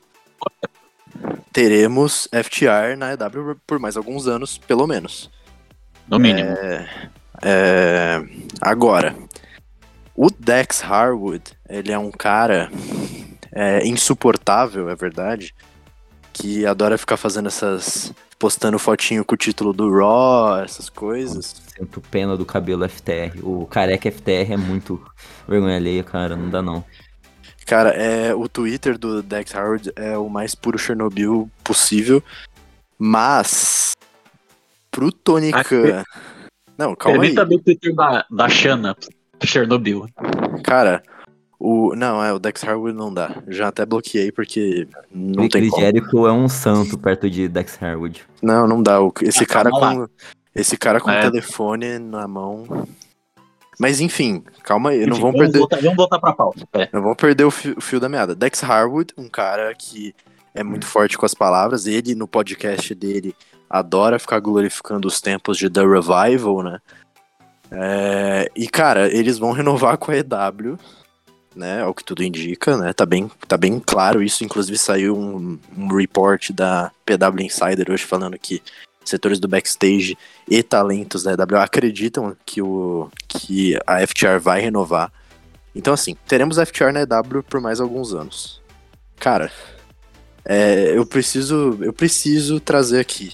Teremos F T R na E W por mais alguns anos, pelo menos. No mínimo. É, é, agora, o Dax Harwood, ele é um cara é, insuportável, é verdade, que adora ficar fazendo essas... postando fotinho com o título do Raw, essas coisas. Sinto pena do cabelo F T R. O careca F T R é muito vergonha alheia, cara. Não dá não. Cara, é, o Twitter do Dax Harwood é o mais puro Chernobyl possível, mas pro Tony Acho Khan... Não, calma aí. Permita ver o Twitter da, da Shanna, Chernobyl. Cara, o... Não, é, o Dax Harwood não dá. Já até bloqueei porque não Chris tem como. Jericho é um santo perto de Dax Harwood. Não, não dá. O- Esse Ah, cara calma com... Esse cara com É. telefone na mão... Mas enfim, calma aí, não Enfim, vamos vamos, perder... voltar, vamos voltar pra pauta. É. Não vamos perder o fio, o fio da meada. Dex Harwood, um cara que é muito forte com as palavras. Ele, no podcast dele, adora ficar glorificando os tempos de The Revival, né? É, e, cara, eles vão renovar com a E W, né? Ao que tudo indica, né? Tá bem, tá bem claro isso. Inclusive, saiu um, um report da P W Insider hoje falando que setores do backstage e talentos da E W acreditam que, o, que a F T R vai renovar. Então, assim, teremos F T R na E W por mais alguns anos. Cara, é, eu preciso eu preciso trazer aqui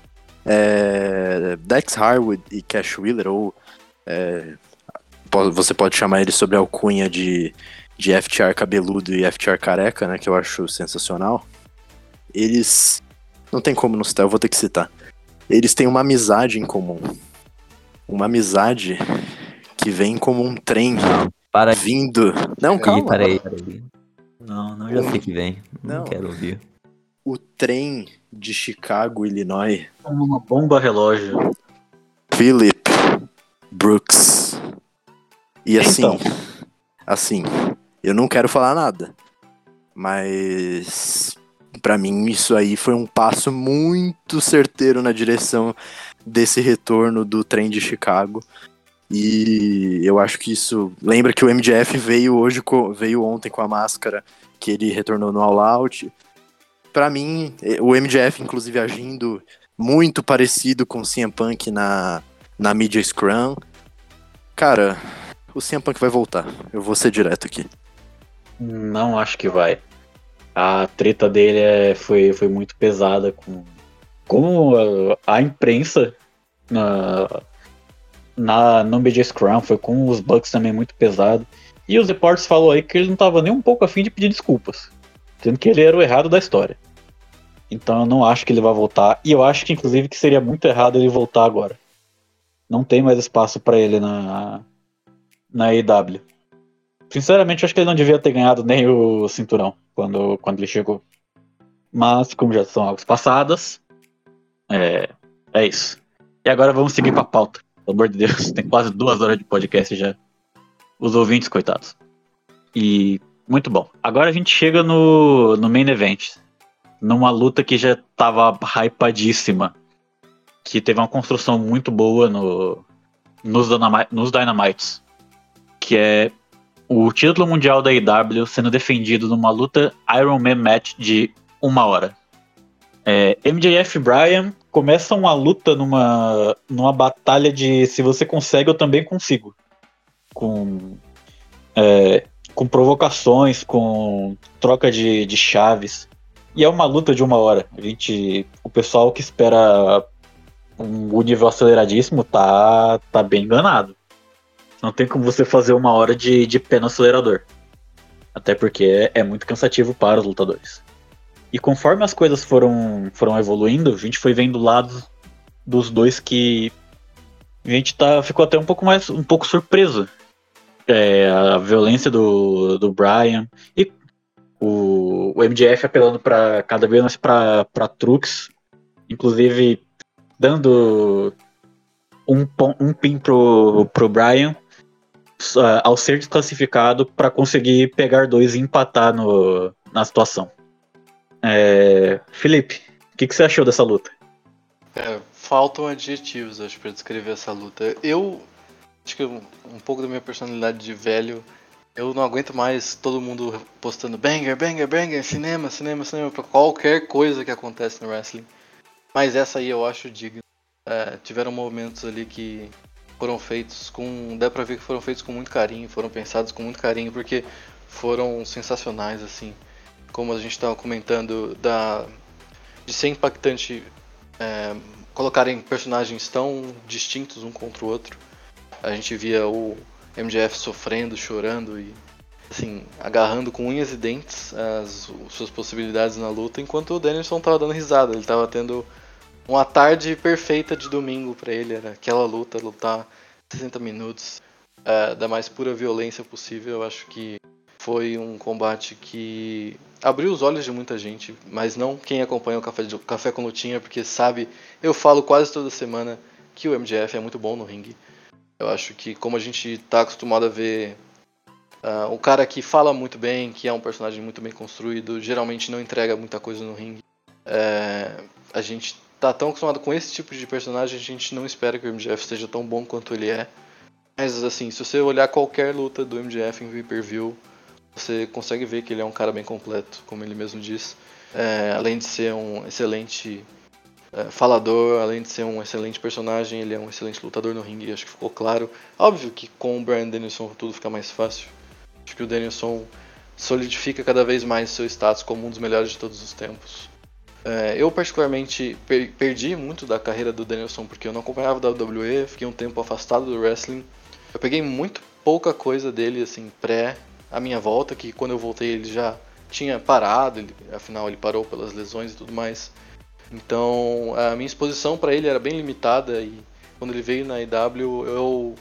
é, Dax Harwood e Cash Wheeler, ou é, po- você pode chamar ele sobre a alcunha de, de F T R cabeludo e F T R careca, né, que eu acho sensacional. Eles, não tem como não citar, eu vou ter que citar. Eles têm uma amizade em comum. Uma amizade que vem como um trem Para aí, vindo... Não, calma. para aí, para aí. Não, não, já sei que vem. Não, Não. quero ouvir. O trem de Chicago, Illinois, Uma bomba relógio. Philip Brooks. E assim, Então. assim, eu não quero falar nada, mas pra mim isso aí foi um passo muito certeiro na direção desse retorno do trem de Chicago. E eu acho que isso... Lembra que o M J F veio hoje, co- veio ontem com a máscara que ele retornou no All Out. Pra mim, eh, o M J F, inclusive, agindo muito parecido com o C M Punk na, na mídia Scrum. Cara, o C M Punk vai voltar. Eu vou ser direto aqui. Não acho que vai. A treta dele é, foi, foi muito pesada com como a, a imprensa na, na, no B J Scrum, foi com os Bucks também muito pesado. E os reportes falou aí que ele não tava nem um pouco afim de pedir desculpas, sendo que ele era o errado da história. Então eu não acho que ele vai voltar, e eu acho que inclusive que seria muito errado ele voltar agora. Não tem mais espaço pra ele na, na A E W. Sinceramente, eu acho que ele não devia ter ganhado nem o cinturão quando, quando ele chegou. Mas, como já são águas passadas, é, é isso. E agora vamos seguir pra pauta. Pelo amor de Deus, tem quase duas horas de podcast já. Os ouvintes, coitados. E, muito bom. Agora a gente chega no, no main event. Numa luta que já tava hypadíssima. Que teve uma construção muito boa no, nos, Dynamite, nos Dynamites. Que é o título mundial da A E W sendo defendido numa luta Iron Man Match de uma hora. É, M J F e Bryan começam uma luta numa, numa batalha de se você consegue, eu também consigo. Com, é, com provocações, com troca de, de chaves. E é uma luta de uma hora. A gente, o pessoal que espera um nível aceleradíssimo tá, tá bem enganado. Não tem como você fazer uma hora de, de pé no acelerador. Até porque é, é muito cansativo para os lutadores. E conforme as coisas foram, foram evoluindo, a gente foi vendo lados dos dois que a gente tá, ficou até um pouco mais um pouco surpreso. É, a violência do, do Bryan e o, o M J F apelando para cada vez mais para truques, inclusive dando um, um pin pro, pro Bryan uh, ao ser desclassificado para conseguir pegar dois e empatar no, na situação. É, Felipe, o que, que você achou dessa luta? É, faltam adjetivos, acho, pra descrever essa luta. Eu acho que um, um pouco da minha personalidade de velho Eu não aguento mais todo mundo postando banger, banger, banger, cinema, cinema, cinema, pra qualquer coisa que acontece no wrestling. Mas essa aí eu acho digna. É, tiveram momentos ali que foram feitos com... Dá pra ver que foram feitos com muito carinho, foram pensados com muito carinho, porque foram sensacionais, assim. Como a gente tava comentando, da, de ser impactante é, colocarem personagens tão distintos um contra o outro. A gente via o M J F sofrendo, chorando e assim, agarrando com unhas e dentes as, as suas possibilidades na luta, enquanto o Danielson tava dando risada, ele tava tendo uma tarde perfeita de domingo pra ele, era aquela luta, lutar sessenta minutos uh, da mais pura violência possível. Eu acho que foi um combate que abriu os olhos de muita gente, mas não quem acompanha o Café, de, Café com Lutinha, porque sabe, eu falo quase toda semana que o M J F é muito bom no ringue. Eu acho que como a gente tá acostumado a ver uh, um cara que fala muito bem, que é um personagem muito bem construído, geralmente não entrega muita coisa no ringue. É, a gente tá tão acostumado com esse tipo de personagem, a gente não espera que o M J F seja tão bom quanto ele é. Mas assim, se você olhar qualquer luta do M J F em pay-per-view, você consegue ver que ele é um cara bem completo, como ele mesmo diz. É, além de ser um excelente é, falador, além de ser um excelente personagem, ele é um excelente lutador no ringue, acho que ficou claro. Óbvio que com o Bryan Danielson tudo fica mais fácil. Acho que o Danielson solidifica cada vez mais seu status como um dos melhores de todos os tempos. É, eu particularmente per- perdi muito da carreira do Danielson porque eu não acompanhava o W W E, fiquei um tempo afastado do wrestling. Eu peguei muito pouca coisa dele, assim, pré a minha volta, que quando eu voltei ele já tinha parado, ele, afinal ele parou pelas lesões e tudo mais. Então a minha exposição para ele era bem limitada e quando ele veio na I W eu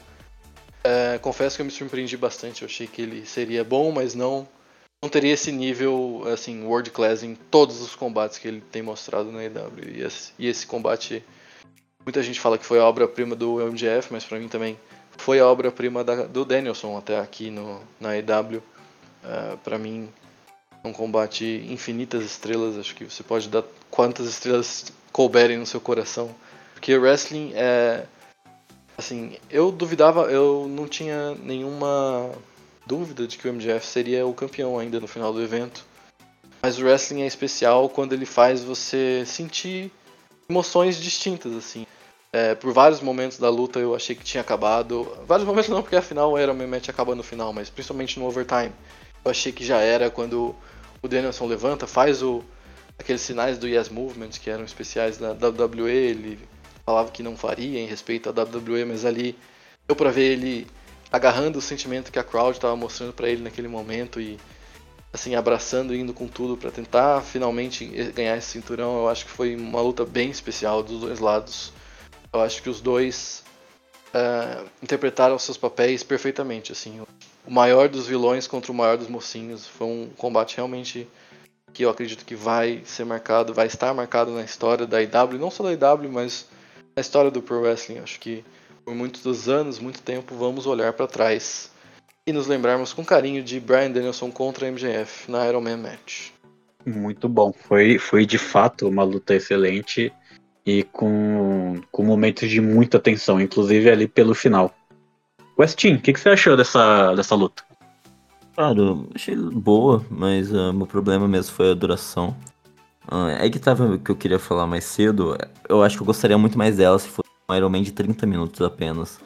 é, confesso que eu me surpreendi bastante. Eu achei que ele seria bom, mas não, não teria esse nível assim, world class em todos os combates que ele tem mostrado na I W. E esse, e esse combate, muita gente fala que foi a obra-prima do M J F, mas para mim também foi a obra-prima da, do Danielson até aqui no, na I W. Uh, para mim, um combate infinitas estrelas. Acho que você pode dar quantas estrelas couberem no seu coração. Porque o wrestling é... Assim, eu duvidava, eu não tinha nenhuma dúvida de que o M J F seria o campeão ainda no final do evento. Mas o wrestling é especial quando ele faz você sentir emoções distintas, assim. É, por vários momentos da luta eu achei que tinha acabado. Vários momentos não, porque afinal o Iron Man Match acaba no final, mas principalmente no overtime. Eu achei que já era quando o Danielson levanta, faz o, aqueles sinais do Yes Movement, que eram especiais da W W E, ele falava que não faria em respeito à W W E, mas ali deu pra ver ele agarrando o sentimento que a crowd estava mostrando pra ele naquele momento e assim, abraçando e indo com tudo pra tentar finalmente ganhar esse cinturão. Eu acho que foi uma luta bem especial dos dois lados. Eu acho que os dois uh, interpretaram seus papéis perfeitamente, assim. O maior dos vilões contra o maior dos mocinhos. Foi um combate realmente que eu acredito que vai ser marcado, vai estar marcado na história da I W, não só da I W, mas na história do Pro Wrestling. Acho que por muitos anos, muito tempo, vamos olhar para trás e nos lembrarmos com carinho de Bryan Danielson contra M J F na Iron Man Match. Muito bom, foi, foi de fato uma luta excelente e com, com momentos de muita tensão, inclusive ali pelo final. Westin, o que, que você achou dessa, dessa luta? Cara, eu achei boa, mas uh, meu problema mesmo foi a duração. Uh, é que tava o que eu queria falar mais cedo. Eu acho que eu gostaria muito mais dela se fosse um Iron Man de trinta minutos apenas.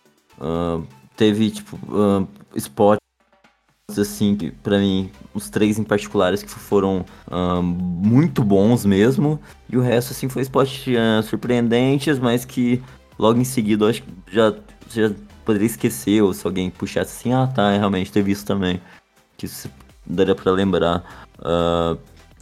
Uh, teve, tipo, uh, spots assim, que, pra mim, os três em particulares que foram uh, muito bons mesmo. E o resto, assim, foi spots uh, surpreendentes, mas que logo em seguida eu acho que já, já poderia esquecer, ou se alguém puxasse assim, ah tá, realmente teve isso também. Que isso daria pra lembrar. Uh,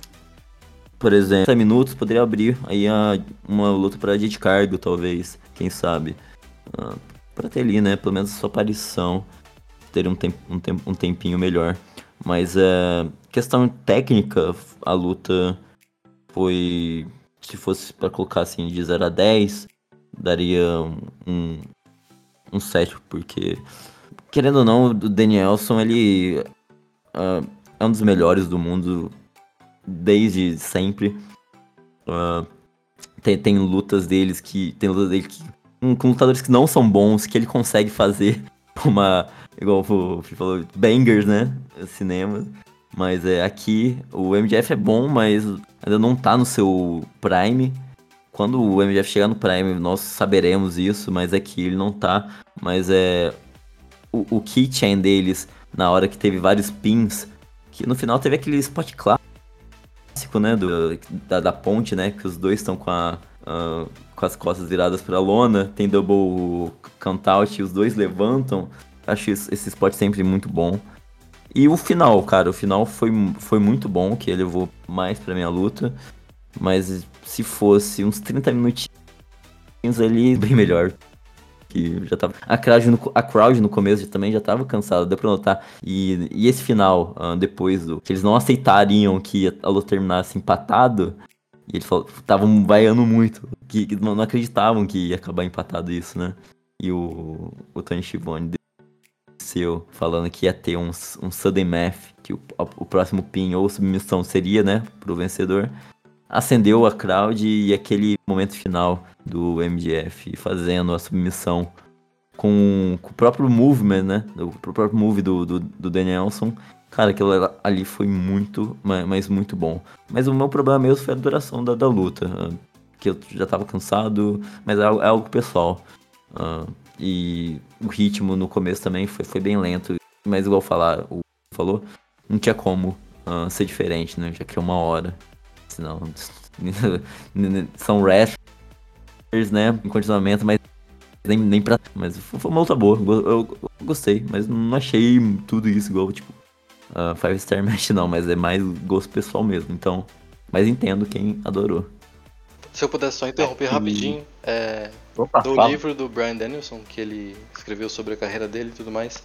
por exemplo, trinta minutos poderia abrir aí a, uma luta pra Jade Cargill, talvez, quem sabe. Uh, pra ter ali, né, pelo menos a sua aparição, ter um, temp, um, temp, um tempinho melhor. Mas é uh, questão técnica, a luta foi, se fosse pra colocar assim de zero a dez, daria um, um sete, porque, querendo ou não, o Danielson, ele uh, é um dos melhores do mundo desde sempre. Uh, tem, tem lutas deles que. Tem lutas dele que. Um, com lutadores que não são bons, que ele consegue fazer uma, igual o Fih falou, bangers, né? Cinema. Mas é, aqui o M J F é bom, mas ainda não tá no seu prime. Quando o M J F chegar no prime, nós saberemos isso, mas aqui ele não tá. Mas é o, o keychain deles, na hora que teve vários pins, que no final teve aquele spot clássico, né, do, da, da ponte, né, que os dois estão com, a, uh, com as costas viradas pra lona, tem double count-out e os dois levantam. Acho esse, esse spot sempre muito bom. E o final, cara, o final foi, foi muito bom, que ele levou mais pra minha luta. Mas se fosse uns trinta minutinhos ali, bem melhor. Que já tava. A crowd no, a crowd no começo também já tava cansada, deu pra notar. E, e esse final, uh, depois do. Que eles não aceitariam que a luta terminasse empatado. E eles estavam vaiando muito. Que, que não, não acreditavam que ia acabar empatado isso, né? E o, o Tony Schiavone desceu falando que ia ter um, um sudden math, que o, o próximo pin ou submissão seria, né, pro vencedor. Acendeu a crowd e aquele momento final do M J F fazendo a submissão com, com o próprio movement, né? O próprio move do, do, do Danielson. Cara, aquilo ali foi muito, mas muito bom. Mas o meu problema mesmo foi a duração da, da luta. Que eu já tava cansado, mas é algo, é algo pessoal. Uh, e o ritmo no começo também foi, foi bem lento. Mas igual falar, o falou, não tinha como uh, ser diferente, né? Já que é uma hora. Senão, são wrestlers, né, em condicionamento, mas nem, nem pra... Mas foi uma luta boa, eu, eu, eu gostei, mas não achei tudo isso igual, tipo, uh, Five Star Match não, mas é mais gosto pessoal mesmo, então, mas entendo quem adorou. Se eu pudesse só interromper É, rapidinho, é, Opa, do fala. livro do Bryan Danielson, que ele escreveu sobre a carreira dele e tudo mais,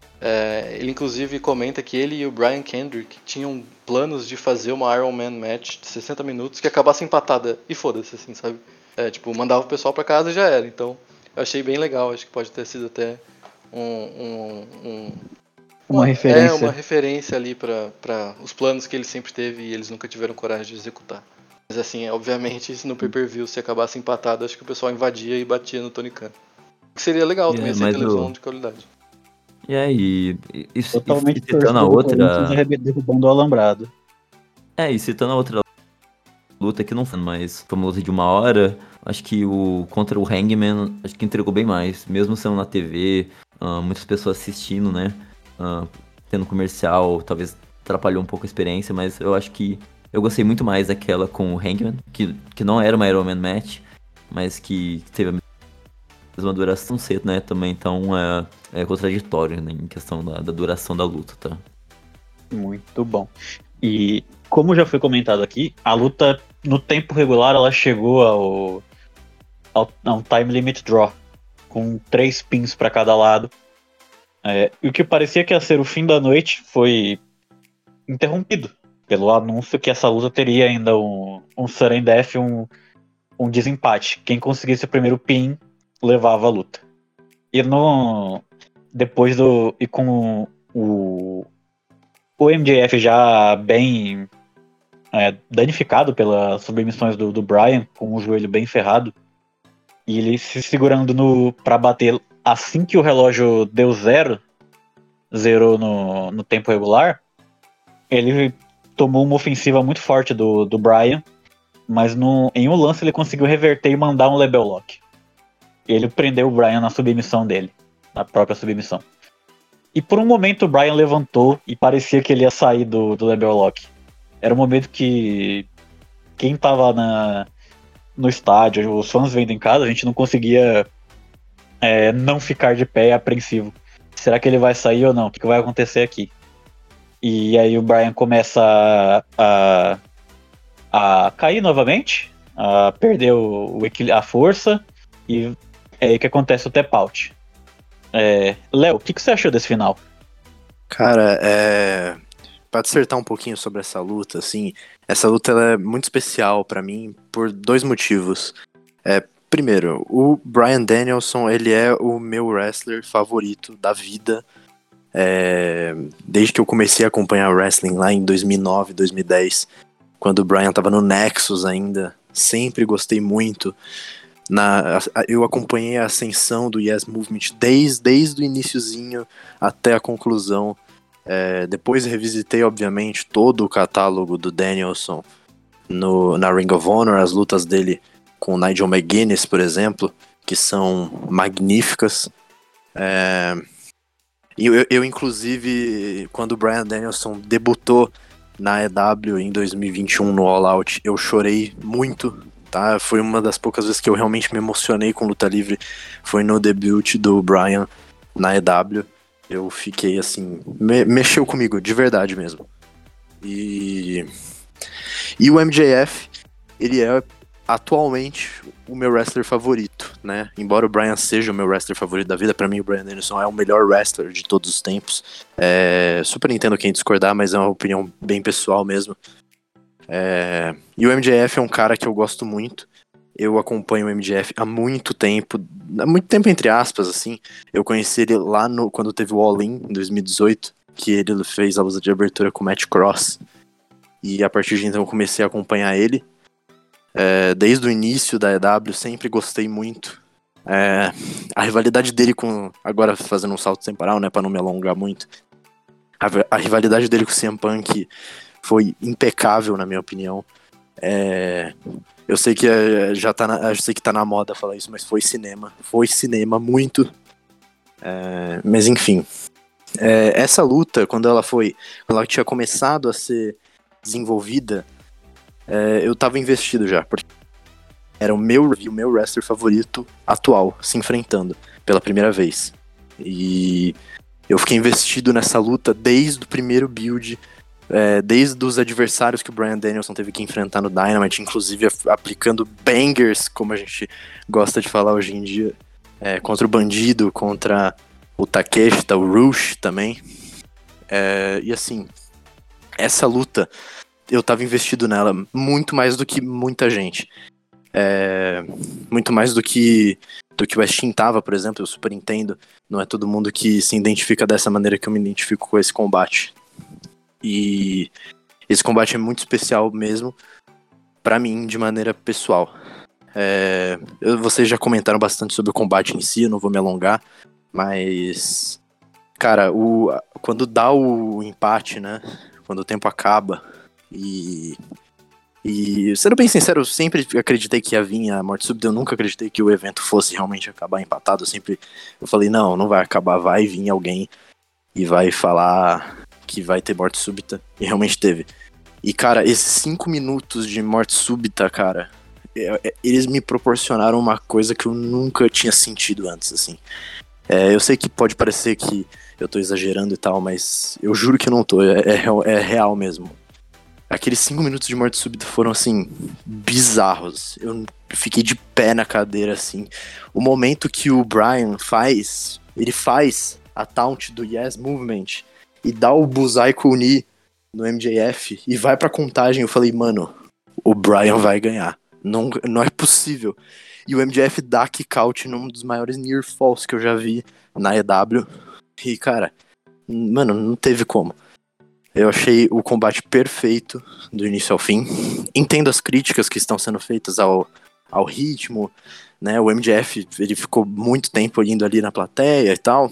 é, ele inclusive comenta que ele e o Brian Kendrick tinham planos de fazer uma Iron Man match de sessenta minutos que acabasse empatada e foda-se, assim, sabe? É, tipo, mandava o pessoal pra casa e já era. Então, eu achei bem legal, acho que pode ter sido até um... um, um Uma uma, referência. É, uma referência ali pra, pra os planos que ele sempre teve e eles nunca tiveram coragem de executar. Mas assim, obviamente, se no pay-per-view se acabasse empatado, acho que o pessoal invadia e batia no Tony Khan. Que seria legal também, Yeah, sem mas televisão o- de qualidade. E aí, e, e, Totalmente e citando a torcida do Corinthians outra... arrebe- derrubando o alambrado. É, e citando a outra luta que não foi, mas foi uma luta de uma hora, acho que o contra o Hangman, acho que entregou bem mais, mesmo sendo na T V, ah, muitas pessoas assistindo, né, ah, tendo comercial, talvez atrapalhou um pouco a experiência, mas eu acho que eu gostei muito mais daquela com o Hangman, que, que não era uma Iron Man match, mas que teve a mesma duração cedo, né, também, então é, é contraditório, né, em questão da, da duração da luta, tá? Muito bom. E como já foi comentado aqui, a luta no tempo regular ela chegou ao, ao, a um time limit draw, com três pins para cada lado. É, e o que parecia que ia ser o fim da noite foi interrompido pelo anúncio que essa luta teria ainda um, um sudden death, um, um desempate. Quem conseguisse o primeiro pin levava a luta. E no depois do e com o o M J F já bem é, danificado pelas submissões do, do Bryan, com o joelho bem ferrado, e ele se segurando no para bater assim que o relógio deu zero, zerou no, no tempo regular, ele tomou uma ofensiva muito forte do, do Bryan, mas no, em um lance ele conseguiu reverter e mandar um label lock. Ele prendeu o Bryan na submissão dele, na própria submissão. E por um momento o Bryan levantou e parecia que ele ia sair do, do label lock. Era um momento que quem tava na, no estádio, os fãs vendo em casa, a gente não conseguia é, não ficar de pé apreensivo. Será que ele vai sair ou não? O que, que vai acontecer aqui? E aí o Bryan começa a, a, a cair novamente, a perder o, o, a força, e é aí que acontece o tap out. É, Léo, o que, que você achou desse final? Cara, é... pra dissertar um pouquinho sobre essa luta, assim, essa luta ela é muito especial pra mim por dois motivos. É, primeiro, o Bryan Danielson, ele é o meu wrestler favorito da vida. É, desde que eu comecei a acompanhar wrestling lá em dois mil e nove, dois mil e dez, quando o Bryan tava no Nexus ainda, sempre gostei muito. Na, a, eu acompanhei a ascensão do Yes Movement desde, desde o iniciozinho até a conclusão. É, depois revisitei, obviamente, todo o catálogo do Danielson no, na Ring of Honor, as lutas dele com o Nigel McGuinness, por exemplo, que são magníficas. É, e eu, eu, inclusive, quando o Bryan Danielson debutou na E W em dois mil e vinte e um no All Out, eu chorei muito, tá? Foi uma das poucas vezes que eu realmente me emocionei com luta livre, foi no debut do Bryan na E W. Eu fiquei assim, me, mexeu comigo, de verdade mesmo. E, e o M J F, ele é atualmente o meu wrestler favorito, né? Embora o Bryan seja o meu wrestler favorito da vida, pra mim o Bryan Danielson é o melhor wrestler de todos os tempos. É, super entendo quem discordar, mas é uma opinião bem pessoal mesmo. É, e o M J F é um cara que eu gosto muito. Eu acompanho o M J F há muito tempo, há muito tempo entre aspas, assim. Eu conheci ele lá no, quando teve o All In, em dois mil e dezoito, que ele fez a luta de abertura com o Matt Cross. E a partir de então eu comecei a acompanhar ele. É, desde o início da E W, sempre gostei muito. É, a rivalidade dele com... Agora fazendo um salto temporal, né, pra não me alongar muito. A, a rivalidade dele com o C M Punk foi impecável, na minha opinião. É, eu sei que é, já tá na, eu sei que tá na moda falar isso, mas foi cinema. Foi cinema, muito. É, mas enfim. É, essa luta, quando ela foi... Quando ela tinha começado a ser desenvolvida... É, eu tava investido já, porque era o meu, o meu wrestler favorito atual, se enfrentando pela primeira vez. E eu fiquei investido nessa luta desde o primeiro build, é, desde os adversários que o Bryan Danielson teve que enfrentar no Dynamite, inclusive aplicando bangers, como a gente gosta de falar hoje em dia, é, contra o Bandido, contra o Takeshita, o Rush também. É, e assim, essa luta... eu tava investido nela muito mais do que muita gente. É, muito mais do que do que o Westin tava, por exemplo, eu super entendo. Não é todo mundo que se identifica dessa maneira que eu me identifico com esse combate. E esse combate é muito especial mesmo, pra mim, de maneira pessoal. É, eu, vocês já comentaram bastante sobre o combate em si, eu não vou me alongar, mas... Cara, o, quando dá o empate, né? Quando o tempo acaba... E, e sendo bem sincero, eu sempre acreditei que ia vir a morte súbita. Eu nunca acreditei que o evento fosse realmente acabar empatado. Eu sempre eu falei, não, não vai acabar, vai vir alguém e vai falar que vai ter morte súbita. E realmente teve. E cara, esses cinco minutos de morte súbita, cara, é, é, eles me proporcionaram uma coisa que eu nunca tinha sentido antes, assim. É, eu sei que pode parecer que eu tô exagerando e tal, mas eu juro que eu não tô, é, é, é real mesmo. Aqueles cinco minutos de morte súbita foram, assim, bizarros. Eu fiquei de pé na cadeira, assim. O momento que o Bryan faz, ele faz a taunt do Yes Movement e dá o Bullseye Knee no M J F e vai pra contagem. Eu falei, mano, o Bryan vai ganhar. Não, não é possível. E o M J F dá kick out num dos maiores near falls que eu já vi na E W. E, cara, mano, não teve como. Eu achei o combate perfeito do início ao fim. Entendo as críticas que estão sendo feitas ao, ao ritmo, né? O M J F, ele ficou muito tempo indo ali na plateia e tal.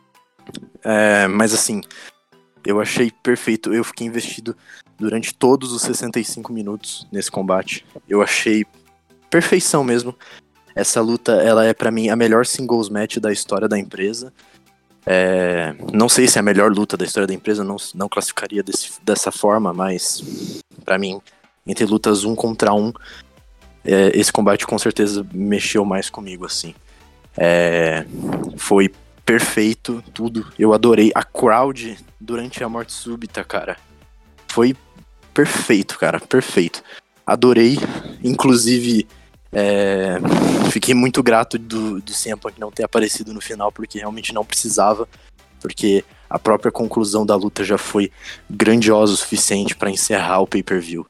É, mas assim, eu achei perfeito. Eu fiquei investido durante todos os sessenta e cinco minutos nesse combate. Eu achei perfeição mesmo. Essa luta, ela é pra mim a melhor singles match da história da empresa. É, não sei se é a melhor luta da história da empresa, não, não classificaria desse, dessa forma, mas pra mim, entre lutas um contra um, é, esse combate com certeza mexeu mais comigo, assim. É, foi perfeito, tudo. Eu adorei. A crowd durante a morte súbita, cara, foi perfeito, cara, perfeito. Adorei, inclusive... É, fiquei muito grato do, do C M Punk não ter aparecido no final, porque realmente não precisava, porque a própria conclusão da luta já foi grandiosa o suficiente pra encerrar o pay-per-view.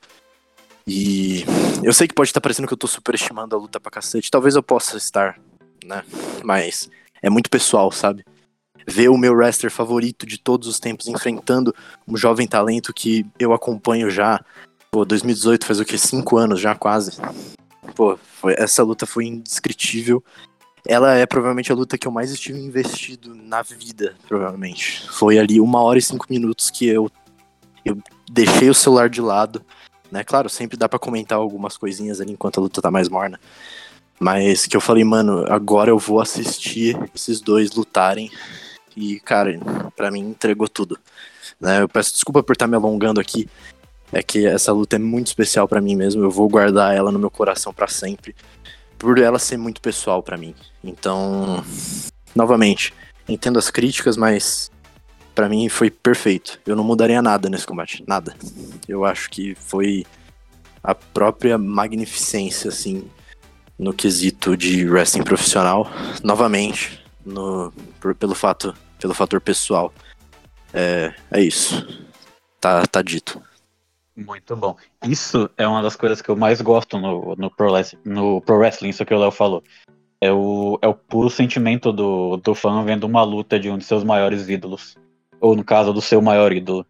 E eu sei que pode estar parecendo que eu tô superestimando a luta pra cacete, talvez eu possa estar, né, mas é muito pessoal, sabe? Ver o meu wrestler favorito de todos os tempos enfrentando um jovem talento que eu acompanho já, pô, dois mil e dezoito faz o que, cinco anos já quase. pô, foi, essa luta foi indescritível. Ela é provavelmente a luta que eu mais estive investido na vida, provavelmente. Foi ali uma hora e cinco minutos que eu, eu deixei o celular de lado, né? Claro, sempre dá pra comentar algumas coisinhas ali enquanto a luta tá mais morna. Mas que eu falei, mano, agora eu vou assistir esses dois lutarem. E, cara, pra mim entregou tudo. Né? Eu peço desculpa por estar me alongando aqui. É que essa luta é muito especial pra mim mesmo. Eu vou guardar ela no meu coração pra sempre. Por ela ser muito pessoal pra mim. Então, novamente, entendo as críticas, mas pra mim foi perfeito. Eu não mudaria nada nesse combate, nada. Eu acho que foi a própria magnificência, assim, no quesito de wrestling profissional. Novamente, no, por, pelo fato, pelo fator pessoal. É, é isso. Tá, tá dito. Muito bom. Isso é uma das coisas que eu mais gosto no, no, pro, wrestling, no pro wrestling, isso que o Léo falou. É o, é o puro sentimento do, do fã vendo uma luta de um de seus maiores ídolos. Ou no caso, do seu maior ídolo.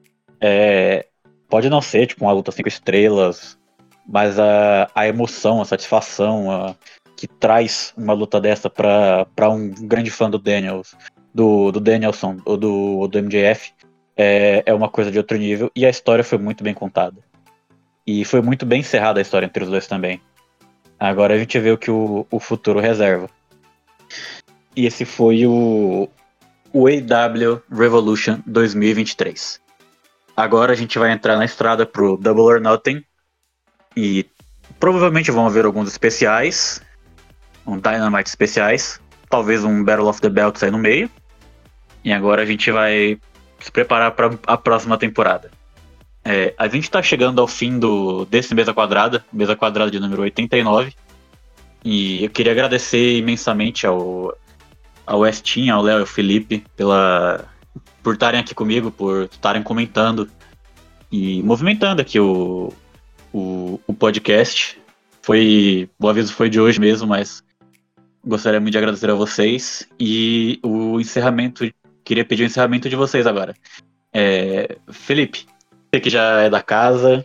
É, pode não ser tipo uma luta cinco estrelas, mas a, a emoção, a satisfação a, que traz uma luta dessa pra, pra um grande fã do Daniels, do, do Danielson ou do, do M J F, é, é uma coisa de outro nível. E a história foi muito bem contada. E foi muito bem encerrada a história entre os dois também. Agora a gente vê o que o, o futuro reserva. E esse foi o, o A E W Revolution dois mil e vinte e três. Agora a gente vai entrar na estrada pro Double or Nothing. E provavelmente vão haver alguns especiais. Um Dynamite especiais. Talvez um Battle of the Belts aí no meio. E agora a gente vai se preparar para a próxima temporada. É, a gente está chegando ao fim do, desse Mesa Quadrada, Mesa Quadrada de número oitenta e nove. E eu queria agradecer imensamente ao, ao Westin, ao Léo e ao Felipe pela, por estarem aqui comigo, por estarem comentando e movimentando aqui o, o, o podcast. Foi, o aviso foi de hoje mesmo, mas gostaria muito de agradecer a vocês. E o encerramento, queria pedir o encerramento de vocês agora. É, Felipe, você que já é da casa,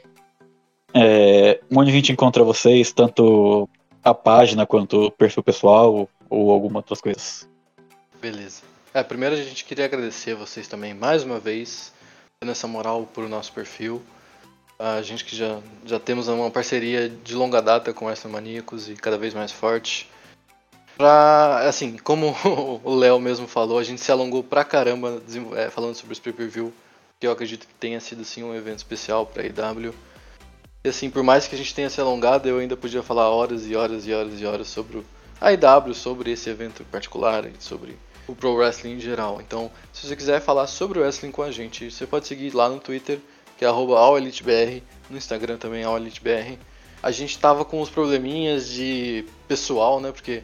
é, onde a gente encontra vocês, tanto a página quanto o perfil pessoal ou algumas outras coisas? Beleza. É, primeiro a gente queria agradecer a vocês também mais uma vez, dando essa moral pro nosso perfil. A gente que já, já temos uma parceria de longa data com Wrestling Maníacos e cada vez mais forte. Pra, assim, como o Léo mesmo falou, a gente se alongou pra caramba é, falando sobre os pay-per-view, que eu acredito que tenha sido sim um evento especial pra A E W. E assim, por mais que a gente tenha se alongado, eu ainda podia falar horas e horas e horas e horas sobre a A E W, sobre esse evento em particular e sobre o Pro Wrestling em geral. Então, se você quiser falar sobre o wrestling com a gente, você pode seguir lá no Twitter, que é arroba all elite b r, no Instagram também all elite b r. A gente tava com uns probleminhas de pessoal, né, porque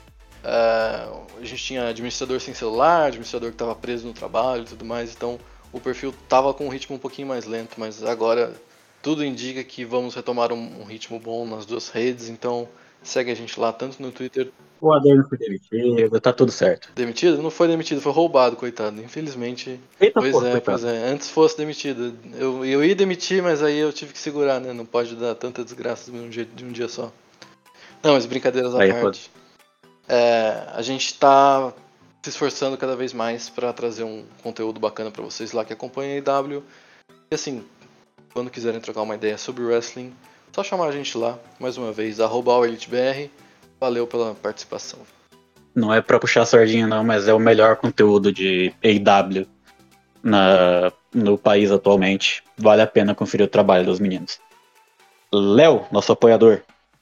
uh, a gente tinha administrador sem celular, administrador que tava preso no trabalho e tudo mais, então o perfil tava com um ritmo um pouquinho mais lento, mas agora tudo indica que vamos retomar um, um ritmo bom nas duas redes, então segue a gente lá, tanto no Twitter... O Adair não foi demitido, tá tudo certo. Demitido? Não foi demitido, foi roubado, coitado. Infelizmente. Eita, pois porra, é, coitado. pois é. Antes fosse demitido. Eu, eu ia demitir, mas aí eu tive que segurar, né? Não pode dar tanta desgraça de um dia, de um dia só. Não, mas brincadeiras à Aí, parte. É, a gente tá se esforçando cada vez mais pra trazer um conteúdo bacana pra vocês lá que acompanham a A E W. E assim, quando quiserem trocar uma ideia sobre wrestling, só chamar a gente lá, mais uma vez, arroba all elite b r. Valeu pela participação. Não é pra puxar a sardinha não, mas é o melhor conteúdo de A E W na, no país atualmente. Vale a pena conferir o trabalho dos meninos. Léo, nosso apoiador,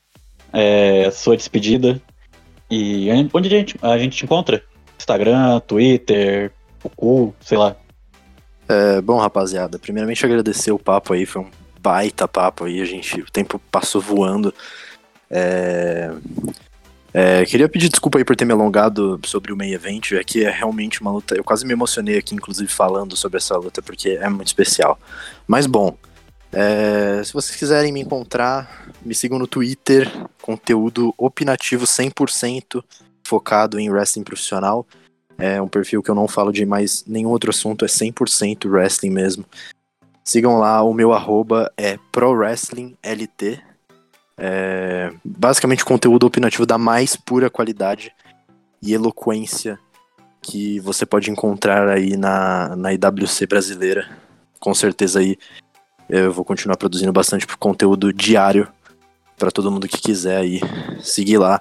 é, sua despedida. E onde a gente, a gente te encontra? Instagram, Twitter, o cu, sei lá. É, bom, rapaziada, primeiramente agradecer o papo aí, foi um baita papo aí, a gente, o tempo passou voando. É... É, queria pedir desculpa aí por ter me alongado sobre o Main Event, é que é realmente uma luta, eu quase me emocionei aqui, inclusive, falando sobre essa luta, porque é muito especial. Mas bom, é, se vocês quiserem me encontrar, me sigam no Twitter, conteúdo opinativo cem por cento focado em wrestling profissional. É um perfil que eu não falo de mais nenhum outro assunto, é cem por cento wrestling mesmo. Sigam lá, o meu arroba é ProWrestlingLT. É, basicamente conteúdo opinativo da mais pura qualidade e eloquência que você pode encontrar aí na, na I W C brasileira. Com certeza aí eu vou continuar produzindo bastante conteúdo diário pra todo mundo que quiser aí seguir lá.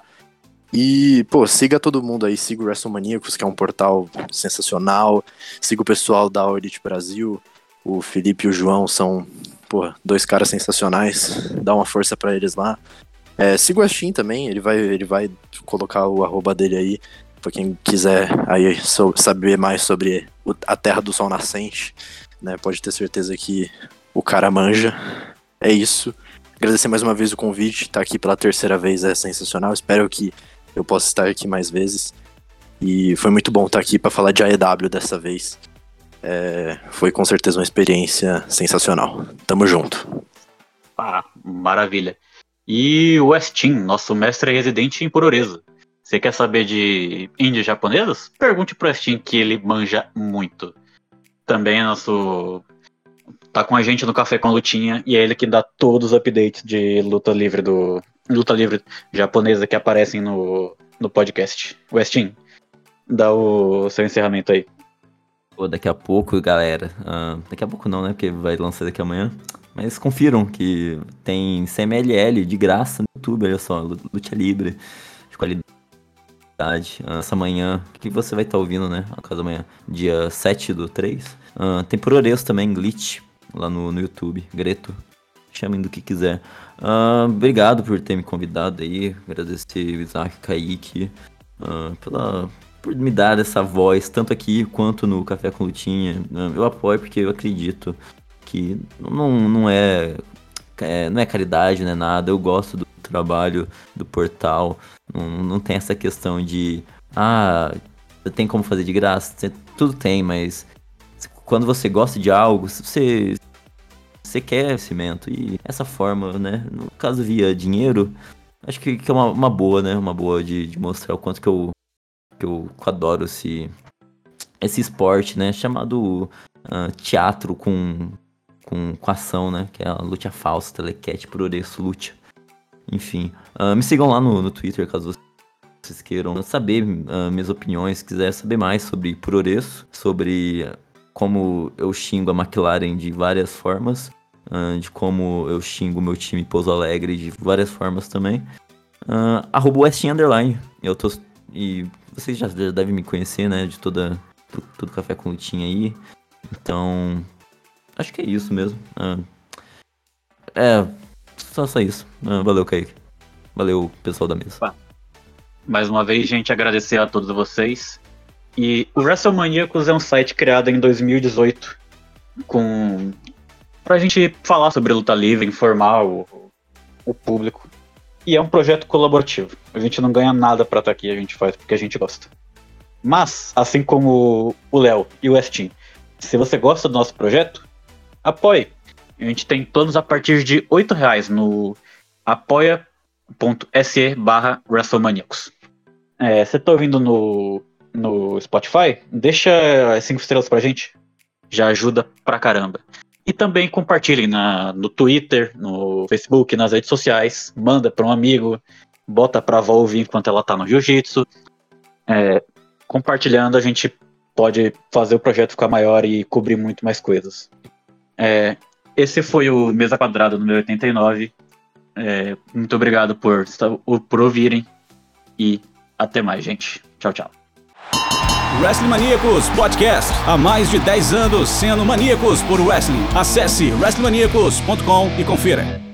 E, pô, siga todo mundo aí, siga o WrestleManiacos, que é um portal sensacional, siga o pessoal da All Elite Brasil, o Felipe e o João são, pô, dois caras sensacionais, dá uma força pra eles lá. É, siga o Astin também, ele vai, ele vai colocar o arroba dele aí, pra quem quiser aí so, saber mais sobre o, a Terra do Sol Nascente, né, pode ter certeza que o cara manja. É isso. Agradecer mais uma vez o convite, estar aqui pela terceira vez é sensacional, espero que eu possa estar aqui mais vezes. E foi muito bom estar aqui para falar de A E W dessa vez. É, foi com certeza uma experiência sensacional. Tamo junto. Ah, maravilha. E o Westin, nosso mestre residente em Puroreza. Você quer saber de índias japonesas? Pergunte pro Westin, que ele manja muito. Também é nosso... tá com a gente no Café com Lutinha e é ele que dá todos os updates de luta livre do luta livre japonesa que aparecem no, no podcast. Westin, dá o seu encerramento aí. Pô, daqui a pouco, galera. Uh, daqui a pouco não, né? Porque vai lançar daqui amanhã. Mas confiram que tem C M L L de graça no YouTube, olha só, luta livre, de qualidade. Uh, essa manhã, o que você vai estar tá ouvindo, né? No caso amanhã, dia sete do três. Uh, tem Puroreza também, Glitch, lá no, no YouTube. Greto, chamem do que quiser. Uh, obrigado por ter me convidado aí. Agradecer o Isaac, Kaique, uh, pela, por me dar essa voz, tanto aqui quanto no Café com Lutinha. Uh, eu apoio porque eu acredito que não, não, é, é, não é caridade, não é nada. Eu gosto do trabalho do portal. Não, não tem essa questão de... Ah, tem como fazer de graça? Tudo tem, mas... Quando você gosta de algo, você, você quer cimento. E essa forma, né? No caso via dinheiro, acho que, que é uma, uma boa, né? Uma boa de, de mostrar o quanto que eu, que eu adoro esse, esse esporte, né? Chamado uh, teatro com, com, com ação, né? Que é a luta falsa, telecat, Puroreza, luta. Enfim, uh, me sigam lá no, no Twitter, caso vocês queiram saber uh, minhas opiniões, quiser saber mais sobre Puroreza, sobre... como eu xingo a McLaren de várias formas, uh, de como eu xingo o meu time Pouso Alegre de várias formas também. Uh, arroba Westin Underline. Eu tô, e vocês já, já devem me conhecer, né? De toda, tudo, tudo Café com Lutinha aí. Então, acho que é isso mesmo. Uh, é, só, só isso. Uh, valeu, Kaique. Valeu, pessoal da mesa. Mais uma vez, gente, agradecer a todos vocês. E o WrestleManiacos é um site criado em dois mil e dezoito com... pra gente falar sobre luta livre, informar o, o público. E é um projeto colaborativo. A gente não ganha nada pra estar aqui, a gente faz porque a gente gosta. Mas, assim como o Léo e o Westin, se você gosta do nosso projeto, apoie. A gente tem planos a partir de oito reais no apoia.se barra WrestleManiacos. É, você tá ouvindo no... no Spotify, deixa as cinco estrelas pra gente, já ajuda pra caramba. E também compartilhem na, no Twitter, no Facebook, nas redes sociais, manda pra um amigo, bota pra avó ouvir enquanto ela tá no jiu-jitsu. É, compartilhando a gente pode fazer o projeto ficar maior e cobrir muito mais coisas. É, esse foi o Mesa Quadrada número oitenta e nove. É, muito obrigado por, por ouvirem e até mais, gente. Tchau, tchau. Wrestling Maníacos Podcast. Há mais de dez anos sendo maníacos por wrestling. Acesse wrestling maníacos ponto com e confira.